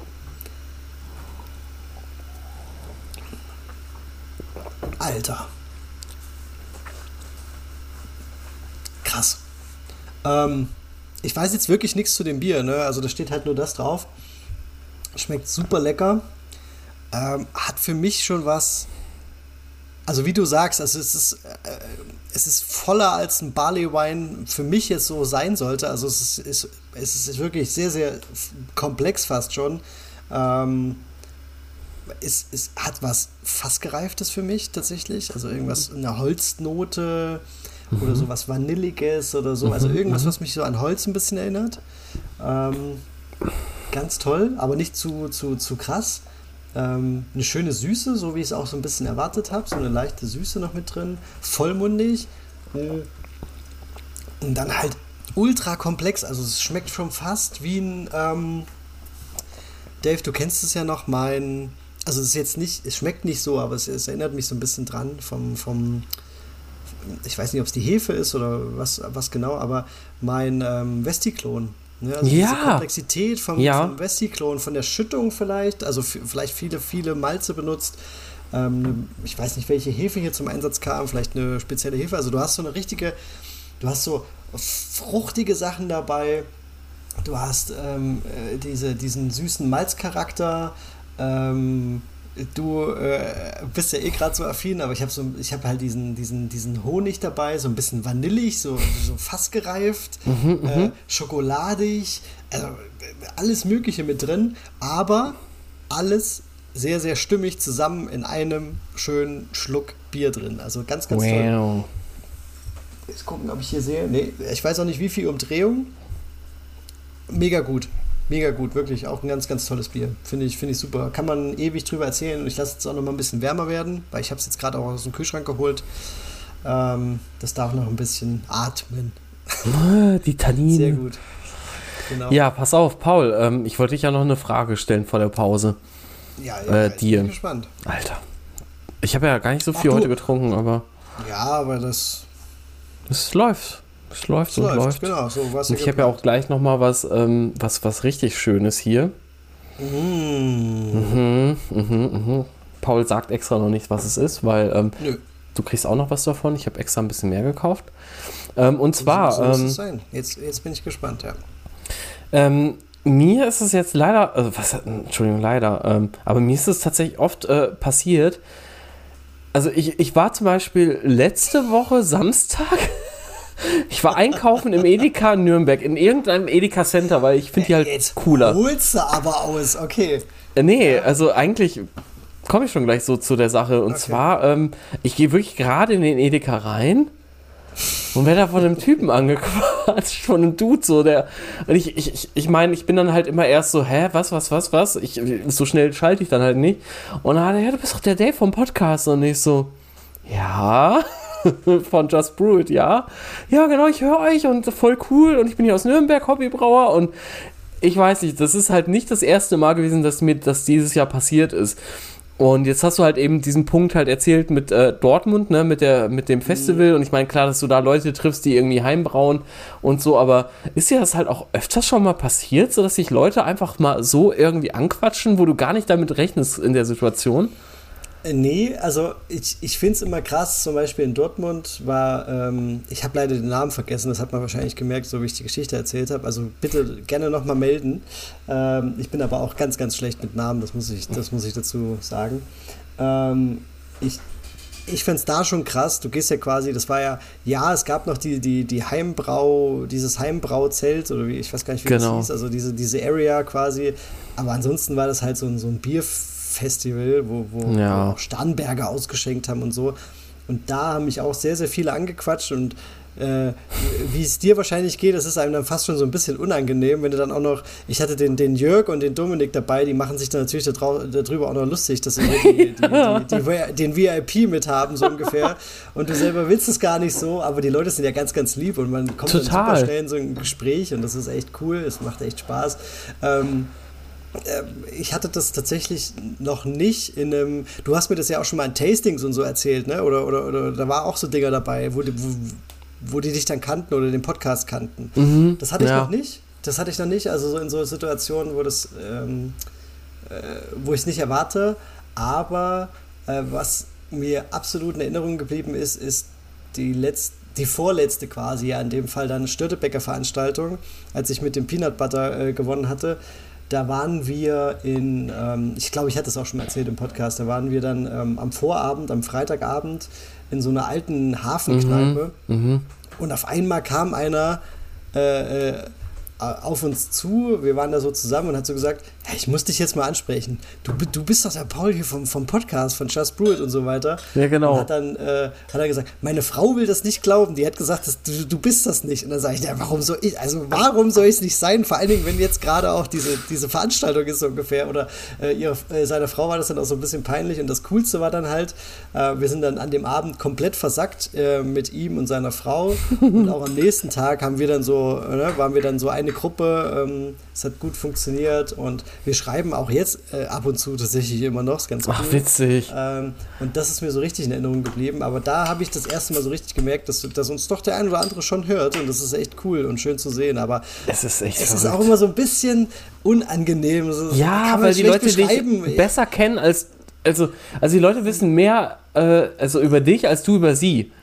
Alter. Krass. Ich weiß jetzt wirklich nichts zu dem Bier, ne? Also da steht halt nur das drauf. Schmeckt super lecker. Hat für mich schon was, also wie du sagst, also es ist voller als ein Barley Wine für mich jetzt so sein sollte. Also es ist wirklich sehr, sehr komplex fast schon. Es hat was fast Gereiftes für mich tatsächlich. Also irgendwas, eine Holznote. oder sowas Vanilliges oder so. Also irgendwas, was mich so an Holz ein bisschen erinnert. Ganz toll, aber nicht zu krass. Eine schöne Süße, so wie ich es auch so ein bisschen erwartet habe. So eine leichte Süße noch mit drin. Vollmundig. Und dann halt ultra komplex. Also es schmeckt schon fast wie ein... Dave, du kennst es ja noch, also es ist jetzt nicht, es schmeckt nicht so, aber es erinnert mich so ein bisschen dran vom ich weiß nicht, ob es die Hefe ist oder was genau, aber mein Vestiklon. Ne? Also diese Komplexität vom Vestiklon, von der Schüttung vielleicht, also vielleicht viele Malze benutzt. Ich weiß nicht, welche Hefe hier zum Einsatz kam, vielleicht eine spezielle Hefe. Also du hast so fruchtige Sachen dabei. Du hast diesen süßen Malzcharakter. Du bist ja eh gerade so affin, aber ich habe halt diesen Honig dabei, so ein bisschen vanillig, so fast gereift, schokoladig, also alles Mögliche mit drin, aber alles sehr, sehr stimmig zusammen in einem schönen Schluck Bier drin. Also ganz, ganz toll. Jetzt gucken, ob ich hier sehe. Nee, ich weiß auch nicht, wie viel Umdrehung. Mega gut, wirklich. Auch ein ganz, ganz tolles Bier. Finde ich super. Kann man ewig drüber erzählen und ich lasse es auch noch mal ein bisschen wärmer werden, weil ich habe es jetzt gerade auch aus dem Kühlschrank geholt. Das darf noch ein bisschen atmen. Die Tanninen. Sehr gut. Genau. Ja, pass auf, Paul. Ich wollte dich ja noch eine Frage stellen vor der Pause. Ja, ich bin gespannt. Alter. Ich habe ja gar nicht so viel heute getrunken, aber... Ja, aber das... Es läuft. Es läuft. Genau, so was. Und ich habe ja auch gleich noch mal was richtig Schönes hier. Paul sagt extra noch nicht, was es ist, weil du kriegst auch noch was davon. Ich habe extra ein bisschen mehr gekauft. Und zwar... So muss es sein. Jetzt bin ich gespannt, ja. Mir ist es jetzt leider... aber mir ist es tatsächlich oft passiert. Also ich war zum Beispiel letzte Woche Samstag... Ich war einkaufen im Edeka in Nürnberg, in irgendeinem Edeka Center, weil ich finde die halt jetzt cooler. Holst du aber aus, okay. Nee, also eigentlich komme ich schon gleich so zu der Sache. Und zwar, ich gehe wirklich gerade in den Edeka rein und werde da von einem Typen angequatscht, von einem Dude so, und ich meine, ich bin dann halt immer erst so, was? So schnell schalte ich dann halt nicht. Und dann hat er, ja, du bist doch der Dave vom Podcast. Und ich so, ja... von Just Brew It, ja. Ja, genau, ich höre euch und voll cool und ich bin hier aus Nürnberg, Hobbybrauer und ich weiß nicht, das ist halt nicht das erste Mal gewesen, dass mir das dieses Jahr passiert ist. Und jetzt hast du halt eben diesen Punkt halt erzählt mit Dortmund, ne, mit dem Festival und ich meine, klar, dass du da Leute triffst, die irgendwie heimbrauen und so, aber ist dir das halt auch öfters schon mal passiert, so dass sich Leute einfach mal so irgendwie anquatschen, wo du gar nicht damit rechnest in der Situation? Nee, also ich finde es immer krass, zum Beispiel in Dortmund war, ich habe leider den Namen vergessen, das hat man wahrscheinlich gemerkt, so wie ich die Geschichte erzählt habe, also bitte gerne nochmal melden. Ich bin aber auch ganz, ganz schlecht mit Namen, das muss ich dazu sagen. Ich find's da schon krass, du gehst ja quasi, das war ja, es gab noch die dieses Heimbrauzelt, oder wie, ich weiß gar nicht, wie das hieß, also diese Area quasi, aber ansonsten war das halt so ein Bierfestival, wo auch Starnberger ausgeschenkt haben und so. Und da haben mich auch sehr, sehr viele angequatscht und wie es dir wahrscheinlich geht, das ist einem dann fast schon so ein bisschen unangenehm, wenn du dann auch noch, ich hatte den Jörg und den Dominik dabei, die machen sich dann natürlich darüber auch noch lustig, dass sie den VIP mit haben, so ungefähr. Und du selber willst es gar nicht so, aber die Leute sind ja ganz, ganz lieb und man kommt dann super schnell in so ein Gespräch und das ist echt cool, es macht echt Spaß. Ich hatte das tatsächlich noch nicht in einem, du hast mir das ja auch schon mal in Tastings und so erzählt, ne? Oder da war auch so Dinger dabei, wo die dich dann kannten oder den Podcast kannten. Mhm, das hatte ich noch nicht. Also so in so Situationen, wo ich es nicht erwarte. Aber was mir absolut in Erinnerung geblieben ist die vorletzte quasi, ja in dem Fall dann Störtebecker-Veranstaltung, als ich mit dem Peanut Butter gewonnen hatte. Da waren wir ich glaube, ich hatte es auch schon mal erzählt im Podcast, da waren wir dann am Vorabend, am Freitagabend in so einer alten Hafenkneipe und auf einmal kam einer auf uns zu, wir waren da so zusammen und hat so gesagt, Hey, ich muss dich jetzt mal ansprechen. Du bist doch der Paul hier vom Podcast, von Just Brew It und so weiter. Ja, genau. Und hat er gesagt, meine Frau will das nicht glauben. Die hat gesagt, du bist das nicht. Und dann sage ich, ja, warum soll ich es nicht sein? Vor allen Dingen, wenn jetzt gerade auch diese Veranstaltung ist so ungefähr. Oder seiner Frau war das dann auch so ein bisschen peinlich. Und das Coolste war dann halt, wir sind dann an dem Abend komplett versackt mit ihm und seiner Frau. Und auch am nächsten Tag waren wir dann so eine Gruppe. Es hat gut funktioniert und wir schreiben auch jetzt ab und zu tatsächlich immer noch, ist ganz cool. Ach, witzig. Und das ist mir so richtig in Erinnerung geblieben, aber da habe ich das erste Mal so richtig gemerkt, dass uns doch der ein oder andere schon hört und das ist echt cool und schön zu sehen, aber es ist auch immer so ein bisschen unangenehm. Ja, weil die Leute dich besser kennen als die Leute wissen mehr über dich als du über sie.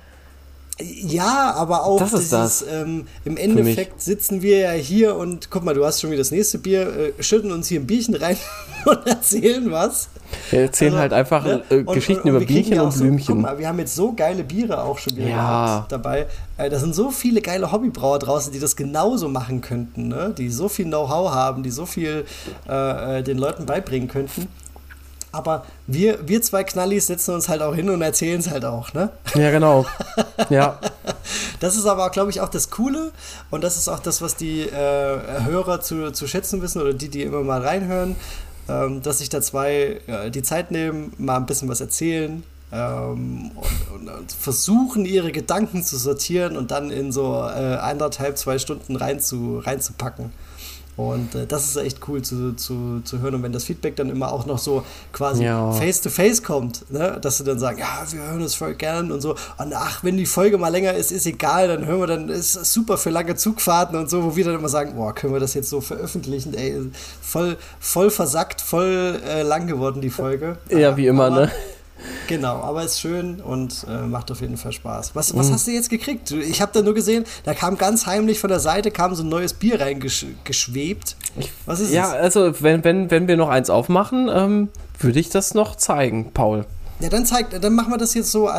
Ja, aber auch das ist das. Im Endeffekt sitzen wir ja hier und guck mal, du hast schon wieder das nächste Bier, schütten uns hier ein Bierchen rein und erzählen was. Wir erzählen halt einfach Geschichten über Bierchen und Blümchen. Guck mal, wir haben jetzt so geile Biere auch schon wieder gehabt dabei. Da sind so viele geile Hobbybrauer draußen, die das genauso machen könnten, ne? Die so viel Know-how haben, die so viel den Leuten beibringen könnten. Aber wir zwei Knallis setzen uns halt auch hin und erzählen es halt auch, ne? Ja, genau. Ja. Das ist aber, glaube ich, auch das Coole und das ist auch das, was die Hörer zu schätzen wissen oder die immer mal reinhören, dass sich da zwei die Zeit nehmen, mal ein bisschen was erzählen und versuchen, ihre Gedanken zu sortieren und dann in so 1,5, 2 Stunden reinzupacken. Und das ist echt cool zu hören. Und wenn das Feedback dann immer auch noch so quasi face-to-face kommt, ne? Dass sie dann sagen, ja, wir hören es voll gern und so. Und wenn die Folge mal länger ist egal, dann hören wir, dann ist es super für lange Zugfahrten und so, wo wir dann immer sagen, boah, können wir das jetzt so veröffentlichen? Ey, voll versackt, voll lang geworden, die Folge. Ja, wie immer, ne? Genau, aber ist schön und macht auf jeden Fall Spaß. Was hast du jetzt gekriegt? Ich habe da nur gesehen, da kam ganz heimlich von der Seite so ein neues Bier reingeschwebt. Was ist es? Ja, also wenn wir noch eins aufmachen, würde ich das noch zeigen, Paul. Ja, dann machen wir das jetzt so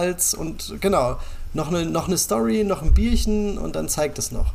noch eine Story, noch ein Bierchen und dann zeigt es noch.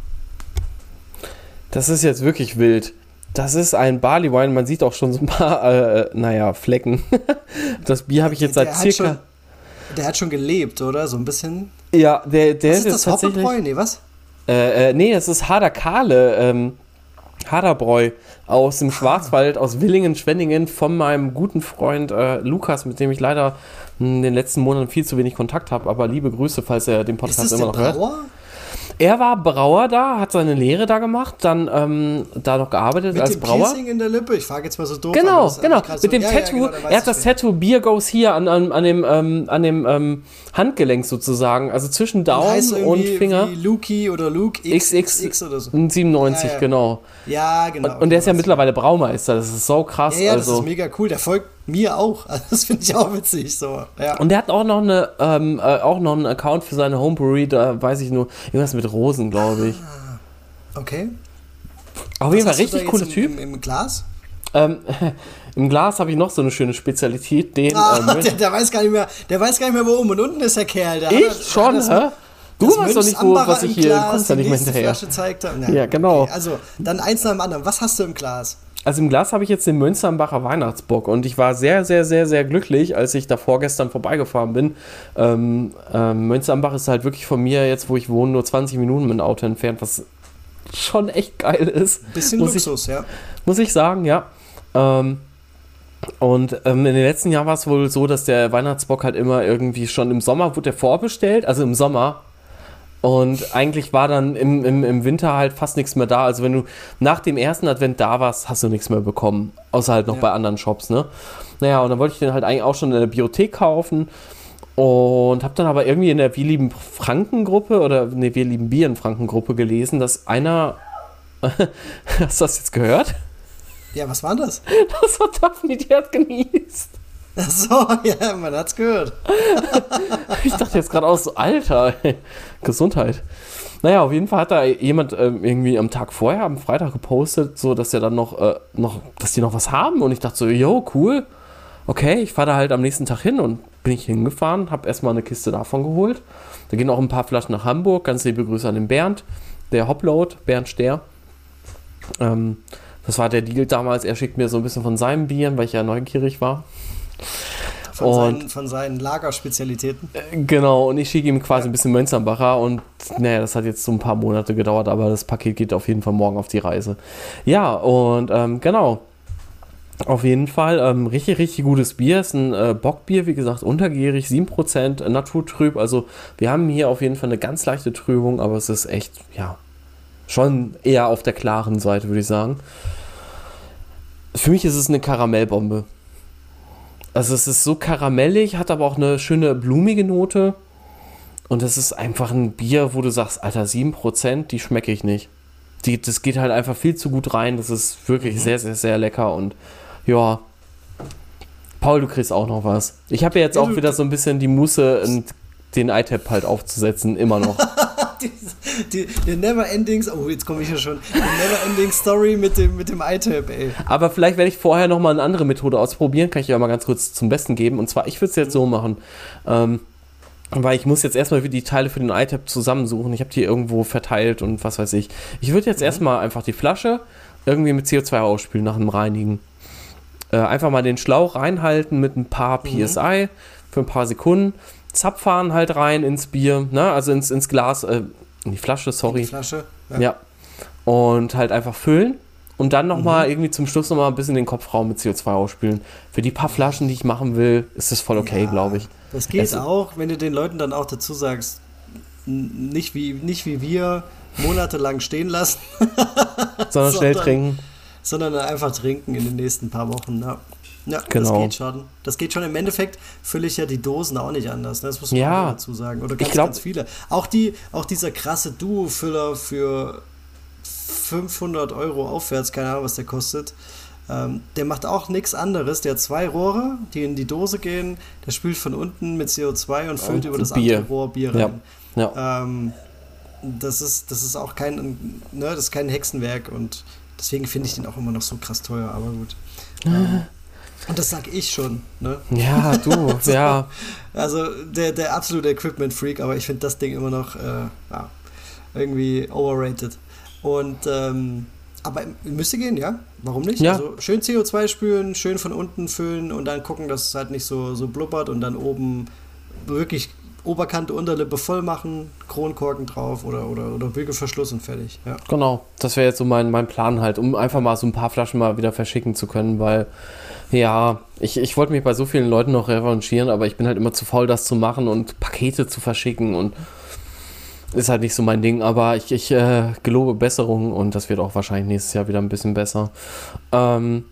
Das ist jetzt wirklich wild. Das ist ein Barley Wine, man sieht auch schon so ein paar, Flecken. Das Bier habe ich jetzt seit circa... Der hat schon gelebt, oder? So ein bisschen? Ja, der ist das tatsächlich... Hopperbräu? Nee, was? Nee, es ist Haderkahle, Haderbräu aus dem Schwarzwald, aus Willingen-Schwenningen von meinem guten Freund Lukas, mit dem ich leider in den letzten Monaten viel zu wenig Kontakt habe, aber liebe Grüße, falls er den Podcast immer noch hört. Er war Brauer da, hat seine Lehre da gemacht, dann da noch gearbeitet als Brauer. Mit dem Piercing in der Lippe, ich frage jetzt mal so doof. Genau. Mit dem Tattoo, genau, er hat das Tattoo Beer Goes Here an dem Handgelenk sozusagen, also zwischen Daumen und Finger. Wie Luki oder Luke XX oder so. 97, ja. Genau. Ja, genau. Und der ist ja mittlerweile Braumeister, das ist so krass. Ja, das ist mega cool, der folgt mir auch, also das finde ich auch witzig. So. Ja. Und der hat auch noch einen Account für seine Homebrewery, da weiß ich nur, irgendwas mit Rosen, glaube ich. Okay. Auf jeden Fall richtig cooler Typ. Im Glas? Im Glas habe ich noch so eine schöne Spezialität. Der weiß gar nicht mehr, wo oben und unten ist, der Kerl. Schon, hä? Du weißt doch nicht, was ich hier, du kommst da nicht mehr hinterher. Ja, genau. Okay. Also, dann eins nach dem anderen. Was hast du im Glas? Also im Glas habe ich jetzt den Mönsterambacher Weihnachtsbock und ich war sehr, sehr, sehr, sehr glücklich, als ich da vorgestern vorbeigefahren bin. Mönsterambach ist halt wirklich von mir, jetzt wo ich wohne, nur 20 Minuten mit dem Auto entfernt, was schon echt geil ist. Bisschen Luxus, ja. Muss ich sagen, ja. Und in den letzten Jahren war es wohl so, dass der Weihnachtsbock halt immer irgendwie schon im Sommer wurde der vorbestellt, also im Sommer. Und eigentlich war dann im Winter halt fast nichts mehr da. Also wenn du nach dem ersten Advent da warst, hast du nichts mehr bekommen. Außer halt noch bei anderen Shops, ne? Naja, und dann wollte ich den halt eigentlich auch schon in der Biothek kaufen. Und habe dann aber irgendwie in der Wir lieben Franken-Gruppe Wir lieben Bieren-Franken-Gruppe gelesen, dass einer... Hast du das jetzt gehört? Ja, was war das? Das war Daphne, die hat genießt. Ach so, ja, man hat's gehört. Ich dachte jetzt gerade so, Alter, Gesundheit. Naja, auf jeden Fall hat da jemand irgendwie am Tag vorher, am Freitag gepostet, so, dass er dann dass die noch was haben. Und ich dachte so, yo, cool. Okay, ich fahre da halt am nächsten Tag hin und bin ich hingefahren, habe erstmal eine Kiste davon geholt. Da gehen auch ein paar Flaschen nach Hamburg. Ganz liebe Grüße an den Bernd, der Hopload, Bernd Stehr. Das war der Deal damals. Er schickt mir so ein bisschen von seinen Bieren, weil ich ja neugierig war. Von seinen Lagerspezialitäten. Genau, und ich schicke ihm quasi ein bisschen Mönchengladbacher und naja, das hat jetzt so ein paar Monate gedauert, aber das Paket geht auf jeden Fall morgen auf die Reise. Ja, und genau. Auf jeden Fall richtig, richtig gutes Bier. Ist ein Bockbier, wie gesagt, untergärig, 7%, naturtrüb. Also wir haben hier auf jeden Fall eine ganz leichte Trübung, aber es ist echt, ja, schon eher auf der klaren Seite, würde ich sagen. Für mich ist es eine Karamellbombe. Also es ist so karamellig, hat aber auch eine schöne blumige Note. Und es ist einfach ein Bier, wo du sagst, Alter, 7%, die schmecke ich nicht. Das geht halt einfach viel zu gut rein. Das ist wirklich sehr, sehr, sehr lecker. Und ja, Paul, du kriegst auch noch was. Ich habe ja jetzt auch wieder so ein bisschen die Muße, den iTab halt aufzusetzen, immer noch. die Never-Ending, oh, jetzt komme ich ja schon, die Never-Ending Story mit dem iTab, ey. Aber vielleicht werde ich vorher nochmal eine andere Methode ausprobieren, kann ich ja mal ganz kurz zum Besten geben. Und zwar, ich würde es jetzt so machen, weil ich muss jetzt erstmal die Teile für den iTab zusammensuchen. Ich habe die irgendwo verteilt und was weiß ich. Ich würde jetzt erstmal einfach die Flasche irgendwie mit CO2 ausspülen nach dem Reinigen. Einfach mal den Schlauch reinhalten mit ein paar PSI für ein paar Sekunden. Zapfhahn halt rein ins Bier, ne? Also ins Glas, in die Flasche, sorry. In die Flasche, ja. Und halt einfach füllen und dann nochmal irgendwie zum Schluss nochmal ein bisschen den Kopfraum mit CO2 ausspülen. Für die paar Flaschen, die ich machen will, ist das voll okay, glaube ich. Das geht auch, wenn du den Leuten dann auch dazu sagst, nicht wie wir monatelang stehen lassen, sondern schnell trinken. Sondern einfach trinken in den nächsten paar Wochen, ja. Ja, genau. Das geht schon. Das geht schon. Im Endeffekt fülle ich ja die Dosen auch nicht anders. Das muss man auch dazu sagen. Oder ganz viele. Auch dieser krasse Duo-Füller für 500 € aufwärts, keine Ahnung, was der kostet. Der macht auch nichts anderes. Der hat 2 Rohre, die in die Dose gehen. Der spült von unten mit CO2 und füllt über das andere Rohr Bier rein. Ja. Das ist auch das ist kein Hexenwerk und deswegen finde ich den auch immer noch so krass teuer, aber gut. Und das sag ich schon, ne? Ja, du, so, ja. Also der absolute Equipment-Freak, aber ich finde das Ding immer noch irgendwie overrated. Und aber müsste gehen, ja? Warum nicht? Ja. Also schön CO2 spülen, schön von unten füllen und dann gucken, dass es halt nicht so blubbert und dann oben wirklich Oberkante, Unterlippe voll machen, Kronkorken drauf oder Bügelverschluss und fertig. Ja. Genau, das wäre jetzt so mein Plan halt, um einfach mal so ein paar Flaschen mal wieder verschicken zu können, weil ja, ich wollte mich bei so vielen Leuten noch revanchieren, aber ich bin halt immer zu faul, das zu machen und Pakete zu verschicken und ist halt nicht so mein Ding, aber ich gelobe Besserung und das wird auch wahrscheinlich nächstes Jahr wieder ein bisschen besser. Wo waren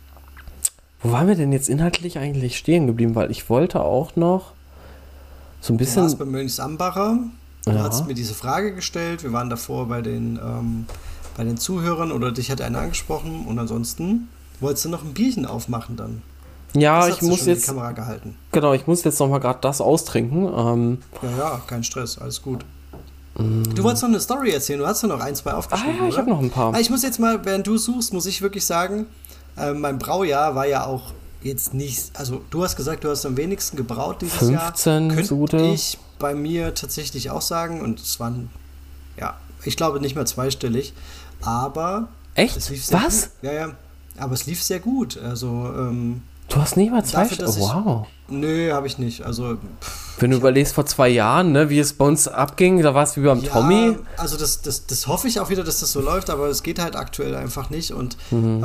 wir denn jetzt inhaltlich eigentlich stehen geblieben? Weil ich wollte auch noch so ein bisschen... Du warst bei Mönchsambacher, du hast mir diese Frage gestellt, wir waren davor bei den Zuhörern oder dich hat einer angesprochen und ansonsten wolltest du noch ein Bierchen aufmachen dann? Ja, ich muss jetzt... die Kamera gehalten. Genau, ich muss jetzt nochmal gerade das austrinken. Ja, kein Stress, alles gut. Du wolltest noch eine Story erzählen, du hast ja noch 1, 2 aufgeschrieben, ja, ich habe noch ein paar. Ich muss jetzt mal, während du suchst, muss ich wirklich sagen, mein Braujahr war ja auch jetzt nicht, also du hast gesagt, du hast am wenigsten gebraut dieses 15 Jahr. Könnte ich bei mir tatsächlich auch sagen und es waren, ja, ich glaube nicht mehr zweistellig, aber echt? Es lief sehr Was? Gut. Ja, aber es lief sehr gut, also du hast nicht mal zweistellig? Oh, wow. Nö, habe ich nicht, also wenn du überlegst, vor 2 Jahren, ne, wie es bei uns abging, da war es wie beim Tommy. Also das hoffe ich auch wieder, dass das so läuft, aber es geht halt aktuell einfach nicht und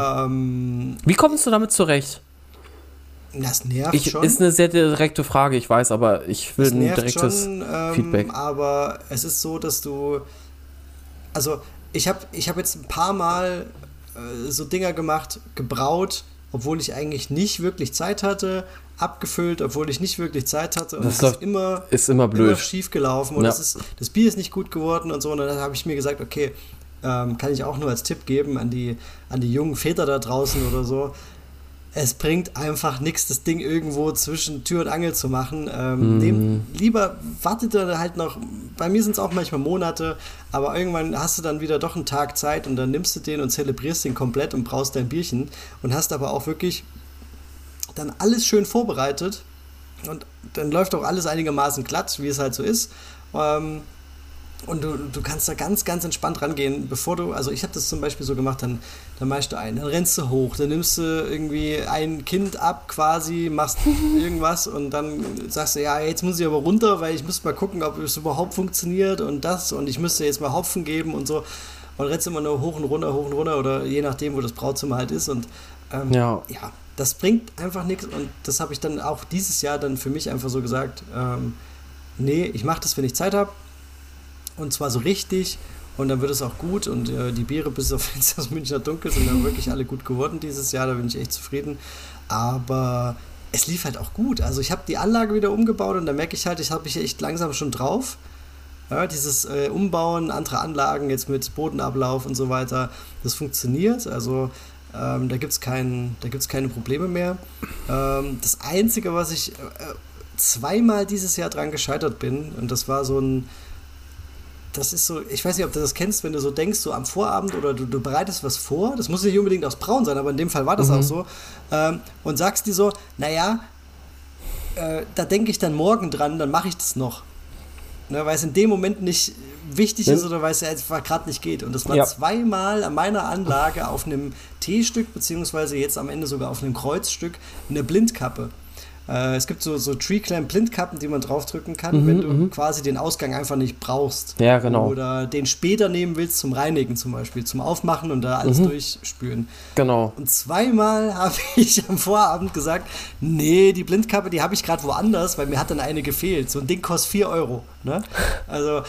wie kommst du damit zurecht? Das nervt schon. Ist eine sehr direkte Frage, ich weiß, aber ich will ein direktes Feedback. Aber es ist so, dass du, also ich hab jetzt ein paar Mal so Dinger gemacht, gebraut, obwohl ich eigentlich nicht wirklich Zeit hatte, abgefüllt, obwohl ich nicht wirklich Zeit hatte und das ist immer blöd. Immer schief gelaufen und das Bier ist nicht gut geworden und so und dann habe ich mir gesagt, okay, kann ich auch nur als Tipp geben an die jungen Väter da draußen oder so, es bringt einfach nichts, das Ding irgendwo zwischen Tür und Angel zu machen. Lieber wartet er halt noch, bei mir sind es auch manchmal Monate, aber irgendwann hast du dann wieder doch einen Tag Zeit und dann nimmst du den und zelebrierst den komplett und brauchst dein Bierchen und hast aber auch wirklich dann alles schön vorbereitet und dann läuft auch alles einigermaßen glatt, wie es halt so ist. Und du kannst da ganz, ganz entspannt rangehen, bevor du, also ich habe das zum Beispiel so gemacht, dann machst du ein, dann rennst du hoch, dann nimmst du irgendwie ein Kind ab quasi, machst irgendwas und dann sagst du, ja, jetzt muss ich aber runter, weil ich müsste mal gucken, ob es überhaupt funktioniert und ich müsste jetzt mal Hopfen geben und so. Und rennst immer nur hoch und runter oder je nachdem, wo das Brautzimmer halt ist und ja, das bringt einfach nichts und das habe ich dann auch dieses Jahr dann für mich einfach so gesagt, nee, ich mache das, wenn ich Zeit habe. Und zwar so richtig und dann wird es auch gut und die Biere bis auf das Münchner Dunkel sind dann wirklich alle gut geworden dieses Jahr, da bin ich echt zufrieden, aber es lief halt auch gut, also ich habe die Anlage wieder umgebaut und da merke ich halt, ich habe mich echt langsam schon drauf, ja, dieses Umbauen, andere Anlagen jetzt mit Bodenablauf und so weiter, das funktioniert, also da gibt es keine Probleme mehr. Das Einzige, was ich zweimal dieses Jahr dran gescheitert bin und das war das ist so, ich weiß nicht, ob du das kennst, wenn du so denkst, so am Vorabend oder du bereitest was vor, das muss nicht unbedingt aus Braun sein, aber in dem Fall war das auch so, und sagst dir so, naja, da denke ich dann morgen dran, dann mache ich das noch. Ne, weil es in dem Moment nicht wichtig ist oder weil es einfach gerade nicht geht. Und das war zweimal an meiner Anlage auf einem T-Stück, beziehungsweise jetzt am Ende sogar auf einem Kreuzstück, eine Blindkappe. Es gibt so Tree-Clamp-Blindkappen, die man draufdrücken kann, wenn du quasi den Ausgang einfach nicht brauchst. Ja, genau. Oder den später nehmen willst zum Reinigen zum Beispiel, zum Aufmachen und da alles durchspülen. Genau. Und zweimal habe ich am Vorabend gesagt, nee, die Blindkappe, die habe ich gerade woanders, weil mir hat dann eine gefehlt. So ein Ding kostet 4 Euro. Ne? Also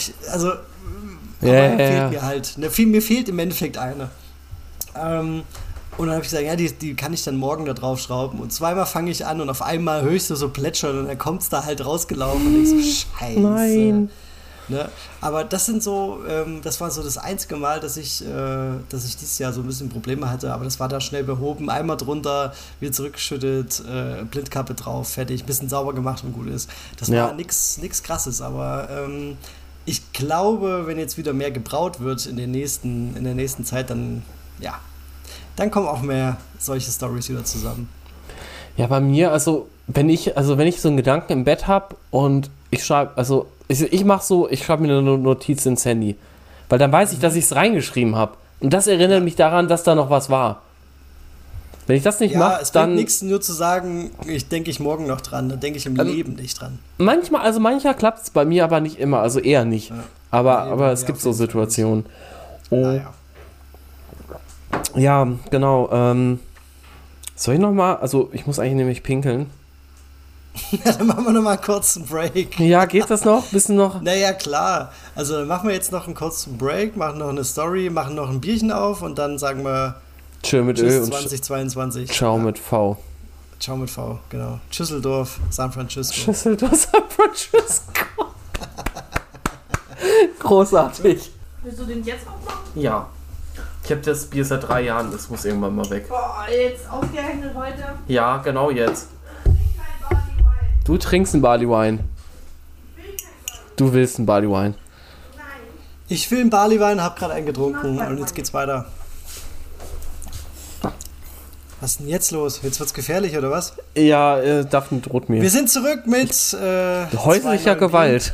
fehlt mir halt. Ne? Mir fehlt im Endeffekt eine. Und dann habe ich gesagt, ja, die kann ich dann morgen da drauf schrauben. Und zweimal fange ich an und auf einmal höchst so plätschern und dann kommt es da halt rausgelaufen und ich so, scheiße. Nein. Ne? Aber das sind so, das war so das einzige Mal, dass ich dieses Jahr so ein bisschen Probleme hatte, aber das war da schnell behoben. Einmal drunter, wieder zurückgeschüttet, Blindkappe drauf, fertig, bisschen sauber gemacht und gut ist. Das war nix Krasses, aber ich glaube, wenn jetzt wieder mehr gebraut wird in der nächsten Zeit, dann kommen auch mehr solche Storys wieder zusammen. Ja, bei mir, wenn ich so einen Gedanken im Bett habe und ich schreibe, ich schreibe mir eine Notiz ins Handy. Weil dann weiß ich, dass ich es reingeschrieben habe. Und das erinnert mich daran, dass da noch was war. Wenn ich das nicht mache, es bringt nichts nur zu sagen, denke ich morgen noch dran, dann denke ich im Leben nicht dran. Manchmal klappt es bei mir, aber nicht immer, also eher nicht. Ja. Aber es gibt so Situationen. Ja, genau. Soll ich nochmal? Also, ich muss eigentlich nämlich pinkeln. Dann machen wir nochmal einen kurzen Break. Ja, geht das noch? Bisschen noch? Naja, klar. Also, dann machen wir jetzt noch einen kurzen Break, machen noch eine Story, machen noch ein Bierchen auf und dann sagen wir Tschö mit Ö und 2022. Ciao mit V. Ciao mit V, genau. Schüsseldorf, San Francisco. Schüsseldorf, San Francisco. Großartig. Willst du den jetzt aufmachen? Ja. Ich habe das Bier seit 3 Jahren, das muss irgendwann mal weg. Boah, jetzt ausgerechnet heute? Ja, genau jetzt. Du trinkst einen Barley Wine. Du willst einen Barley Wine. Nein. Ich will einen Barley Wine, hab gerade einen getrunken und jetzt geht's weiter. Was ist denn jetzt los? Jetzt wird's gefährlich, oder was? Ja, Daphne droht mir. Wir sind zurück mit häuslicher Gewalt.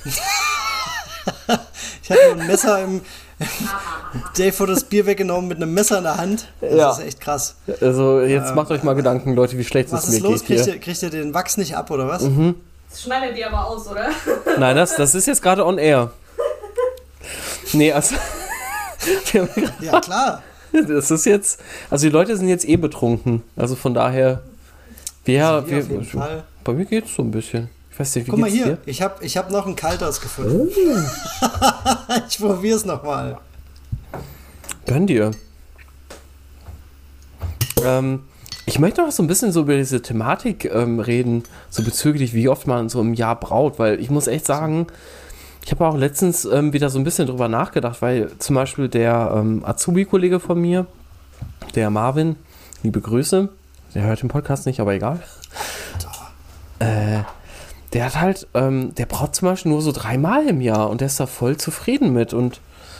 Ich hatte nur ein Messer im... Dave hat das Bier weggenommen mit einem Messer in der Hand. Das ist echt krass. Also jetzt macht euch mal Gedanken, Leute, wie schlecht es mir geht hier. Kriegt ihr den Wachs nicht ab, oder was? Mhm. Das schneidet ihr aber aus, oder? Nein, das ist jetzt gerade on air. Nee, also... Ja, klar. Das ist jetzt... Also die Leute sind jetzt betrunken. Also von daher... Auf jeden Fall. Bei mir geht's so ein bisschen. Ich weiß nicht, wie Guck mal hier, dir? ich hab noch ein kaltes gefunden. Ich probier's nochmal. Gönn dir. Ich möchte noch so ein bisschen so über diese Thematik reden, so bezüglich, wie oft man so im Jahr braut, weil ich muss echt sagen, ich habe auch letztens wieder so ein bisschen drüber nachgedacht, weil zum Beispiel der Azubi-Kollege von mir, der Marvin, liebe Grüße, der hört den Podcast nicht, aber egal. Der hat halt, der braut zum Beispiel nur so 3-mal im Jahr und der ist da voll zufrieden mit und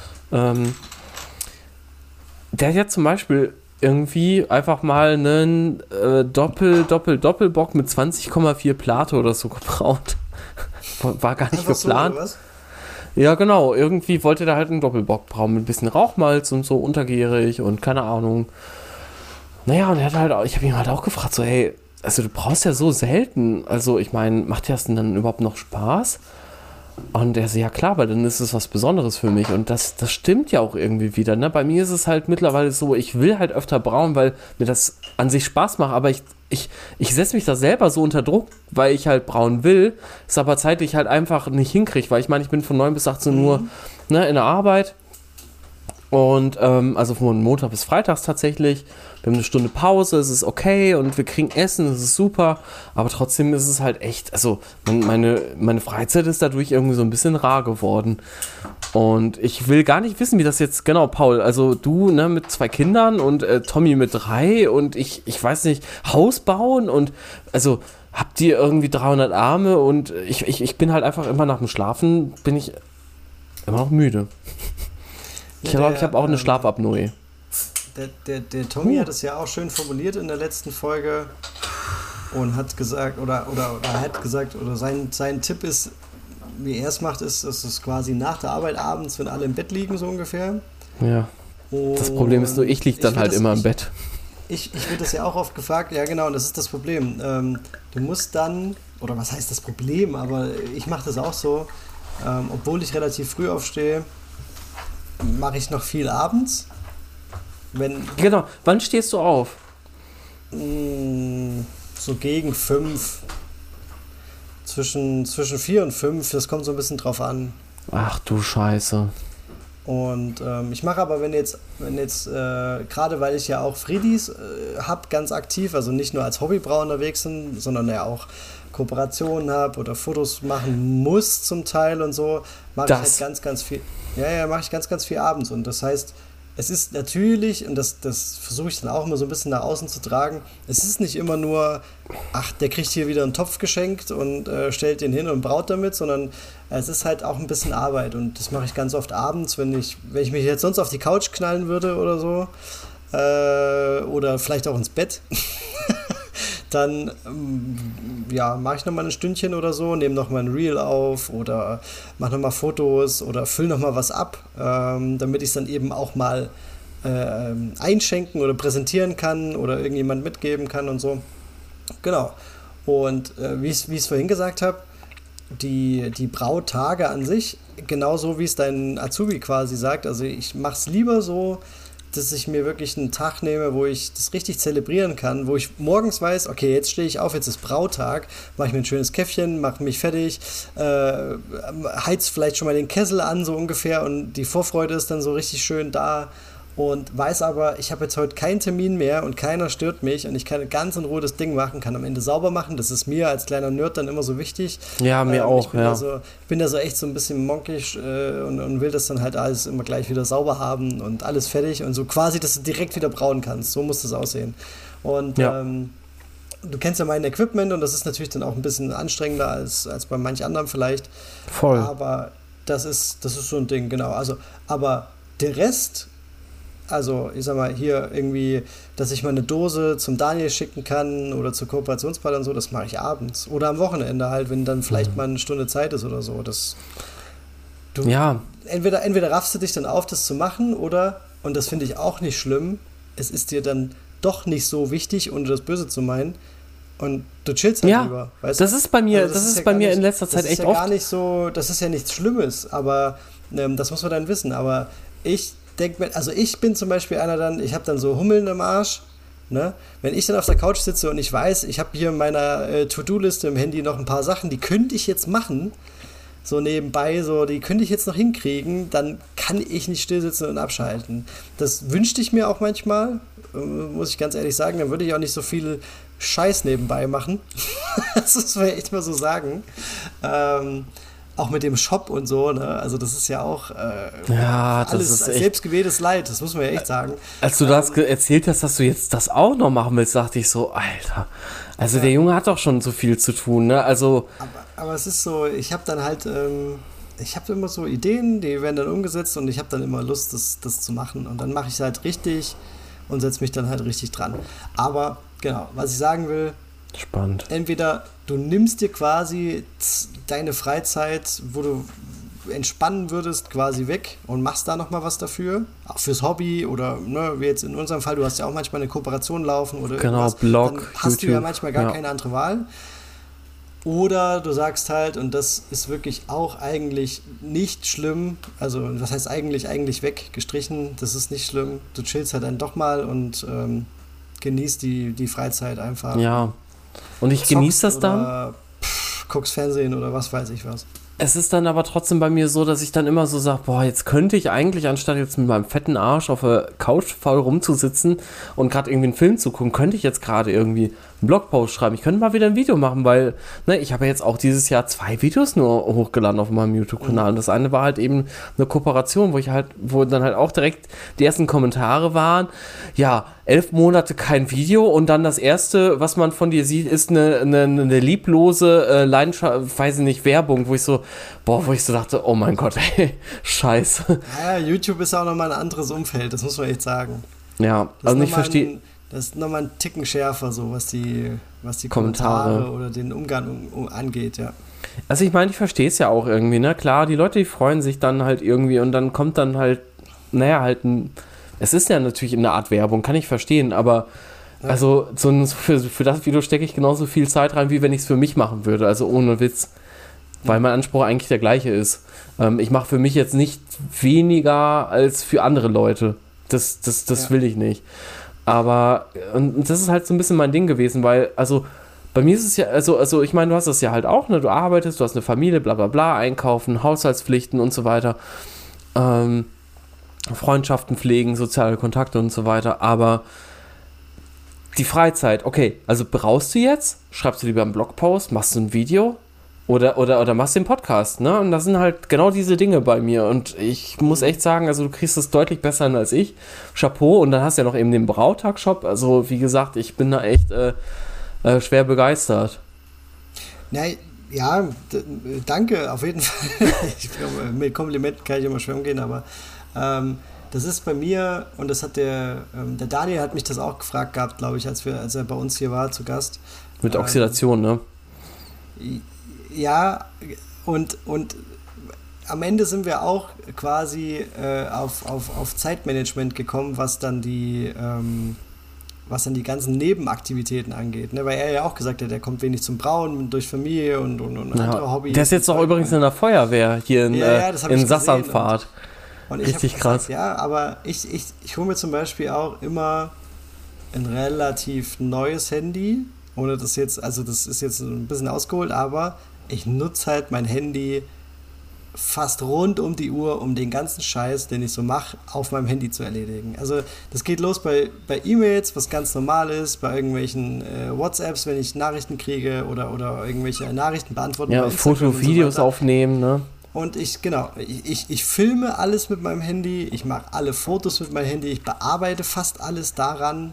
der hat ja zum Beispiel irgendwie einfach mal einen Doppelbock mit 20,4 Plate oder so gebraut. War gar nicht einfach geplant. So, oder was? Ja, genau. Irgendwie wollte der halt einen Doppelbock brauen mit ein bisschen Rauchmalz und so untergärig und keine Ahnung. Naja, und er hat halt auch, ich habe ihn halt auch gefragt, so, hey, also du brauchst ja so selten. Also ich meine, macht dir das denn dann überhaupt noch Spaß? Und er so, ja klar, weil dann ist es was Besonderes für mich. Und das stimmt ja auch irgendwie wieder. Ne? Bei mir ist es halt mittlerweile so, ich will halt öfter brauen, weil mir das an sich Spaß macht. Aber ich setze mich da selber so unter Druck, weil ich halt brauen will. Ist aber zeitlich halt einfach nicht hinkriege. Weil ich meine, ich bin von 9 bis 18 Uhr ne, in der Arbeit. Und also von Montag bis Freitags tatsächlich. Wir haben eine Stunde Pause, es ist okay und wir kriegen Essen, es ist super. Aber trotzdem ist es halt echt, also meine Freizeit ist dadurch irgendwie so ein bisschen rar geworden. Und ich will gar nicht wissen, wie das jetzt, genau, Paul, also du ne, mit 2 Kindern und Tommy mit 3 und ich weiß nicht, Haus bauen und also habt ihr irgendwie 300 Arme und ich bin halt einfach immer nach dem Schlafen, bin ich immer noch müde. Ich glaube, ich habe auch eine Schlafapnoe. Der Tommy hat es ja auch schön formuliert in der letzten Folge und hat gesagt, oder hat gesagt, oder sein Tipp ist, wie er es macht, ist es quasi nach der Arbeit abends, wenn alle im Bett liegen, so ungefähr. Ja. Und das Problem ist nur, ich liege dann halt immer im Bett. Ich werde das ja auch oft gefragt, ja genau, und das ist das Problem. Du musst dann, oder was heißt das Problem, aber ich mache das auch so, obwohl ich relativ früh aufstehe, mache ich noch viel abends. Genau, wann stehst du auf? So gegen 5. Zwischen 4 und 5, das kommt so ein bisschen drauf an. Ach du Scheiße. Und ich mache aber, wenn jetzt gerade weil ich ja auch Friedis habe, ganz aktiv, also nicht nur als Hobbybrauer unterwegs bin, sondern ja auch Kooperationen habe oder Fotos machen muss zum Teil und so, mache ich halt ganz, ganz viel. Ja, mache ich ganz, ganz viel abends. Und das heißt, es ist natürlich, und das versuche ich dann auch immer so ein bisschen nach außen zu tragen, es ist nicht immer nur, ach, der kriegt hier wieder einen Topf geschenkt und stellt den hin und braut damit, sondern es ist halt auch ein bisschen Arbeit. Und das mache ich ganz oft abends, wenn ich mich jetzt sonst auf die Couch knallen würde oder so, oder vielleicht auch ins Bett, dann mache ich nochmal ein Stündchen oder so, nehme nochmal ein Reel auf oder mache nochmal Fotos oder fülle nochmal was ab, damit ich es dann eben auch mal einschenken oder präsentieren kann oder irgendjemand mitgeben kann und so. Genau. Und wie ich es vorhin gesagt habe, die Brautage an sich, genauso wie es dein Azubi quasi sagt, also ich mache es lieber so, dass ich mir wirklich einen Tag nehme, wo ich das richtig zelebrieren kann, wo ich morgens weiß, okay, jetzt stehe ich auf, jetzt ist Brautag, mache ich mir ein schönes Käffchen, mache mich fertig, heiz vielleicht schon mal den Kessel an, so ungefähr, und die Vorfreude ist dann so richtig schön da und weiß aber, ich habe jetzt heute keinen Termin mehr und keiner stört mich und ich kann ganz in Ruhe das Ding machen, kann am Ende sauber machen, das ist mir als kleiner Nerd dann immer so wichtig. Ja, mir auch, ja. Ich bin da so echt so ein bisschen monkisch und will das dann halt alles immer gleich wieder sauber haben und alles fertig und so quasi, dass du direkt wieder brauen kannst, so muss das aussehen. Und ja. Du kennst ja mein Equipment und das ist natürlich dann auch ein bisschen anstrengender als bei manch anderem vielleicht. Voll. Aber das ist so ein Ding, genau. Also, aber der Rest, also ich sag mal hier irgendwie, dass ich mal eine Dose zum Daniel schicken kann oder zur Kooperationspartner und so, das mache ich abends. Oder am Wochenende halt, wenn dann vielleicht mal eine Stunde Zeit ist oder so. Entweder raffst du dich dann auf, das zu machen, oder, und das finde ich auch nicht schlimm, es ist dir dann doch nicht so wichtig, ohne das Böse zu meinen, und du chillst halt lieber. Weißt das ist bei mir, also das ist bei mir in letzter Zeit echt oft. Das ist ja gar nicht so, das ist ja nichts Schlimmes, aber das muss man dann wissen. Aber ich denke mir, also ich bin zum Beispiel einer dann, ich habe dann so Hummeln im Arsch, ne? Wenn ich dann auf der Couch sitze und ich weiß, ich habe hier in meiner To-Do-Liste im Handy noch ein paar Sachen, die könnte ich jetzt machen, so nebenbei, so, die könnte ich jetzt noch hinkriegen, dann kann ich nicht still sitzen und abschalten. Das wünschte ich mir auch manchmal, muss ich ganz ehrlich sagen, dann würde ich auch nicht so viel Scheiß nebenbei machen. Das muss man echt mal so sagen. Auch mit dem Shop und so, ne? Also das ist ja auch das alles ist echt, selbstgewähltes Leid, das muss man ja echt sagen. Als du das erzählt hast, dass du jetzt das auch noch machen willst, dachte ich so, Alter, also der Junge hat doch schon so viel zu tun, ne? Also aber es ist so, ich habe dann halt, ich habe immer so Ideen, die werden dann umgesetzt und ich habe dann immer Lust, das zu machen, und dann mache ich es halt richtig und setze mich dann halt richtig dran. Aber genau, was ich sagen will, spannend. Entweder du nimmst dir quasi deine Freizeit, wo du entspannen würdest, quasi weg und machst da nochmal was dafür, auch fürs Hobby oder wie jetzt in unserem Fall, du hast ja auch manchmal eine Kooperation laufen oder irgendwas, Blog, dann hast YouTube, du ja manchmal gar keine andere Wahl. Oder du sagst halt, und das ist wirklich auch eigentlich nicht schlimm, also was heißt eigentlich weggestrichen, das ist nicht schlimm, du chillst halt dann doch mal und genießt die Freizeit einfach. Ja, und ich genieße das dann. Guckst Fernsehen oder was weiß ich was. Es ist dann aber trotzdem bei mir so, dass ich dann immer so sage, boah, jetzt könnte ich eigentlich, anstatt jetzt mit meinem fetten Arsch auf der Couch faul rumzusitzen und gerade irgendwie einen Film zu gucken, könnte ich jetzt gerade irgendwie einen Blogpost schreiben. Ich könnte mal wieder ein Video machen, weil ich habe ja jetzt auch dieses Jahr 2 Videos nur hochgeladen auf meinem YouTube-Kanal. Und das eine war halt eben eine Kooperation, wo dann halt auch direkt die ersten Kommentare waren, ja, 11 Monate kein Video und dann das erste, was man von dir sieht, ist eine lieblose, weiß ich nicht, Werbung, wo ich so dachte, oh mein Gott, ey, scheiße. Ja, YouTube ist auch nochmal ein anderes Umfeld, das muss man echt sagen. Ja, also ich verstehe. Das ist nochmal ein Ticken schärfer, so was die Kommentare oder den Umgang angeht, ja. Also ich meine, ich verstehe es ja auch irgendwie, ne? Klar, die Leute, die freuen sich dann halt irgendwie und dann kommt dann halt, es ist ja natürlich eine Art Werbung, kann ich verstehen, aber also für das Video stecke ich genauso viel Zeit rein, wie wenn ich es für mich machen würde, also ohne Witz. Weil mein Anspruch eigentlich der gleiche ist. Ich mache für mich jetzt nicht weniger als für andere Leute. Das will ich nicht. Aber und das ist halt so ein bisschen mein Ding gewesen, weil, also bei mir ist es ja, also ich meine, du hast das ja halt auch, ne? Du arbeitest, du hast eine Familie, bla bla bla, einkaufen, Haushaltspflichten und so weiter, Freundschaften pflegen, soziale Kontakte und so weiter, aber die Freizeit, okay, also brauchst du jetzt, schreibst du lieber einen Blogpost, machst du ein Video oder machst den Podcast, ne? Und das sind halt genau diese Dinge bei mir und ich muss echt sagen, also du kriegst das deutlich besser hin als ich. Chapeau, und dann hast du ja noch eben den Brautag-Shop, also wie gesagt, ich bin da echt schwer begeistert. Ja, danke, auf jeden Fall. Ich glaube, mit Komplimenten kann ich immer schwer umgehen, aber das ist bei mir, und das hat der Daniel hat mich das auch gefragt gehabt, glaube ich, als er bei uns hier war, zu Gast. Mit Oxidation, ne? Ja, und am Ende sind wir auch quasi auf Zeitmanagement gekommen, was dann die ganzen Nebenaktivitäten angeht, ne? Weil er ja auch gesagt hat, er kommt wenig zum Brauen durch Familie und andere Hobbys. Der ist jetzt auch übrigens in der Feuerwehr hier in Sassanfahrt. Und richtig krass. Gesagt, ja, aber ich hole mir zum Beispiel auch immer ein relativ neues Handy, ohne das jetzt, also das ist jetzt ein bisschen ausgeholt, aber ich nutze halt mein Handy fast rund um die Uhr, um den ganzen Scheiß, den ich so mache, auf meinem Handy zu erledigen. Also das geht los bei E-Mails, was ganz normal ist, bei irgendwelchen WhatsApps, wenn ich Nachrichten kriege oder irgendwelche Nachrichten beantworten. Ja, Foto, Videos aufnehmen, ne? Und ich filme alles mit meinem Handy, ich mache alle Fotos mit meinem Handy, ich bearbeite fast alles daran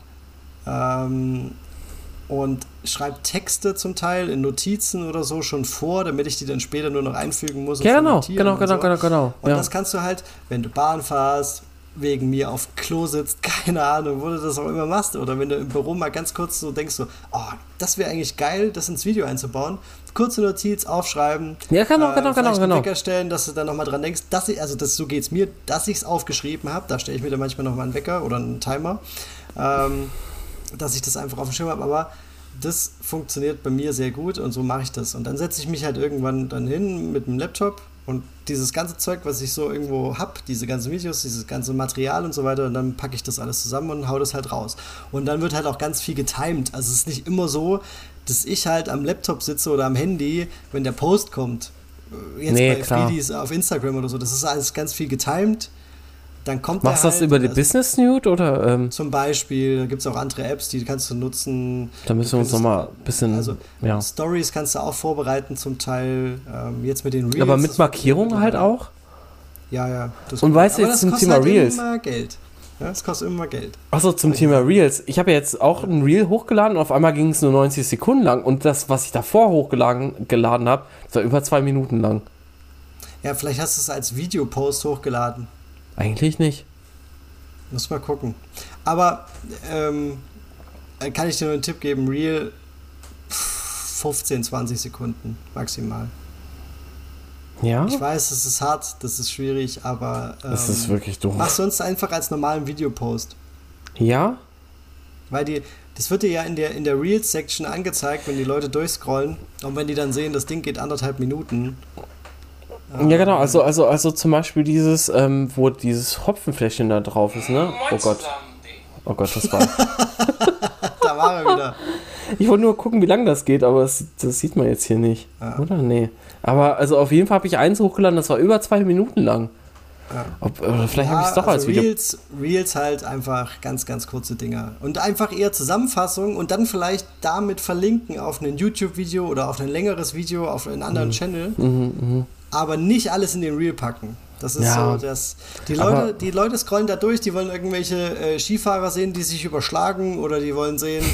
und schreibe Texte zum Teil in Notizen oder so schon vor, damit ich die dann später nur noch einfügen muss. Genau. Und das kannst du halt, wenn du Bahn fährst, wegen mir auf Klo sitzt, keine Ahnung, wo du das auch immer machst, oder wenn du im Büro mal ganz kurz so denkst, so, oh, das wäre eigentlich geil, das ins Video einzubauen, kurze Notiz aufschreiben, ja, genau. einen Wecker stellen, dass du dann nochmal dran denkst, so geht's mir, dass ich es aufgeschrieben habe, da stelle ich mir dann manchmal nochmal einen Wecker oder einen Timer, dass ich das einfach auf dem Schirm habe, aber das funktioniert bei mir sehr gut und so mache ich das. Und dann setze ich mich halt irgendwann dann hin mit dem Laptop und dieses ganze Zeug, was ich so irgendwo habe, diese ganzen Videos, dieses ganze Material und so weiter, und dann packe ich das alles zusammen und hau das halt raus. Und dann wird halt auch ganz viel getimed. Also es ist nicht immer so, dass ich halt am Laptop sitze oder am Handy, wenn der Post kommt. Jetzt bei Friedis auf Instagram oder so, das ist alles ganz viel getimed. Dann kommt Machst du das über die Business Suite oder? Zum Beispiel, da gibt es auch andere Apps, die kannst du nutzen. Da müssen wir uns nochmal ein bisschen... Also Stories kannst du auch vorbereiten zum Teil, jetzt mit den Reels. Aber mit Markierungen halt auch? Ja. Und weißt du jetzt zum Thema Reels? Das kostet immer Geld. Ja, das kostet immer Geld. Achso, zum Thema Reels. Ich habe ja jetzt auch ein Reel hochgeladen und auf einmal ging es nur 90 Sekunden lang und das, was ich davor hochgeladen habe, das war über 2 Minuten lang. Ja, vielleicht hast du es als Videopost hochgeladen. Eigentlich nicht. Muss mal gucken. Aber kann ich dir nur einen Tipp geben, Reel 15, 20 Sekunden maximal. Ja? Ich weiß, es ist hart, das ist schwierig, aber Das ist wirklich doof. mach sonst einfach als normalen Videopost. Ja? Weil das wird dir ja in der Reels-Section angezeigt, wenn die Leute durchscrollen und wenn die dann sehen, das Ding geht 1,5 Minuten. Ja, genau, also zum Beispiel dieses, wo dieses Hopfenfläschchen da drauf ist, ne? Oh Gott. Oh Gott, das war. Da war er wieder. Ich wollte nur gucken, wie lang das geht, aber das sieht man jetzt hier nicht. Ja. Oder? Nee. Aber also auf jeden Fall habe ich eins hochgeladen, das war über 2 Minuten lang. Ja. Oder vielleicht habe ich es doch als Video. Reels halt einfach ganz, ganz kurze Dinger. Und einfach eher Zusammenfassung und dann vielleicht damit verlinken auf ein YouTube-Video oder auf ein längeres Video auf einen anderen Channel. Aber nicht alles in den Reel packen. Das ist so, dass die Leute scrollen da durch, die wollen irgendwelche Skifahrer sehen, die sich überschlagen oder die wollen sehen,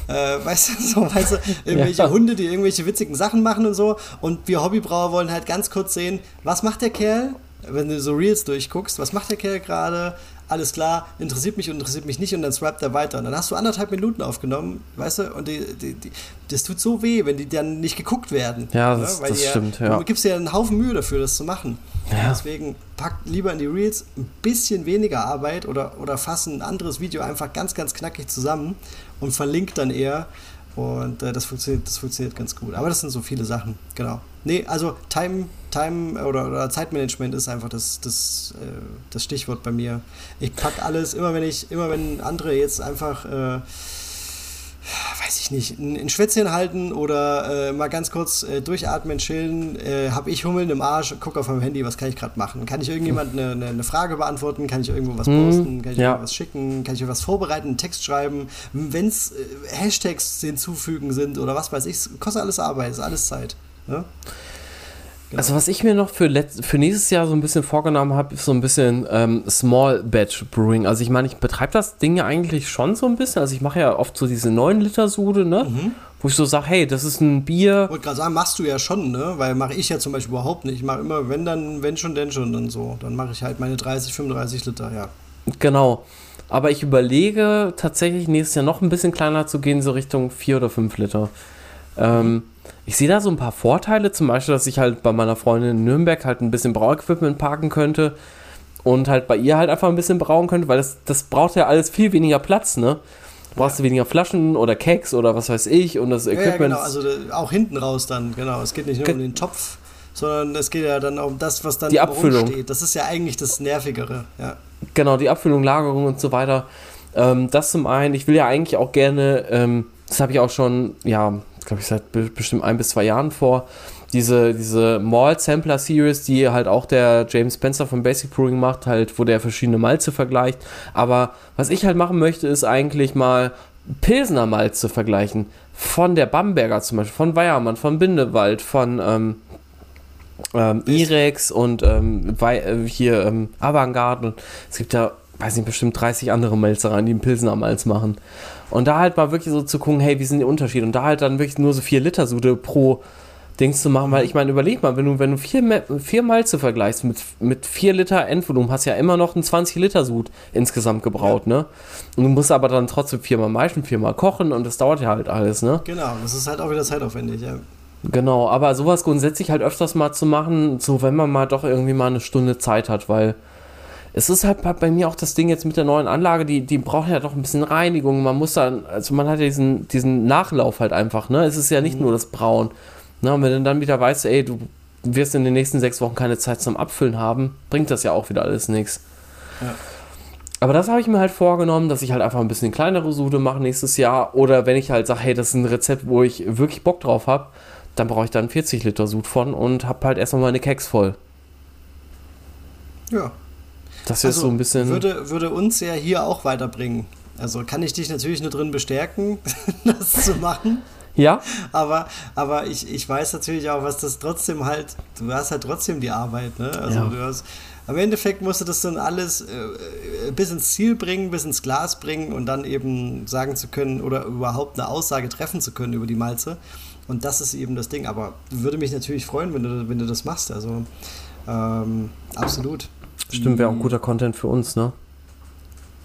irgendwelche Hunde, die irgendwelche witzigen Sachen machen und so. Und wir Hobbybrauer wollen halt ganz kurz sehen, was macht der Kerl, wenn du so Reels durchguckst, was macht der Kerl gerade? Alles klar, interessiert mich nicht und dann swappt er weiter. Und dann hast du 1,5 Minuten aufgenommen, weißt du, und das tut so weh, wenn die dann nicht geguckt werden. Ja, das stimmt, ja. Du gibst dir einen Haufen Mühe dafür, das zu machen. Ja. Deswegen packt lieber in die Reels ein bisschen weniger Arbeit oder fass ein anderes Video einfach ganz, ganz knackig zusammen und verlinkt dann eher. Und das funktioniert ganz gut. Aber das sind so viele Sachen, genau. Nee, also Time oder Zeitmanagement ist einfach das Stichwort bei mir. Ich packe alles, immer wenn andere jetzt einfach, weiß ich nicht, ein Schwätzchen halten oder mal ganz kurz durchatmen, chillen, habe ich Hummeln im Arsch, gucke auf meinem Handy, was kann ich gerade machen? Kann ich irgendjemand eine Frage beantworten? Kann ich irgendwo was posten? Kann ich irgendwas schicken? Kann ich was vorbereiten, einen Text schreiben? Wenn es Hashtags hinzufügen sind oder was weiß ich, kostet alles Arbeit, ist alles Zeit. Ja? Genau. Also was ich mir noch für nächstes Jahr so ein bisschen vorgenommen habe, ist so ein bisschen Small Batch Brewing. Also ich meine, ich betreibe das Ding ja eigentlich schon so ein bisschen. Also ich mache ja oft so diese 9-Liter-Sude, ne? Wo ich so sage, hey, das ist ein Bier. Ich wollte gerade sagen, machst du ja schon, ne? Weil mache ich ja zum Beispiel überhaupt nicht. Ich mache immer, wenn schon, dann so. Dann mache ich halt meine 30, 35 Liter, ja. Genau. Aber ich überlege tatsächlich nächstes Jahr noch ein bisschen kleiner zu gehen, so Richtung 4 oder 5 Liter. Ich sehe da so ein paar Vorteile, zum Beispiel, dass ich halt bei meiner Freundin in Nürnberg halt ein bisschen Brauequipment parken könnte und halt bei ihr halt einfach ein bisschen brauen könnte, weil das braucht ja alles viel weniger Platz, ne? Du brauchst weniger Flaschen oder Keks oder was weiß ich und das Equipment. Ja, genau, also auch hinten raus dann, genau. Es geht nicht nur um den Topf, sondern es geht ja dann um das, was dann die Abfüllung steht. Das ist ja eigentlich das Nervigere, ja. Genau, die Abfüllung, Lagerung und so weiter. Das zum einen. Ich will ja eigentlich auch gerne, das habe ich auch schon, ja, glaube ich, seit bestimmt 1 bis 2 Jahren vor, diese Malt Sampler Series, die halt auch der James Spencer von Basic Brewing macht, halt, wo der verschiedene Malze vergleicht. Aber was ich halt machen möchte, ist eigentlich mal Pilsner Malze vergleichen. Von der Bamberger zum Beispiel, von Weyermann, von Bindewald, von Irex und Avantgarde. Und es gibt ja, weiß nicht, bestimmt 30 andere Malzereien, die einen Pilsner Malz machen. Und da halt mal wirklich so zu gucken, hey, wie sind die Unterschiede? Und da halt dann wirklich nur so 4 Liter Sude pro Dings zu machen, weil ich meine, überleg mal, wenn du 4 Malze vergleichst mit 4 Liter Endvolumen, hast du ja immer noch einen 20 Liter Sud insgesamt gebraut, ne? Und du musst aber dann trotzdem 4-mal maischen, 4-mal kochen und das dauert ja halt alles, ne? Genau, das ist halt auch wieder zeitaufwendig, ja. Genau, aber sowas grundsätzlich halt öfters mal zu machen, so wenn man mal doch irgendwie mal eine Stunde Zeit hat, weil es ist halt bei mir auch das Ding jetzt mit der neuen Anlage, die braucht ja doch ein bisschen Reinigung. Man muss dann, also man hat ja diesen Nachlauf halt einfach, ne? Es ist ja nicht nur das Brauen. Ne? Und wenn du dann wieder weißt, ey, du wirst in den nächsten 6 Wochen keine Zeit zum Abfüllen haben, bringt das ja auch wieder alles nichts. Ja. Aber das habe ich mir halt vorgenommen, dass ich halt einfach ein bisschen kleinere Sude mache nächstes Jahr. Oder wenn ich halt sage, hey, das ist ein Rezept, wo ich wirklich Bock drauf habe, dann brauche ich dann 40 Liter Sud von und habe halt erstmal meine Keks voll. Ja. Das ist also so ein bisschen. Würde uns ja hier auch weiterbringen. Also kann ich dich natürlich nur drin bestärken, das zu machen. Ja. Aber ich weiß natürlich auch, was das trotzdem halt, du hast halt trotzdem die Arbeit, ne? Also ja. Am Endeffekt musst du das dann alles bis ins Ziel bringen, bis ins Glas bringen und dann eben sagen zu können oder überhaupt eine Aussage treffen zu können über die Malze. Und das ist eben das Ding. Aber würde mich natürlich freuen, wenn du das machst. Also absolut. Stimmt, wäre auch guter Content für uns, ne?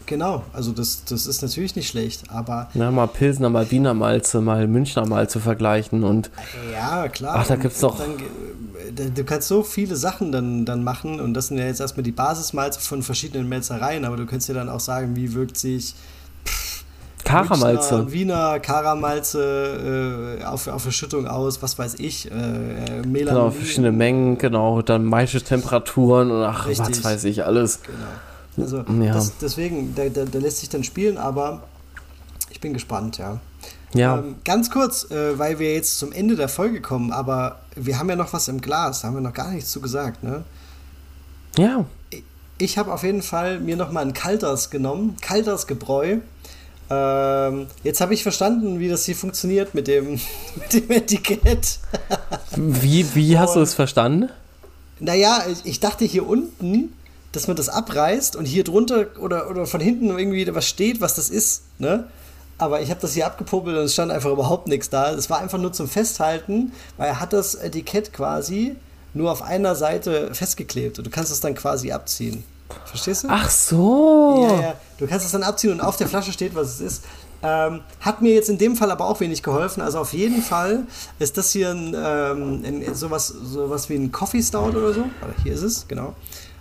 Genau, also das ist natürlich nicht schlecht, aber... Ja, mal Pilsner, mal Wiener Malze, mal Münchner Malze vergleichen und... Ja, klar. Ach, da gibt's doch... Du kannst so viele Sachen dann machen und das sind ja jetzt erstmal die Basismalze von verschiedenen Melzereien, aber du könntest ja dann auch sagen, wie wirkt sich... Karamalze. Wiener Karamalze auf Verschüttung aus, was weiß ich, Melanin. Genau, verschiedene Mengen, genau, dann maische Temperaturen und Richtig. Was weiß ich, alles. Genau. Also ja. deswegen, da lässt sich dann spielen, aber ich bin gespannt, ja. Ja. Ganz kurz, weil wir jetzt zum Ende der Folge kommen, aber wir haben ja noch was im Glas, da haben wir noch gar nichts zu gesagt, ne? Ja. Ich habe auf jeden Fall mir nochmal ein Kalters genommen, Kalters Gebräu. Jetzt habe ich verstanden, wie das hier funktioniert mit dem Etikett. Wie hast du es verstanden? Naja, ich dachte hier unten, dass man das abreißt und hier drunter oder von hinten irgendwie was steht, was das ist, ne? Aber ich habe das hier abgepopelt und es stand einfach überhaupt nichts da. Es war einfach nur zum Festhalten, weil er hat das Etikett quasi nur auf einer Seite festgeklebt und du kannst es dann quasi abziehen. Verstehst du? Ach so. Ja. Du kannst es dann abziehen und auf der Flasche steht, was es ist. Hat mir jetzt in dem Fall aber auch wenig geholfen. Also auf jeden Fall ist das hier sowas wie ein Coffee Stout oder so. Oder hier ist es, genau.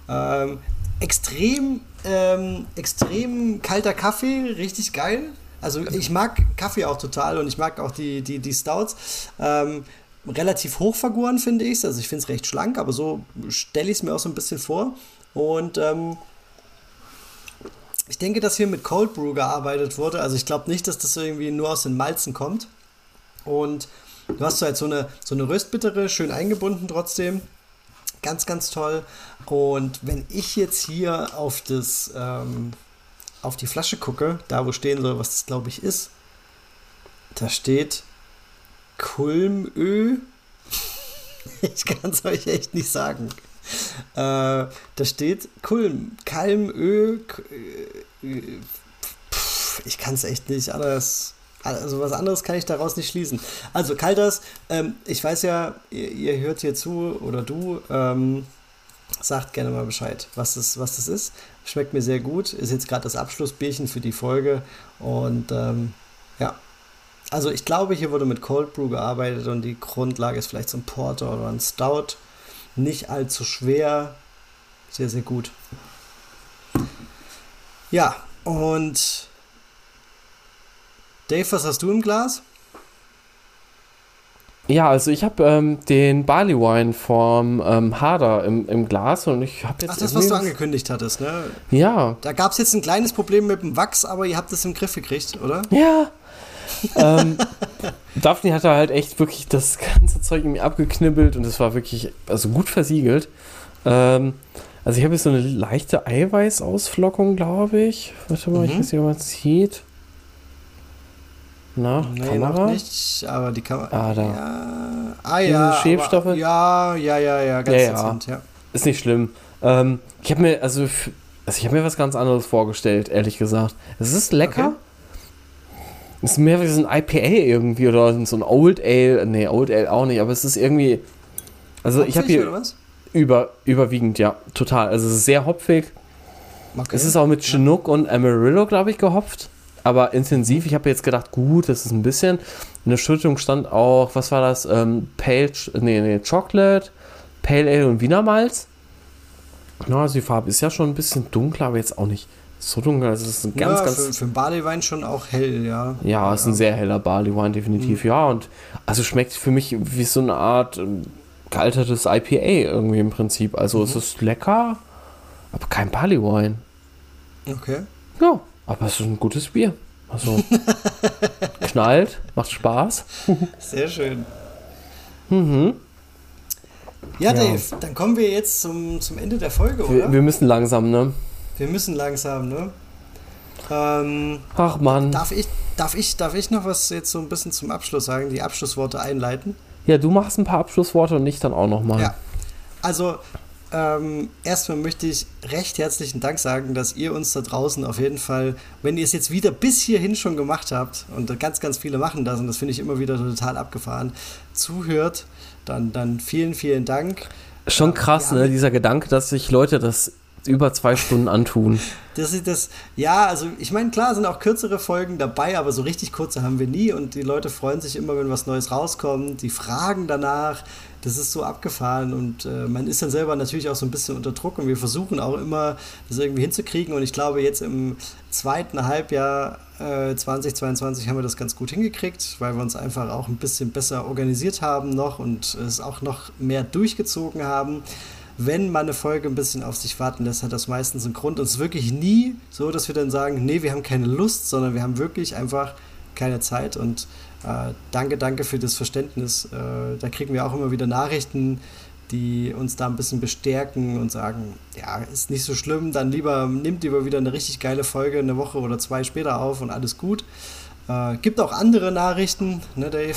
Extrem kalter Kaffee, richtig geil. Also ich mag Kaffee auch total und ich mag auch die Stouts. Relativ hoch vergoren, finde ich es. Also ich finde es recht schlank, aber so stelle ich es mir auch so ein bisschen vor. Und ich denke, dass hier mit Cold Brew gearbeitet wurde. Also ich glaube nicht, dass das irgendwie nur aus den Malzen kommt. Und du hast halt so eine Röstbittere, schön eingebunden trotzdem. Ganz, ganz toll. Und wenn ich jetzt hier auf die Flasche gucke, da wo stehen soll, was das glaube ich ist, da steht Kulmö. Ich kann es euch echt nicht sagen. Da steht Kalmö. Ich kann es echt nicht anders. Also was anderes kann ich daraus nicht schließen. Also Kalters, ich weiß ja, ihr hört hier zu oder du, sagt gerne mal Bescheid, was das ist. Schmeckt mir sehr gut. Ist jetzt gerade das Abschlussbierchen für die Folge. Und ja. Also ich glaube, hier wurde mit Cold Brew gearbeitet und die Grundlage ist vielleicht so ein Porter oder ein Stout. Nicht allzu schwer. Sehr, sehr gut. Ja, und Dave, was hast du im Glas? Ja, also ich habe den Barley Wine vom Harder im Glas und ich habe jetzt... Ach, das, was du angekündigt hattest, ne? Ja. Da gab es jetzt ein kleines Problem mit dem Wachs, aber ihr habt es im Griff gekriegt, oder? Ja. Daphne hatte halt echt wirklich das ganze Zeug irgendwie abgeknibbelt und es war wirklich also gut versiegelt. Also ich habe jetzt so eine leichte Eiweißausflockung, glaube ich. Warte mal, ich weiß nicht, ob man es sieht. Na, nee, Kamera? Noch nicht, aber die Kamera... Ah, da. Ja. Diese Schwebstoffe? Ja, ganz dezent, ja. Ist nicht schlimm. Ich habe mir, ich habe mir was ganz anderes vorgestellt, ehrlich gesagt. Es ist lecker. Okay. Es ist mehr wie so ein IPA irgendwie oder so ein Old Ale. Nee, Old Ale auch nicht, aber es ist irgendwie... Also ich habe hier... Oder was? Überwiegend, ja, total. Also es ist sehr hopfig. Okay. Es ist auch mit Chinook und Amarillo, glaube ich, gehopft. Aber intensiv. Ich habe jetzt gedacht, gut, das ist ein bisschen. In der Schüttung stand auch, was war das? Chocolate, Pale Ale und Wiener Malz. Na, also die Farbe ist ja schon ein bisschen dunkler, aber jetzt auch nicht so dunkel. Also es ist ein ganz... Für einen Barleywein schon auch hell, ja. Ja, es ist ein sehr heller Barleywein, definitiv, ja. Und also schmeckt für mich wie so eine Art gealtertes IPA irgendwie im Prinzip. Also es ist lecker, aber kein Barleywein. Okay. Ja, aber es ist ein gutes Bier. Also knallt, macht Spaß. Sehr schön. Mhm. Ja, Dave, dann kommen wir jetzt zum Ende der Folge, oder? Wir müssen langsam, ne? Wir müssen langsam, ne? Ach Mann. Darf ich noch was jetzt so ein bisschen zum Abschluss sagen, die Abschlussworte einleiten? Ja, du machst ein paar Abschlussworte und ich dann auch nochmal. Ja, also erstmal möchte ich recht herzlichen Dank sagen, dass ihr uns da draußen auf jeden Fall, wenn ihr es jetzt wieder bis hierhin schon gemacht habt, und ganz, ganz viele machen das, und das finde ich immer wieder total abgefahren, zuhört, dann vielen, vielen Dank. Schon krass, ne, dieser Gedanke, dass sich Leute das über 2 Stunden antun. Also ich meine, klar sind auch kürzere Folgen dabei, aber so richtig kurze haben wir nie und die Leute freuen sich immer, wenn was Neues rauskommt, die fragen danach, das ist so abgefahren und man ist dann selber natürlich auch so ein bisschen unter Druck und wir versuchen auch immer, das irgendwie hinzukriegen und ich glaube, jetzt im zweiten Halbjahr 2022 haben wir das ganz gut hingekriegt, weil wir uns einfach auch ein bisschen besser organisiert haben noch und es auch noch mehr durchgezogen haben. Wenn man eine Folge ein bisschen auf sich warten lässt, hat das meistens einen Grund. Und es ist wirklich nie so, dass wir dann sagen, nee, wir haben keine Lust, sondern wir haben wirklich einfach keine Zeit. Und danke für das Verständnis. Da kriegen wir auch immer wieder Nachrichten, die uns da ein bisschen bestärken und sagen, ja, ist nicht so schlimm, dann nimmt lieber wieder eine richtig geile Folge eine Woche oder 2 später auf und alles gut. Gibt auch andere Nachrichten, ne Dave,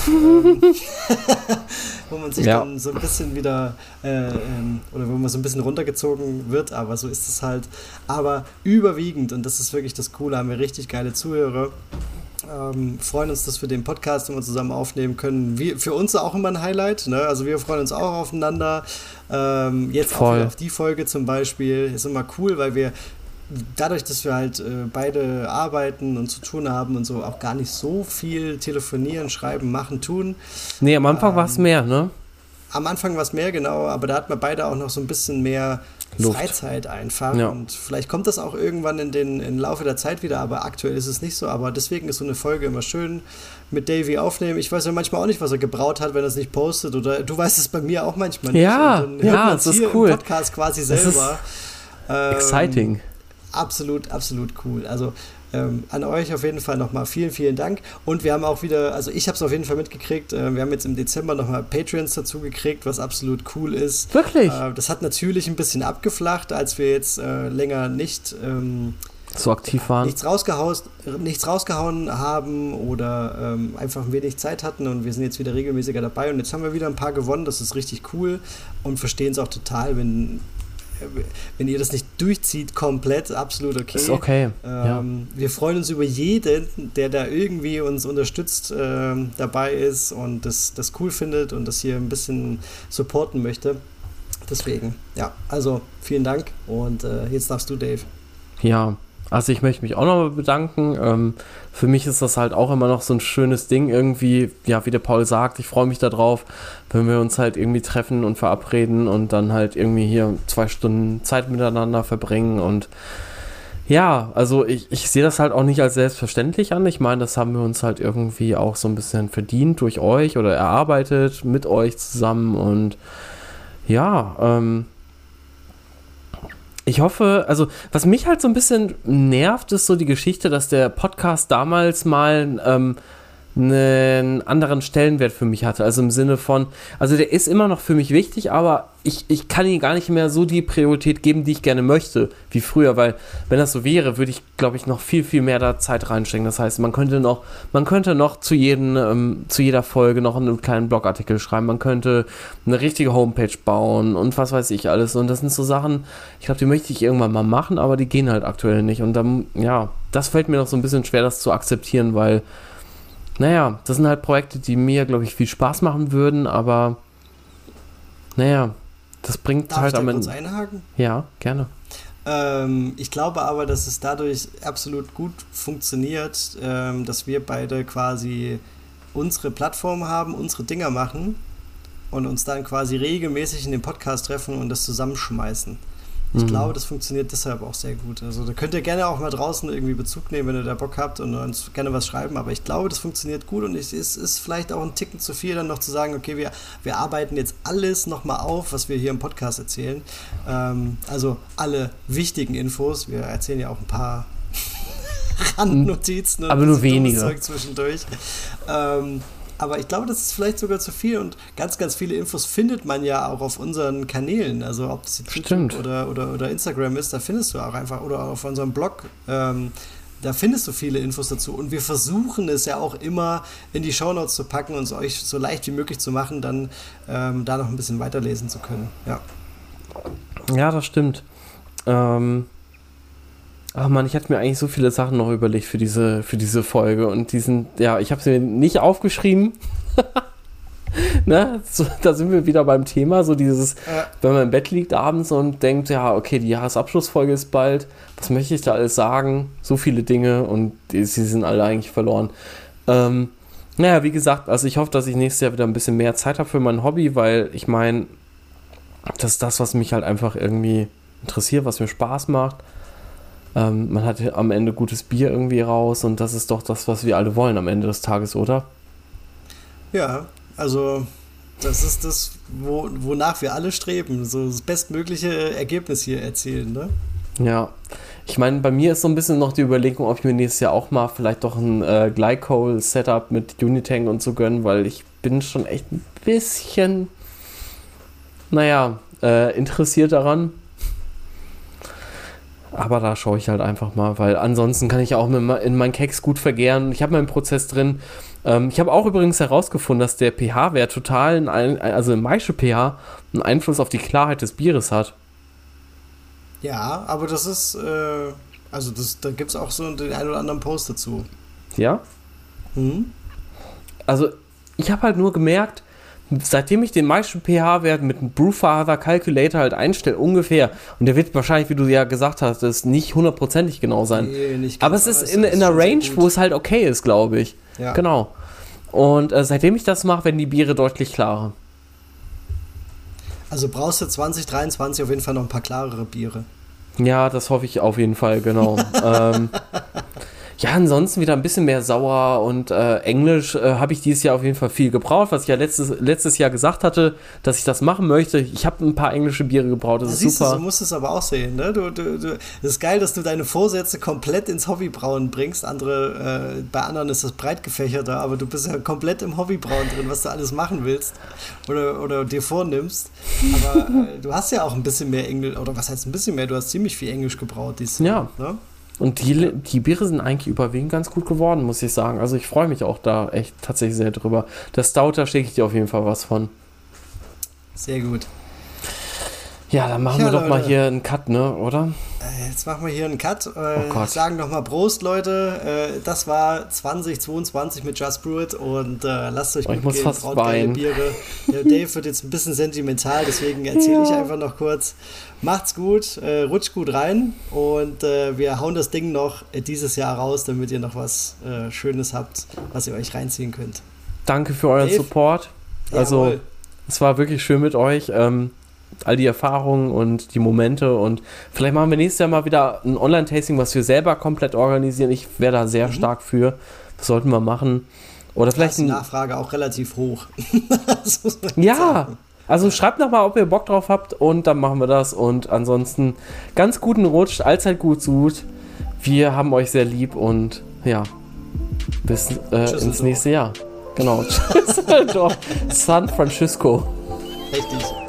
wo man sich dann so ein bisschen wieder oder wo man so ein bisschen runtergezogen wird, aber so ist es halt. Aber überwiegend, und das ist wirklich das Coole, haben wir richtig geile Zuhörer. Freuen uns, dass wir den Podcast immer zusammen aufnehmen können. Für uns auch immer ein Highlight, ne? Also wir freuen uns auch aufeinander. Jetzt auch wieder auf die Folge zum Beispiel. Ist immer cool, weil wir dadurch, dass wir halt beide arbeiten und zu tun haben und so, auch gar nicht so viel telefonieren, schreiben, machen, tun. Nee, am Anfang war es mehr, ne? Am Anfang war es mehr, genau, aber da hatten wir beide auch noch so ein bisschen mehr Luft. Freizeit einfach. Ja. Und vielleicht kommt das auch irgendwann im Laufe der Zeit wieder, aber aktuell ist es nicht so. Aber deswegen ist so eine Folge immer schön mit Davey aufnehmen. Ich weiß ja manchmal auch nicht, was er gebraut hat, wenn er es nicht postet. Oder du weißt es bei mir auch manchmal nicht. Ja, das ist cool. Im Podcast quasi selber. Exciting. Absolut cool. Also an euch auf jeden Fall nochmal vielen Dank. Und wir haben auch wieder, also ich habe es auf jeden Fall mitgekriegt, wir haben jetzt im Dezember nochmal Patreons dazu gekriegt, was absolut cool ist. Wirklich? Das hat natürlich ein bisschen abgeflacht, als wir jetzt länger nicht so aktiv waren. Nichts rausgehauen haben oder einfach wenig Zeit hatten und wir sind jetzt wieder regelmäßiger dabei und jetzt haben wir wieder ein paar gewonnen, das ist richtig cool und verstehen es auch total, wenn ihr das nicht durchzieht komplett, absolut okay. Ist okay. Wir freuen uns über jeden, der da irgendwie uns unterstützt dabei ist und das cool findet und das hier ein bisschen supporten möchte. Deswegen, ja, also vielen Dank und jetzt darfst du, Dave. Ja, also ich möchte mich auch nochmal bedanken. Für mich ist das halt auch immer noch so ein schönes Ding irgendwie, ja, wie der Paul sagt, ich freue mich darauf, wenn wir uns halt irgendwie treffen und verabreden und dann halt irgendwie hier 2 Stunden Zeit miteinander verbringen und ja, also ich sehe das halt auch nicht als selbstverständlich an. Ich meine, das haben wir uns halt irgendwie auch so ein bisschen verdient durch euch oder erarbeitet mit euch zusammen und ja, ich hoffe, also was mich halt so ein bisschen nervt, ist so die Geschichte, dass der Podcast damals mal einen anderen Stellenwert für mich hatte. Also im Sinne von, also der ist immer noch für mich wichtig, aber ich kann ihm gar nicht mehr so die Priorität geben, die ich gerne möchte, wie früher, weil wenn das so wäre, würde ich, glaube ich, noch viel mehr da Zeit reinstecken. Das heißt, man könnte noch zu jeder Folge noch einen kleinen Blogartikel schreiben, man könnte eine richtige Homepage bauen und was weiß ich alles. Und das sind so Sachen, ich glaube, die möchte ich irgendwann mal machen, aber die gehen halt aktuell nicht. Und dann, ja, das fällt mir noch so ein bisschen schwer, das zu akzeptieren, weil naja, das sind halt Projekte, die mir, glaube ich, viel Spaß machen würden, aber naja, das bringt halt am Ende. Darf ich da kurz einhaken? Ja, gerne. Ich glaube aber, dass es dadurch absolut gut funktioniert, dass wir beide quasi unsere Plattform haben, unsere Dinger machen und uns dann quasi regelmäßig in den Podcast treffen und das zusammenschmeißen. Ich glaube, das funktioniert deshalb auch sehr gut. Also da könnt ihr gerne auch mal draußen irgendwie Bezug nehmen, wenn ihr da Bock habt und uns gerne was schreiben. Aber ich glaube, das funktioniert gut und es ist vielleicht auch ein Ticken zu viel, dann noch zu sagen, okay, wir arbeiten jetzt alles nochmal auf, was wir hier im Podcast erzählen. Also alle wichtigen Infos. Wir erzählen ja auch ein paar Randnotizen und aber nur wenige Zeug zwischendurch. Aber ich glaube, das ist vielleicht sogar zu viel und ganz viele Infos findet man ja auch auf unseren Kanälen. Also ob das jetzt YouTube oder Instagram ist, da findest du auch einfach, oder auf unserem Blog, da findest du viele Infos dazu. Und wir versuchen es ja auch immer in die Shownotes zu packen und es euch so leicht wie möglich zu machen, dann da noch ein bisschen weiterlesen zu können. Ja, das stimmt. Ach man, ich hatte mir eigentlich so viele Sachen noch überlegt für diese Folge und ich habe sie mir nicht aufgeschrieben. ne, so, da sind wir wieder beim Thema, so dieses, wenn man im Bett liegt abends und denkt, ja, okay, die Jahresabschlussfolge ist bald, was möchte ich da alles sagen? So viele Dinge und sie sind alle eigentlich verloren. Naja, wie gesagt, also ich hoffe, dass ich nächstes Jahr wieder ein bisschen mehr Zeit habe für mein Hobby, weil ich meine, das ist das, was mich halt einfach irgendwie interessiert, was mir Spaß macht. Man hat am Ende gutes Bier irgendwie raus und das ist doch das, was wir alle wollen am Ende des Tages, oder? Ja, also das ist das, wonach wir alle streben, so das bestmögliche Ergebnis hier erzielen, ne? Ja, ich meine, bei mir ist so ein bisschen noch die Überlegung, ob ich mir nächstes Jahr auch mal vielleicht doch ein Glycol-Setup mit Unitank und so gönnen, weil ich bin schon echt ein bisschen, interessiert daran. Aber da schaue ich halt einfach mal, weil ansonsten kann ich auch in meinen Keks gut vergären. Ich habe meinen Prozess drin. Ich habe auch übrigens herausgefunden, dass der pH-Wert total, also im Maische pH, einen Einfluss auf die Klarheit des Bieres hat. Ja, aber das ist, da gibt es auch so den einen oder anderen Post dazu. Ja? Also, ich habe halt nur gemerkt, seitdem ich den meisten pH-Wert mit einem Brewfather Calculator halt einstelle, ungefähr, und der wird wahrscheinlich, wie du ja gesagt hast, das nicht hundertprozentig genau sein. Nee, nicht ganz, aber es ist in einer Range, wo es halt okay ist, glaube ich. Ja. Genau. Und seitdem ich das mache, werden die Biere deutlich klarer. Also brauchst du 2023 auf jeden Fall noch ein paar klarere Biere. Ja, das hoffe ich auf jeden Fall, genau. Ja, ansonsten wieder ein bisschen mehr sauer und Englisch habe ich dieses Jahr auf jeden Fall viel gebraut, was ich ja letztes Jahr gesagt hatte, dass ich das machen möchte. Ich habe ein paar englische Biere gebraut, das ist super. Du musst es aber auch sehen, ne? Das ist geil, dass du deine Vorsätze komplett ins Hobbybrauen bringst. Bei anderen ist das breit gefächerter, aber du bist ja komplett im Hobbybrauen drin, was du alles machen willst oder dir vornimmst. Aber du hast ja auch ein bisschen mehr Englisch, oder was heißt ein bisschen mehr? Du hast ziemlich viel Englisch gebraut dieses Jahr. Ja. Ne? Und die Biere sind eigentlich überwiegend ganz gut geworden, muss ich sagen. Also ich freue mich auch da echt tatsächlich sehr drüber. Der Stout, da schicke ich dir auf jeden Fall was von. Sehr gut. Ja, dann machen wir doch mal hier einen Cut, ne, oder? Jetzt machen wir hier einen Cut. Sagen nochmal Prost, Leute. Das war 2022 mit Just Brew It und lasst euch gut gehen. Fast weinen. Biere. Der Dave wird jetzt ein bisschen sentimental, deswegen erzähle ich einfach noch kurz. Macht's gut, rutscht gut rein und wir hauen das Ding noch dieses Jahr raus, damit ihr noch was Schönes habt, was ihr euch reinziehen könnt. Danke für euren Support. Also, jawohl. Es war wirklich schön mit euch. All die Erfahrungen und die Momente und vielleicht machen wir nächstes Jahr mal wieder ein Online-Tasting, was wir selber komplett organisieren. Ich wäre da sehr stark für. Das sollten wir machen. Oder vielleicht die Nachfrage auch relativ hoch. Ja, also schreibt nochmal, ob ihr Bock drauf habt und dann machen wir das. Und ansonsten ganz guten Rutsch, allzeit gut Sud. Wir haben euch sehr lieb und ja, bis ins nächste Jahr. Genau. Tschüss, San Francisco. Richtig.